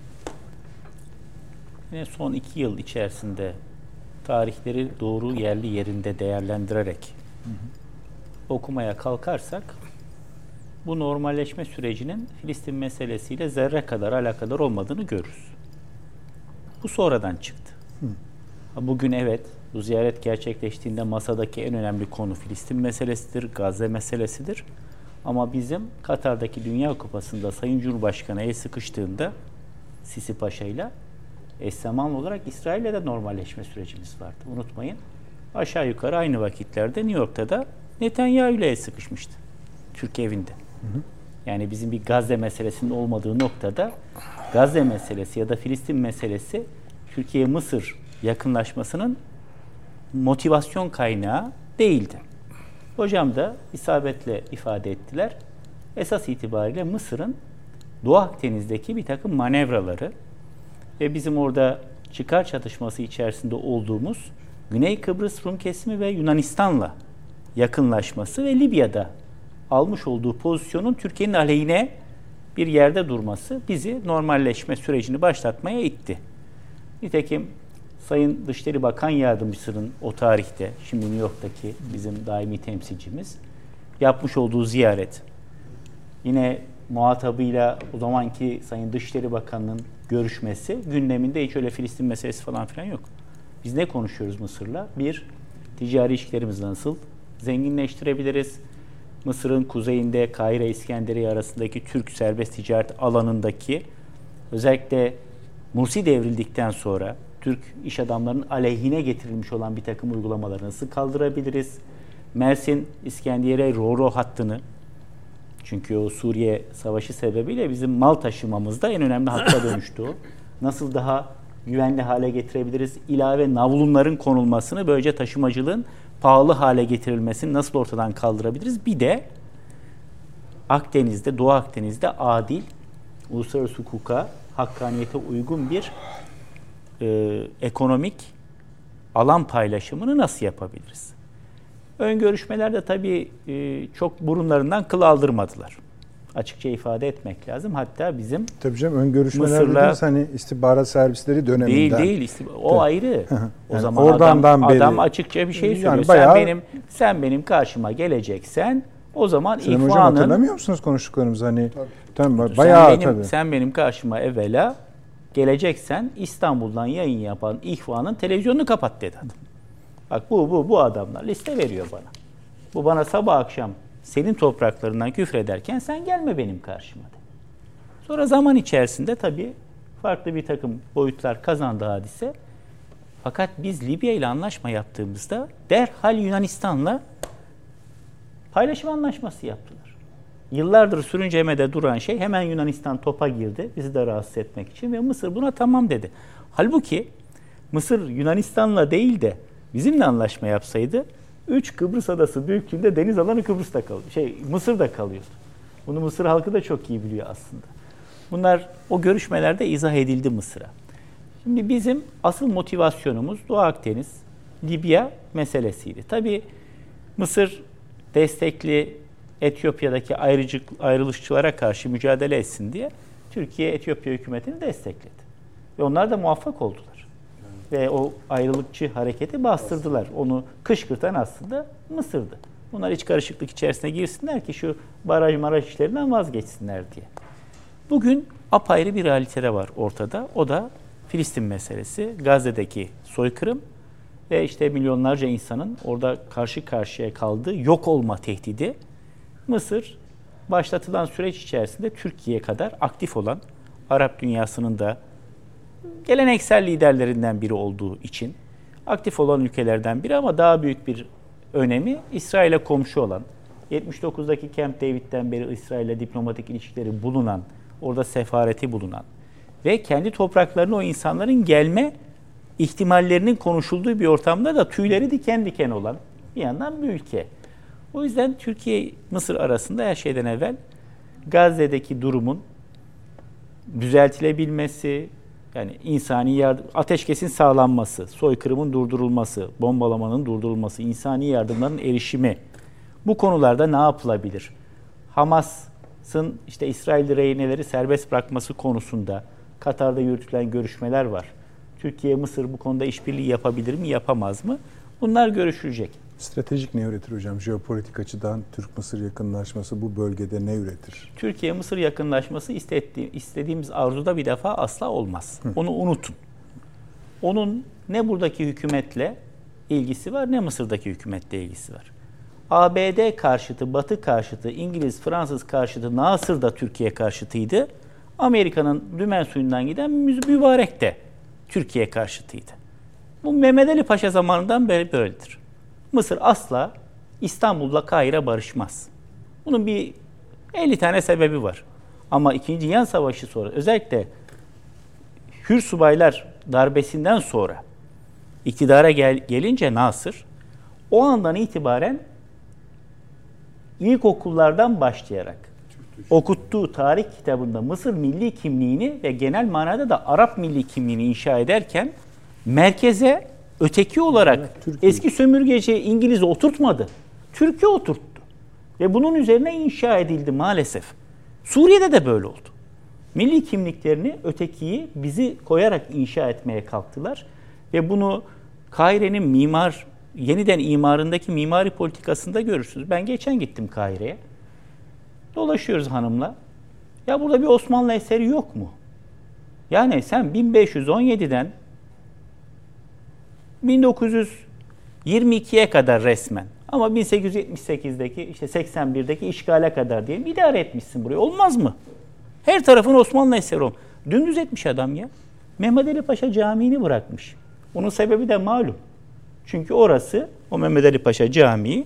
Speaker 4: yine son 2 yıl içerisinde tarihleri doğru yerli yerinde değerlendirerek okumaya kalkarsak bu normalleşme sürecinin Filistin meselesiyle zerre kadar alakadar olmadığını görürüz. Bu sonradan çıktı. Bugün evet, bu ziyaret gerçekleştiğinde masadaki en önemli konu Filistin meselesidir, Gazze meselesidir. Ama bizim Katar'daki Dünya Kupası'nda Sayın Cumhurbaşkanı el sıkıştığında Sisi Paşa'yla eş zamanlı olarak İsrail'le de normalleşme sürecimiz vardı. Unutmayın. Aşağı yukarı aynı vakitlerde New York'ta da Netanyahu ile el sıkışmıştı. Türk evinde. Yani bizim bir Gazze meselesinin olmadığı noktada Gazze meselesi ya da Filistin meselesi Türkiye-Mısır yakınlaşmasının motivasyon kaynağı değildi. Hocam da isabetle ifade ettiler. Esas itibariyle Mısır'ın Doğu Akdeniz'deki bir takım manevraları ve bizim orada çıkar çatışması içerisinde olduğumuz Güney Kıbrıs Rum kesimi ve Yunanistan'la yakınlaşması ve Libya'da almış olduğu pozisyonun Türkiye'nin aleyhine bir yerde durması bizi normalleşme sürecini başlatmaya itti. Nitekim Sayın Dışişleri Bakan Yardımcısı'nın o tarihte, şimdi New York'taki bizim daimi temsilcimiz yapmış olduğu ziyaret, yine muhatabıyla o zamanki Sayın Dışişleri Bakanı'nın görüşmesi, gündeminde hiç öyle Filistin meselesi falan filan yok. Biz ne konuşuyoruz Mısır'la? Bir, ticari ilişkilerimizi nasıl zenginleştirebiliriz? Mısır'ın kuzeyinde Kahire İskenderiye arasındaki Türk serbest ticaret alanındaki özellikle Mursi devrildikten sonra Türk iş adamlarının aleyhine getirilmiş olan bir takım uygulamaları nasıl kaldırabiliriz? Mersin İskenderiye Ro-Ro hattını, çünkü o Suriye Savaşı sebebiyle bizim mal taşımamızda en önemli hatta dönüştü o. Nasıl daha güvenli hale getirebiliriz? İlave navlunların konulmasını, böylece taşımacılığın pahalı hale getirilmesini nasıl ortadan kaldırabiliriz? Bir de Akdeniz'de, Doğu Akdeniz'de adil, uluslararası hukuka, hakkaniyete uygun bir ekonomik alan paylaşımını nasıl yapabiliriz? Ön görüşmelerde tabii çok burunlarından kıl aldırmadılar. Açıkça ifade etmek lazım. Hatta bizim
Speaker 1: tabii canım, ön görüşmeler dediğimiz hani istihbarat servisleri döneminden.
Speaker 4: Değil. O ayrı. O
Speaker 1: yani
Speaker 4: zaman adam açıkça bir şey söylüyor.
Speaker 1: Yani bayağı,
Speaker 4: sen benim karşıma geleceksen o zaman
Speaker 1: İhvan'ın... Hocam hatırlamıyor musunuz konuştuklarımızı? Hani
Speaker 4: tabii, bayağı sen benim karşıma evvela geleceksen İstanbul'dan yayın yapan İhvan'ın televizyonunu kapat dedi adam. Bak bu adamlar liste veriyor bana. Bu bana sabah akşam senin topraklarından küfrederken sen gelme benim karşıma dedi. Sonra zaman içerisinde tabii farklı bir takım boyutlar kazandı hadise. Fakat biz Libya ile anlaşma yaptığımızda derhal Yunanistan'la paylaşım anlaşması yaptılar. Yıllardır sürüncemede duran şey hemen Yunanistan topa girdi bizi de rahatsız etmek için ve Mısır buna tamam dedi. Halbuki Mısır Yunanistan'la değil de bizimle anlaşma yapsaydı 3 Kıbrıs adası büyüklüğünde deniz alanı Kıbrıs'ta kalıyor. Mısır'da kalıyordu. Bunu Mısır halkı da çok iyi biliyor aslında. Bunlar o görüşmelerde izah edildi Mısır'a. Şimdi bizim asıl motivasyonumuz Doğu Akdeniz, Libya meselesiydi. Tabii Mısır destekli Etiyopya'daki ayrılışçılara karşı mücadele etsin diye Türkiye Etiyopya hükümetini destekledi. Ve onlar da muvaffak oldular. Ve o ayrılıkçı hareketi bastırdılar. Onu kışkırtan aslında Mısır'dı. Bunlar iç karışıklık içerisine girsinler ki şu baraj işlerinden vazgeçsinler diye. Bugün apayrı bir realite var ortada. O da Filistin meselesi, Gazze'deki soykırım ve işte milyonlarca insanın orada karşı karşıya kaldığı yok olma tehdidi. Mısır başlatılan süreç içerisinde Türkiye'ye kadar aktif olan Arap dünyasının da geleneksel liderlerinden biri olduğu için aktif olan ülkelerden biri ama daha büyük bir önemi İsrail'e komşu olan, 79'daki Camp David'den beri İsrail'le diplomatik ilişkileri bulunan, orada sefareti bulunan ve kendi topraklarına o insanların gelme ihtimallerinin konuşulduğu bir ortamda da tüyleri diken diken olan bir yandan bir ülke. O yüzden Türkiye-Mısır arasında her şeyden evvel Gazze'deki durumun düzeltilebilmesi, yani insani yardım, ateşkesin sağlanması, soykırımın durdurulması, bombalamanın durdurulması, insani yardımların erişimi, bu konularda ne yapılabilir? Hamas'ın işte İsrail rehineleri serbest bırakması konusunda Katar'da yürütülen görüşmeler var. Türkiye, Mısır bu konuda işbirliği yapabilir mi, yapamaz mı? Bunlar görüşülecek.
Speaker 1: Stratejik ne üretir hocam? Jeopolitik açıdan Türk-Mısır yakınlaşması bu bölgede ne üretir?
Speaker 4: Türkiye-Mısır yakınlaşması istediğimiz arzuda bir defa asla olmaz. Onu unutun. Onun ne buradaki hükümetle ilgisi var ne Mısır'daki hükümetle ilgisi var. ABD karşıtı, Batı karşıtı, İngiliz, Fransız karşıtı, Nasır da Türkiye karşıtıydı. Amerika'nın dümen suyundan giden mübarek de Türkiye karşıtıydı. Bu Mehmet Ali Paşa zamanından beri böyledir. Mısır asla İstanbul'la Kahire barışmaz. Bunun bir 50 tane sebebi var. Ama 2. Dünya Savaşı sonra özellikle Hür Subaylar darbesinden sonra iktidara gelince Nasır o andan itibaren ilkokullardan başlayarak okuttuğu tarih kitabında Mısır milli kimliğini ve genel manada da Arap milli kimliğini inşa ederken merkeze öteki olarak eski sömürgeci İngiliz'i oturtmadı. Türkiye oturttu. Ve bunun üzerine inşa edildi maalesef. Suriye'de de böyle oldu. Milli kimliklerini ötekiyi bizi koyarak inşa etmeye kalktılar. Ve bunu Kahire'nin yeniden imarındaki mimari politikasında görürsünüz. Ben geçen gittim Kahire'ye. Dolaşıyoruz hanımla. Ya burada bir Osmanlı eseri yok mu? Yani sen 1517'den 1922'ye kadar resmen ama 1878'deki işte 81'deki işgale kadar diyelim idare etmişsin burayı. Olmaz mı? Her tarafın Osmanlı eseri olmuş. Dümdüz etmiş adam ya. Mehmet Ali Paşa Camii'ni bırakmış. Onun sebebi de malum. Çünkü orası o Mehmet Ali Paşa Camii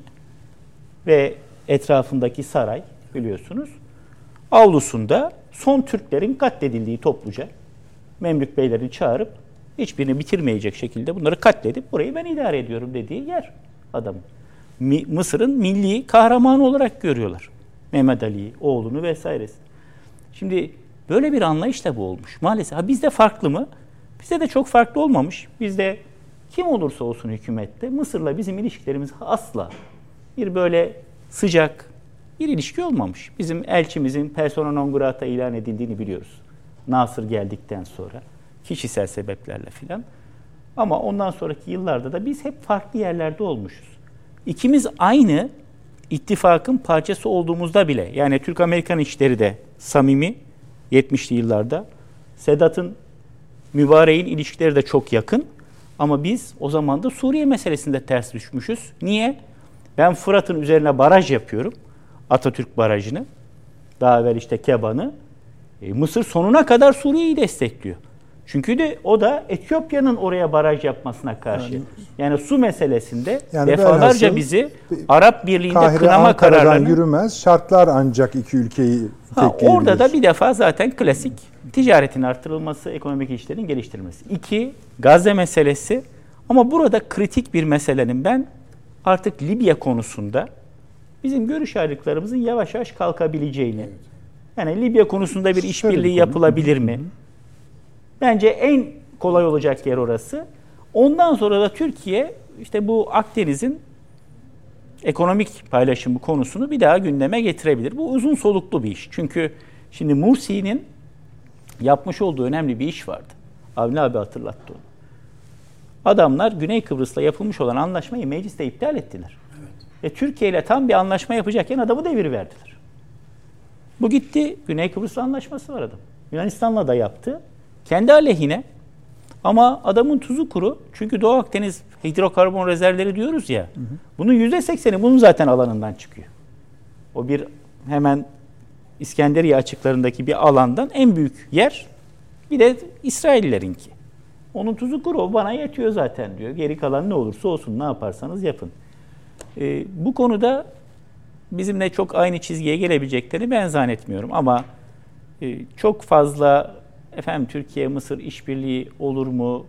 Speaker 4: ve etrafındaki saray biliyorsunuz. Avlusunda son Türklerin katledildiği topluca Memlük beylerini çağırıp hiçbirini bitirmeyecek şekilde bunları katledip burayı ben idare ediyorum dediği yer adamın. Mısır'ın milli kahramanı olarak görüyorlar. Mehmet Ali'yi, oğlunu vesairesi. Şimdi böyle bir anlayışla bu olmuş. Maalesef. Ha bizde farklı mı? Bizde de çok farklı olmamış. Bizde kim olursa olsun hükümette Mısır'la bizim ilişkilerimiz asla bir böyle sıcak bir ilişki olmamış. Bizim elçimizin persona non grata ilan edildiğini biliyoruz. Nasır geldikten sonra kişisel sebeplerle filan. Ama ondan sonraki yıllarda da biz hep farklı yerlerde olmuşuz. İkimiz aynı ittifakın parçası olduğumuzda bile, yani Türk-Amerikan ilişkileri de samimi 70'li yıllarda. Sedat'ın, Mübarek'in ilişkileri de çok yakın. Ama biz o zaman da Suriye meselesinde ters düşmüşüz. Niye? Ben Fırat'ın üzerine baraj yapıyorum. Atatürk Barajı'nı. Daha evvel işte Keban'ı. Mısır sonuna kadar Suriye'yi destekliyor. Çünkü de o da Etiyopya'nın oraya baraj yapmasına karşı. Yani su meselesinde defalarca bizi Arap Birliği'nde kınama kararlarını
Speaker 1: yürümez. Şartlar ancak iki ülkeyi tekleyebilir.
Speaker 4: Orada da bir defa zaten klasik ticaretin artırılması, ekonomik işlerin geliştirilmesi. 2, Gazze meselesi. Ama burada kritik bir meselenin ben artık Libya konusunda bizim görüş ayrılıklarımızın yavaş yavaş kalkabileceğini, yani Libya konusunda bir işbirliği yapılabilir mi? Bence en kolay olacak yer orası. Ondan sonra da Türkiye işte bu Akdeniz'in ekonomik paylaşımı konusunu bir daha gündeme getirebilir. Bu uzun soluklu bir iş. Çünkü şimdi Mursi'nin yapmış olduğu önemli bir iş vardı. Avni abi hatırlattı onu. Adamlar Güney Kıbrıs'la yapılmış olan anlaşmayı mecliste iptal ettiler. Evet. Türkiye ile tam bir anlaşma yapacakken adamı deviriverdiler. Bu gitti. Güney Kıbrıs'la anlaşması var adam. Yunanistan'la da yaptı. Kendi aleyhine. Ama adamın tuzu kuru. Çünkü Doğu Akdeniz hidrokarbon rezervleri diyoruz ya. Bunun %80'i bunun zaten alanından çıkıyor. O bir hemen İskenderiye açıklarındaki bir alandan en büyük yer bir de İsraillerinki. Onun tuzu kuru, o bana yetiyor zaten diyor. Geri kalan ne olursa olsun, ne yaparsanız yapın. Bu konuda bizimle çok aynı çizgiye gelebileceklerini ben zannetmiyorum. Ama çok fazla efendim Türkiye-Mısır işbirliği olur mu?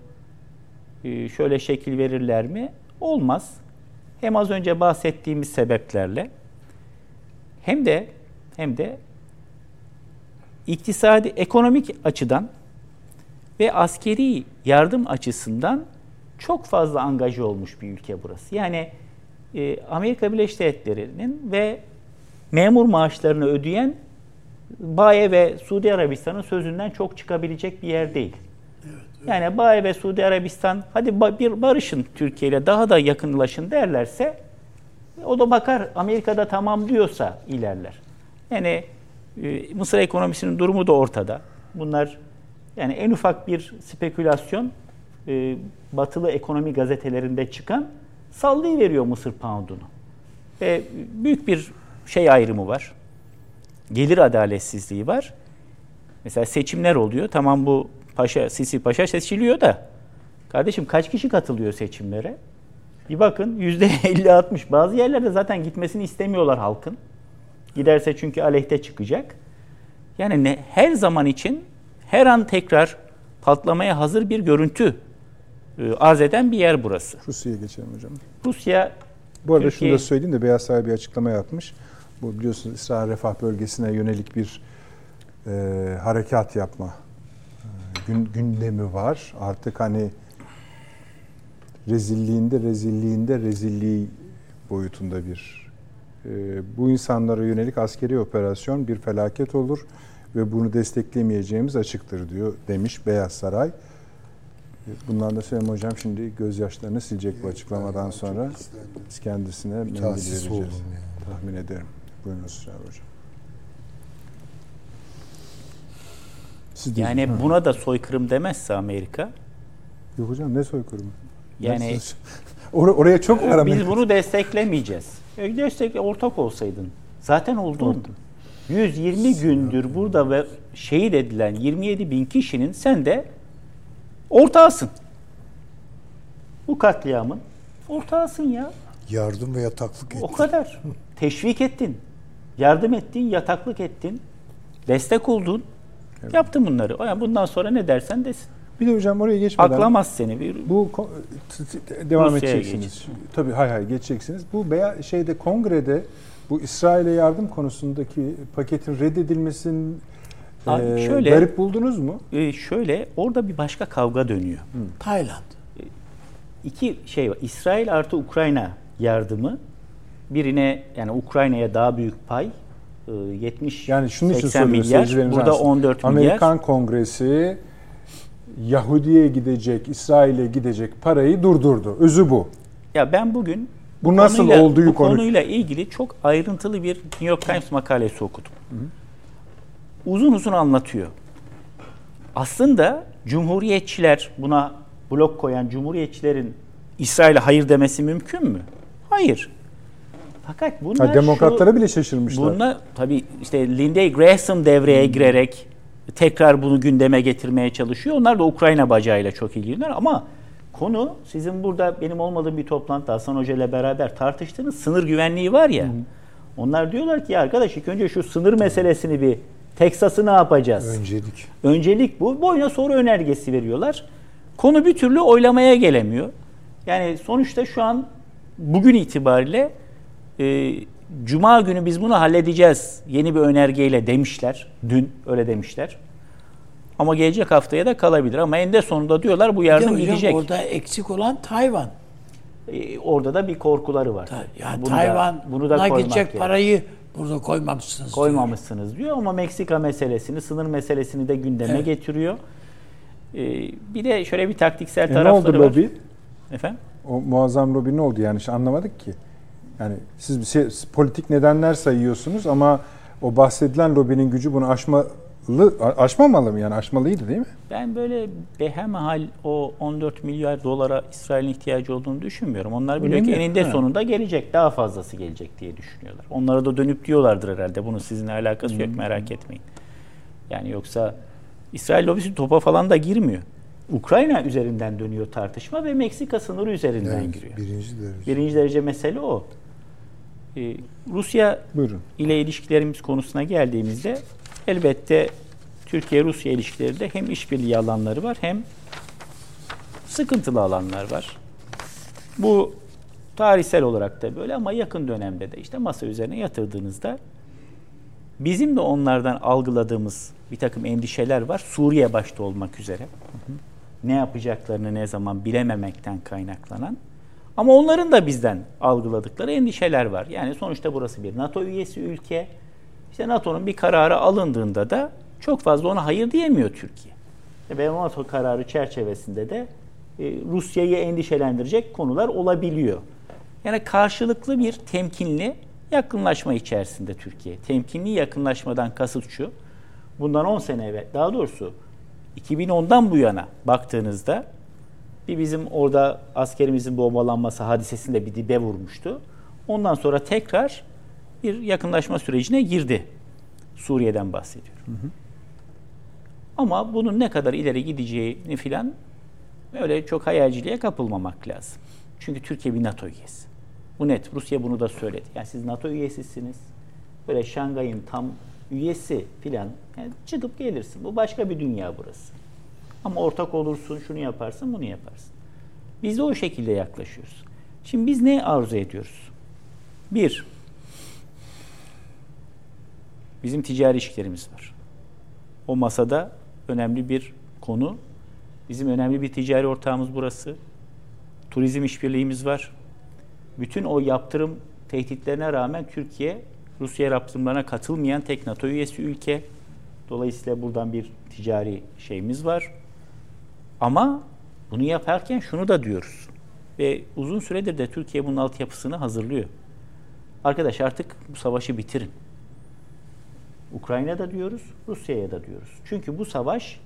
Speaker 4: Şöyle şekil verirler mi? Olmaz. Hem az önce bahsettiğimiz sebeplerle hem de iktisadi, ekonomik açıdan ve askeri yardım açısından çok fazla angaje olmuş bir ülke burası. Yani Amerika Birleşik Devletleri'nin ve memur maaşlarını ödeyen BAE ve Suudi Arabistan'ın sözünden çok çıkabilecek bir yer değil. Evet. Yani BAE ve Suudi Arabistan hadi bir barışın Türkiye ile, daha da yakınlaşın derlerse o da bakar, Amerika'da tamam diyorsa ilerler. Yani Mısır ekonomisinin durumu da ortada. Bunlar yani en ufak bir spekülasyon batılı ekonomi gazetelerinde çıkan sallayıveriyor Mısır pound'unu. Ve büyük bir ayrımı var. Gelir adaletsizliği var. Mesela seçimler oluyor. Tamam, bu Sisi Paşa seçiliyor da kardeşim kaç kişi katılıyor seçimlere? Bir bakın %50-60. Bazı yerlerde zaten gitmesini istemiyorlar halkın. Giderse çünkü aleyhte çıkacak. Yani her zaman için her an tekrar patlamaya hazır bir görüntü arz eden bir yer burası.
Speaker 1: Rusya'ya geçelim hocam.
Speaker 4: Rusya,
Speaker 1: bu arada şunu da söyleyeyim de, Beyaz Saray bir açıklama yapmış. Bu biliyorsunuz İsrail Refah Bölgesi'ne yönelik bir harekat yapma gündemi var. Artık hani rezilliği boyutunda bir bu insanlara yönelik askeri operasyon bir felaket olur ve bunu desteklemeyeceğimiz açıktır demiş Beyaz Saray. Bundan da Süleyman Hocam şimdi gözyaşlarını silecek bu açıklamadan sonra biz kendisine mendil vereceğiz. Tahmin ederim. Buyurun Süleyman Hocam. Siz de-
Speaker 4: Yani
Speaker 1: Ha.
Speaker 4: buna da soykırım demezse Amerika,
Speaker 1: Yok hocam, ne soykırımı?
Speaker 4: yani
Speaker 1: Oraya çok var
Speaker 4: biz
Speaker 1: Amerika.
Speaker 4: bunu desteklemeyeceğiz. Ortak olsaydın. Zaten oldun. 120 gündür burada ve şehit edilen 27 bin kişinin sen de ortağısın. Bu katliamın ortağısın ya.
Speaker 2: Yardım ve yataklık etti.
Speaker 4: O kadar. Teşvik ettin. Yardım ettin, yataklık ettin. Destek oldun.
Speaker 1: Evet.
Speaker 4: Yaptın bunları. Yani bundan sonra ne dersen desin.
Speaker 1: Bir de hocam oraya geçmeden
Speaker 4: Aklamaz seni.
Speaker 1: bu devam
Speaker 4: Rusya'ya
Speaker 1: edeceksiniz. Tabii hay geçeceksiniz. Bu kongrede bu İsrail'e yardım konusundaki paketin reddedilmesinin
Speaker 4: Abi şöyle-
Speaker 1: garip buldunuz mu?
Speaker 4: Şöyle, orada bir başka kavga dönüyor.
Speaker 3: Tayland.
Speaker 4: İki şey var. İsrail artı Ukrayna yardımı. Birine, yani Ukrayna'ya daha büyük pay, 70
Speaker 1: Yani şunun için
Speaker 4: 80
Speaker 1: soruyorum
Speaker 4: milyar.
Speaker 1: seyircilerimiz
Speaker 4: Burada
Speaker 1: arasında.
Speaker 4: 14 milyar.
Speaker 1: Amerikan Kongresi Yahudi'ye gidecek, İsrail'e gidecek parayı durdurdu. Özü bu.
Speaker 4: Ya ben bugün
Speaker 1: Bu nasıl
Speaker 4: konuyla-
Speaker 1: olduğu
Speaker 4: bu
Speaker 1: konu.
Speaker 4: konuyla ilgili çok ayrıntılı bir New York Times makalesi okudum. Uzun uzun anlatıyor. Aslında cumhuriyetçiler, buna blok koyan cumhuriyetçilerin İsrail'e hayır demesi mümkün mü? Hayır. Fakat bunlar
Speaker 1: Demokratlara bile şaşırmışlar.
Speaker 4: Bunlar tabii işte Lindsey Graham devreye girerek tekrar bunu gündeme getirmeye çalışıyor. Onlar da Ukrayna bacağıyla çok ilgililer ama konu sizin burada benim olmadığım bir toplantıda Hasan Hoca ile beraber tartıştığınız sınır güvenliği var ya. Onlar diyorlar ki ya arkadaş ilk önce şu sınır meselesini bir Teksas'ı ne yapacağız? Öncelik bu. Boyuna soru önergesi veriyorlar. Konu bir türlü oylamaya gelemiyor. Yani sonuçta şu an bugün itibariyle Cuma günü biz bunu halledeceğiz yeni bir önergeyle demişler. Dün öyle demişler. Ama gelecek haftaya da kalabilir. Ama eninde sonunda diyorlar bu yardım
Speaker 3: Hocam,
Speaker 4: gidecek.
Speaker 3: orada eksik olan Tayvan.
Speaker 4: Orada da bir korkuları var.
Speaker 3: Yani
Speaker 4: bunu
Speaker 3: Tayvan'a
Speaker 4: koymak
Speaker 3: gidecek
Speaker 4: gerekiyor.
Speaker 3: parayı burada koymamışsınız.
Speaker 4: Koymamışsınız diyor ama Meksika meselesini, sınır meselesini de gündeme getiriyor. Bir de şöyle bir taktiksel
Speaker 1: Ne
Speaker 4: tarafları
Speaker 1: oldu
Speaker 4: var.
Speaker 1: lobi?
Speaker 4: Efendim?
Speaker 1: O muazzam lobi ne oldu yani? Hiç anlamadık ki. Yani siz politik nedenler sayıyorsunuz ama o bahsedilen lobinin gücü bunu aşmamalı mı yani? Aşmalıydı değil mi?
Speaker 4: Ben böyle behemhal o 14 milyar dolara İsrail'in ihtiyacı olduğunu düşünmüyorum. Onlar biliyor ki eninde sonunda gelecek, daha fazlası gelecek diye düşünüyorlar. Onlara da dönüp diyorlardır herhalde. Bunun sizinle alakası yok, merak etmeyin. Yani yoksa İsrail lobisi topa falan da girmiyor. Ukrayna üzerinden dönüyor tartışma ve Meksika sınırı üzerinden giriyor. Birinci derece mesele o. Rusya
Speaker 1: Buyurun.
Speaker 4: ile ilişkilerimiz konusuna geldiğimizde elbette Türkiye-Rusya ilişkilerinde hem işbirliği alanları var hem sıkıntılı alanlar var. Bu tarihsel olarak da böyle ama yakın dönemde de işte masa üzerine yatırdığınızda bizim de onlardan algıladığımız bir takım endişeler var. Suriye başta olmak üzere. Ne yapacaklarını ne zaman bilememekten kaynaklanan. Ama onların da bizden algıladıkları endişeler var. Yani sonuçta burası bir NATO üyesi ülke. İşte NATO'nun bir kararı alındığında da çok fazla ona hayır diyemiyor Türkiye. Ve NATO kararı çerçevesinde de Rusya'yı endişelendirecek konular olabiliyor. Yani karşılıklı bir temkinli yakınlaşma içerisinde Türkiye. Temkinli yakınlaşmadan kasıt şu. Bundan 10 sene evvel, daha doğrusu 2010'dan bu yana baktığınızda bir bizim orada askerimizin bombalanması hadisesinde bir dibe vurmuştu. Ondan sonra tekrar bir yakınlaşma sürecine girdi. Suriye'den bahsediyorum. Ama bunun ne kadar ileri gideceğini filan öyle çok hayalciliğe kapılmamak lazım. Çünkü Türkiye bir NATO üyesi. Bu net. Rusya bunu da söyledi. Yani siz NATO üyesisiniz. Böyle Şangay'ın tam üyesi filan yani çıkıp gelirsin. Bu başka bir dünya burası. Ama ortak olursun, şunu yaparsın, bunu yaparsın. Biz de o şekilde yaklaşıyoruz. Şimdi biz ne arzu ediyoruz? Bir, bizim ticari ilişkilerimiz var. O masada önemli bir konu. Bizim önemli bir ticari ortağımız burası. Turizm işbirliğimiz var. Bütün o yaptırım tehditlerine rağmen Türkiye, Rusya yaptırımlarına katılmayan tek NATO üyesi ülke. Dolayısıyla buradan bir ticari şeyimiz var. Ama bunu yaparken şunu da diyoruz. Ve uzun süredir de Türkiye bunun altyapısını hazırlıyor. Arkadaş artık bu savaşı bitirin. Ukrayna'da diyoruz, Rusya'ya da diyoruz. Çünkü bu savaş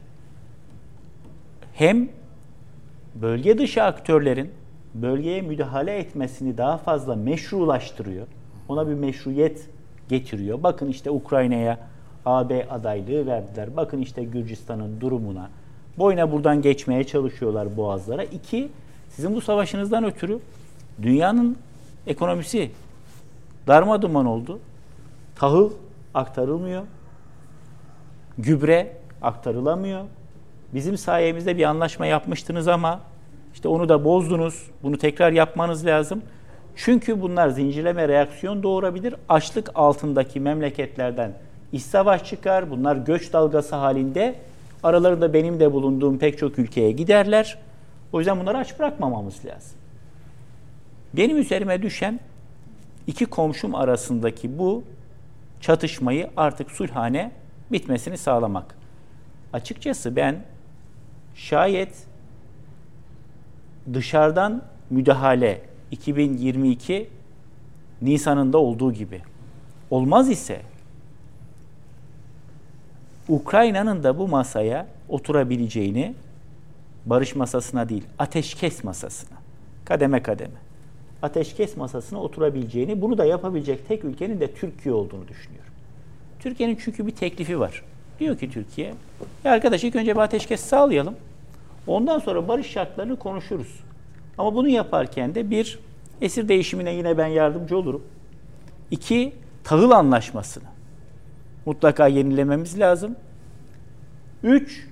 Speaker 4: hem bölge dışı aktörlerin bölgeye müdahale etmesini daha fazla meşrulaştırıyor. Ona bir meşruiyet getiriyor. Bakın işte Ukrayna'ya AB adaylığı verdiler. Bakın işte Gürcistan'ın durumuna. Boyuna buradan geçmeye çalışıyorlar boğazlara. 2, sizin bu savaşınızdan ötürü dünyanın ekonomisi darmaduman oldu. Tahıl aktarılmıyor. Gübre aktarılamıyor. Bizim sayemizde bir anlaşma yapmıştınız ama işte onu da bozdunuz. Bunu tekrar yapmanız lazım. Çünkü bunlar zincirleme reaksiyon doğurabilir. Açlık altındaki memleketlerden iç savaş çıkar. Bunlar göç dalgası halinde aralarında benim de bulunduğum pek çok ülkeye giderler. O yüzden bunları aç bırakmamamız lazım. Benim üzerime düşen iki komşum arasındaki bu çatışmayı artık sulhane bitmesini sağlamak. Açıkçası ben şayet dışarıdan müdahale 2022 Nisan'ında olduğu gibi olmaz ise Ukrayna'nın da bu masaya oturabileceğini, barış masasına değil, ateşkes masasına, kademe kademe, ateşkes masasına oturabileceğini, bunu da yapabilecek tek ülkenin de Türkiye olduğunu düşünüyorum. Türkiye'nin çünkü bir teklifi var. Diyor ki Türkiye, ya arkadaş ilk önce bir ateşkes sağlayalım, ondan sonra barış şartlarını konuşuruz. Ama bunu yaparken de bir, esir değişimine yine ben yardımcı olurum. 2, tahıl anlaşmasını mutlaka yenilememiz lazım. 3,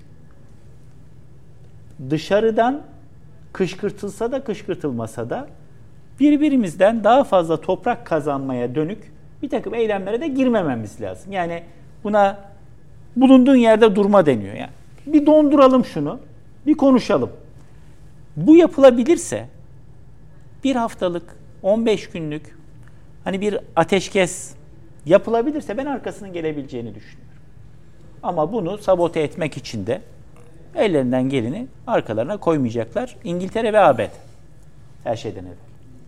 Speaker 4: dışarıdan kışkırtılsa da kışkırtılmasa da birbirimizden daha fazla toprak kazanmaya dönük bir takım eylemlere de girmememiz lazım. Yani buna bulunduğun yerde durma deniyor. Yani bir donduralım şunu, bir konuşalım. Bu yapılabilirse bir haftalık, 15 günlük hani bir ateşkes yapılabilirse ben arkasının gelebileceğini düşünüyorum. Ama bunu sabote etmek için de ellerinden geleni arkalarına koymayacaklar. İngiltere ve ABD. Her şeyden evvel.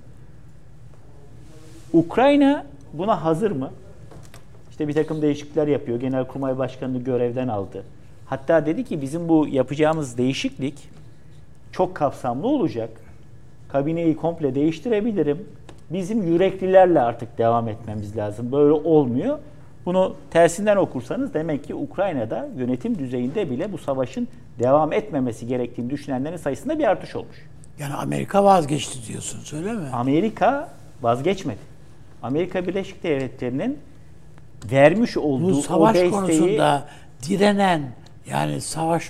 Speaker 4: Ukrayna buna hazır mı? İşte bir takım değişiklikler yapıyor. Genelkurmay Başkanı'nı görevden aldı. Hatta dedi ki bizim bu yapacağımız değişiklik çok kapsamlı olacak. Kabineyi komple değiştirebilirim. Bizim yüreklilerle artık devam etmemiz lazım. Böyle olmuyor. Bunu tersinden okursanız demek ki Ukrayna'da yönetim düzeyinde bile bu savaşın devam etmemesi gerektiğini düşünenlerin sayısında bir artış olmuş.
Speaker 3: Yani Amerika vazgeçti diyorsun, öyle mi?
Speaker 4: Amerika vazgeçmedi. Amerika Birleşik Devletleri'nin vermiş olduğu
Speaker 3: bu savaş
Speaker 4: o desteği
Speaker 3: konusunda direnen, yani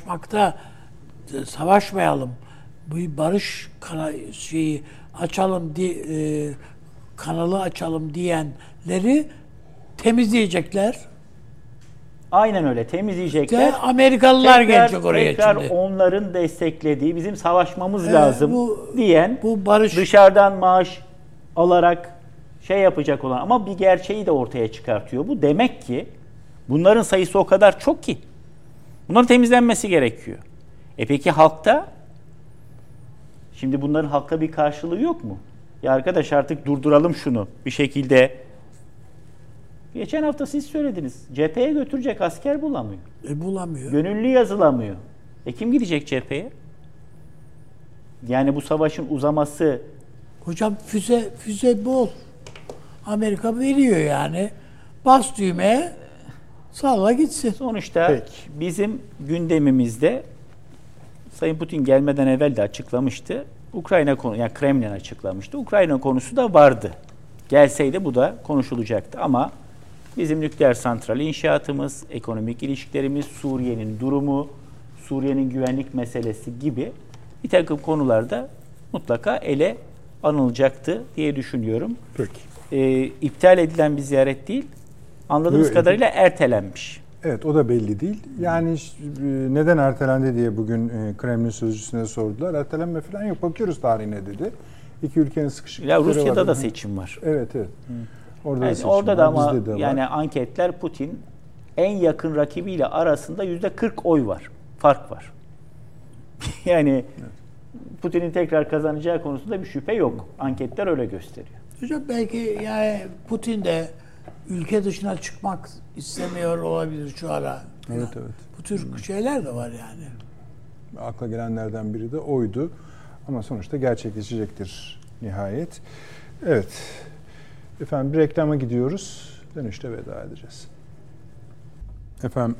Speaker 3: savaşmayalım, bu barış açalım kanalı açalım diyenleri temizleyecekler.
Speaker 4: aynen öyle temizleyecekler.
Speaker 3: De Amerikalılar gelecek oraya
Speaker 4: tekrar
Speaker 3: şimdi.
Speaker 4: onların desteklediği bizim savaşmamız lazım diyen
Speaker 3: bu barış
Speaker 4: dışarıdan maaş alarak yapacak olan ama bir gerçeği de ortaya çıkartıyor. Bu demek ki bunların sayısı o kadar çok ki bunların temizlenmesi gerekiyor. Peki halkta? Şimdi bunların halkta bir karşılığı yok mu? Ya arkadaş artık durduralım şunu bir şekilde. Geçen hafta siz söylediniz. Cepheye götürecek asker bulamıyor.
Speaker 3: Bulamıyor.
Speaker 4: Gönüllü yazılamıyor. Kim gidecek cepheye? Yani bu savaşın uzaması...
Speaker 3: Hocam füze bol. Amerika veriyor yani. Bas düğmeye, salla gitsin.
Speaker 4: Sonuçta bizim gündemimizde Sayın Putin gelmeden evvel de açıklamıştı. Ukrayna konu, yani Kremlin açıklamıştı. Ukrayna konusu da vardı. Gelseydi bu da konuşulacaktı ama bizim nükleer santral inşaatımız, ekonomik ilişkilerimiz, Suriye'nin durumu, Suriye'nin güvenlik meselesi gibi bir takım konularda mutlaka ele anılacaktı diye düşünüyorum.
Speaker 1: Peki.
Speaker 4: İptal edilen bir ziyaret değil, anladığımız kadarıyla ertelenmiş.
Speaker 1: Evet, o da belli değil. Yani neden ertelendi diye bugün Kremlin sözcüsüne sordular. Ertelenme falan yok. Bakıyoruz tarihine dedi. İki ülkenin sıkışıklıkları var.
Speaker 4: Rusya'da da seçim var.
Speaker 1: Evet. Orada da seçim
Speaker 4: orada
Speaker 1: var.
Speaker 4: da ama
Speaker 1: Bizde de var.
Speaker 4: yani anketler Putin en yakın rakibiyle arasında %40 oy var. Fark var. Yani Putin'in tekrar kazanacağı konusunda bir şüphe yok. Anketler öyle gösteriyor.
Speaker 3: Hocam belki yani Putin de ülke dışına çıkmak istemiyor olabilir şu ara.
Speaker 1: Evet.
Speaker 3: Bu tür şeyler de var yani.
Speaker 1: Akla gelenlerden biri de oydu. Ama sonuçta gerçekleşecektir nihayet. Evet. Efendim bir reklama gidiyoruz. Dönüşte veda edeceğiz. Efendim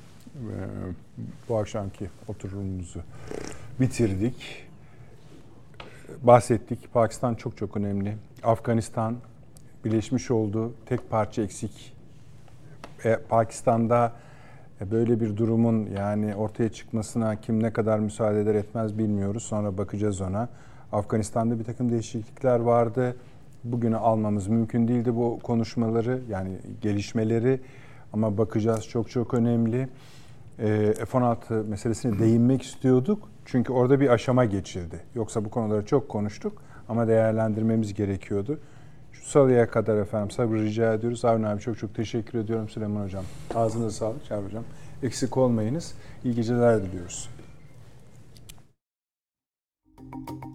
Speaker 1: bu akşamki oturumumuzu bitirdik. Bahsettik. Pakistan çok çok önemli. Afganistan birleşmiş oldu. Tek parça eksik. Pakistan'da böyle bir durumun yani ortaya çıkmasına kim ne kadar müsaade eder etmez bilmiyoruz. Sonra bakacağız ona. Afganistan'da bir takım değişiklikler vardı. Bugünü almamız mümkün değildi bu konuşmaları yani gelişmeleri ama bakacağız çok çok önemli. F-16 meselesine değinmek istiyorduk. Çünkü orada bir aşama geçildi. Yoksa bu konuları çok konuştuk ama değerlendirmemiz gerekiyordu. Şu salıya kadar efendim sabır rica ediyoruz. Avni abi çok çok teşekkür ediyorum. Süleyman Hocam ağzınıza sağlık. Çağrı Hocam eksik olmayınız. İyi geceler diliyoruz.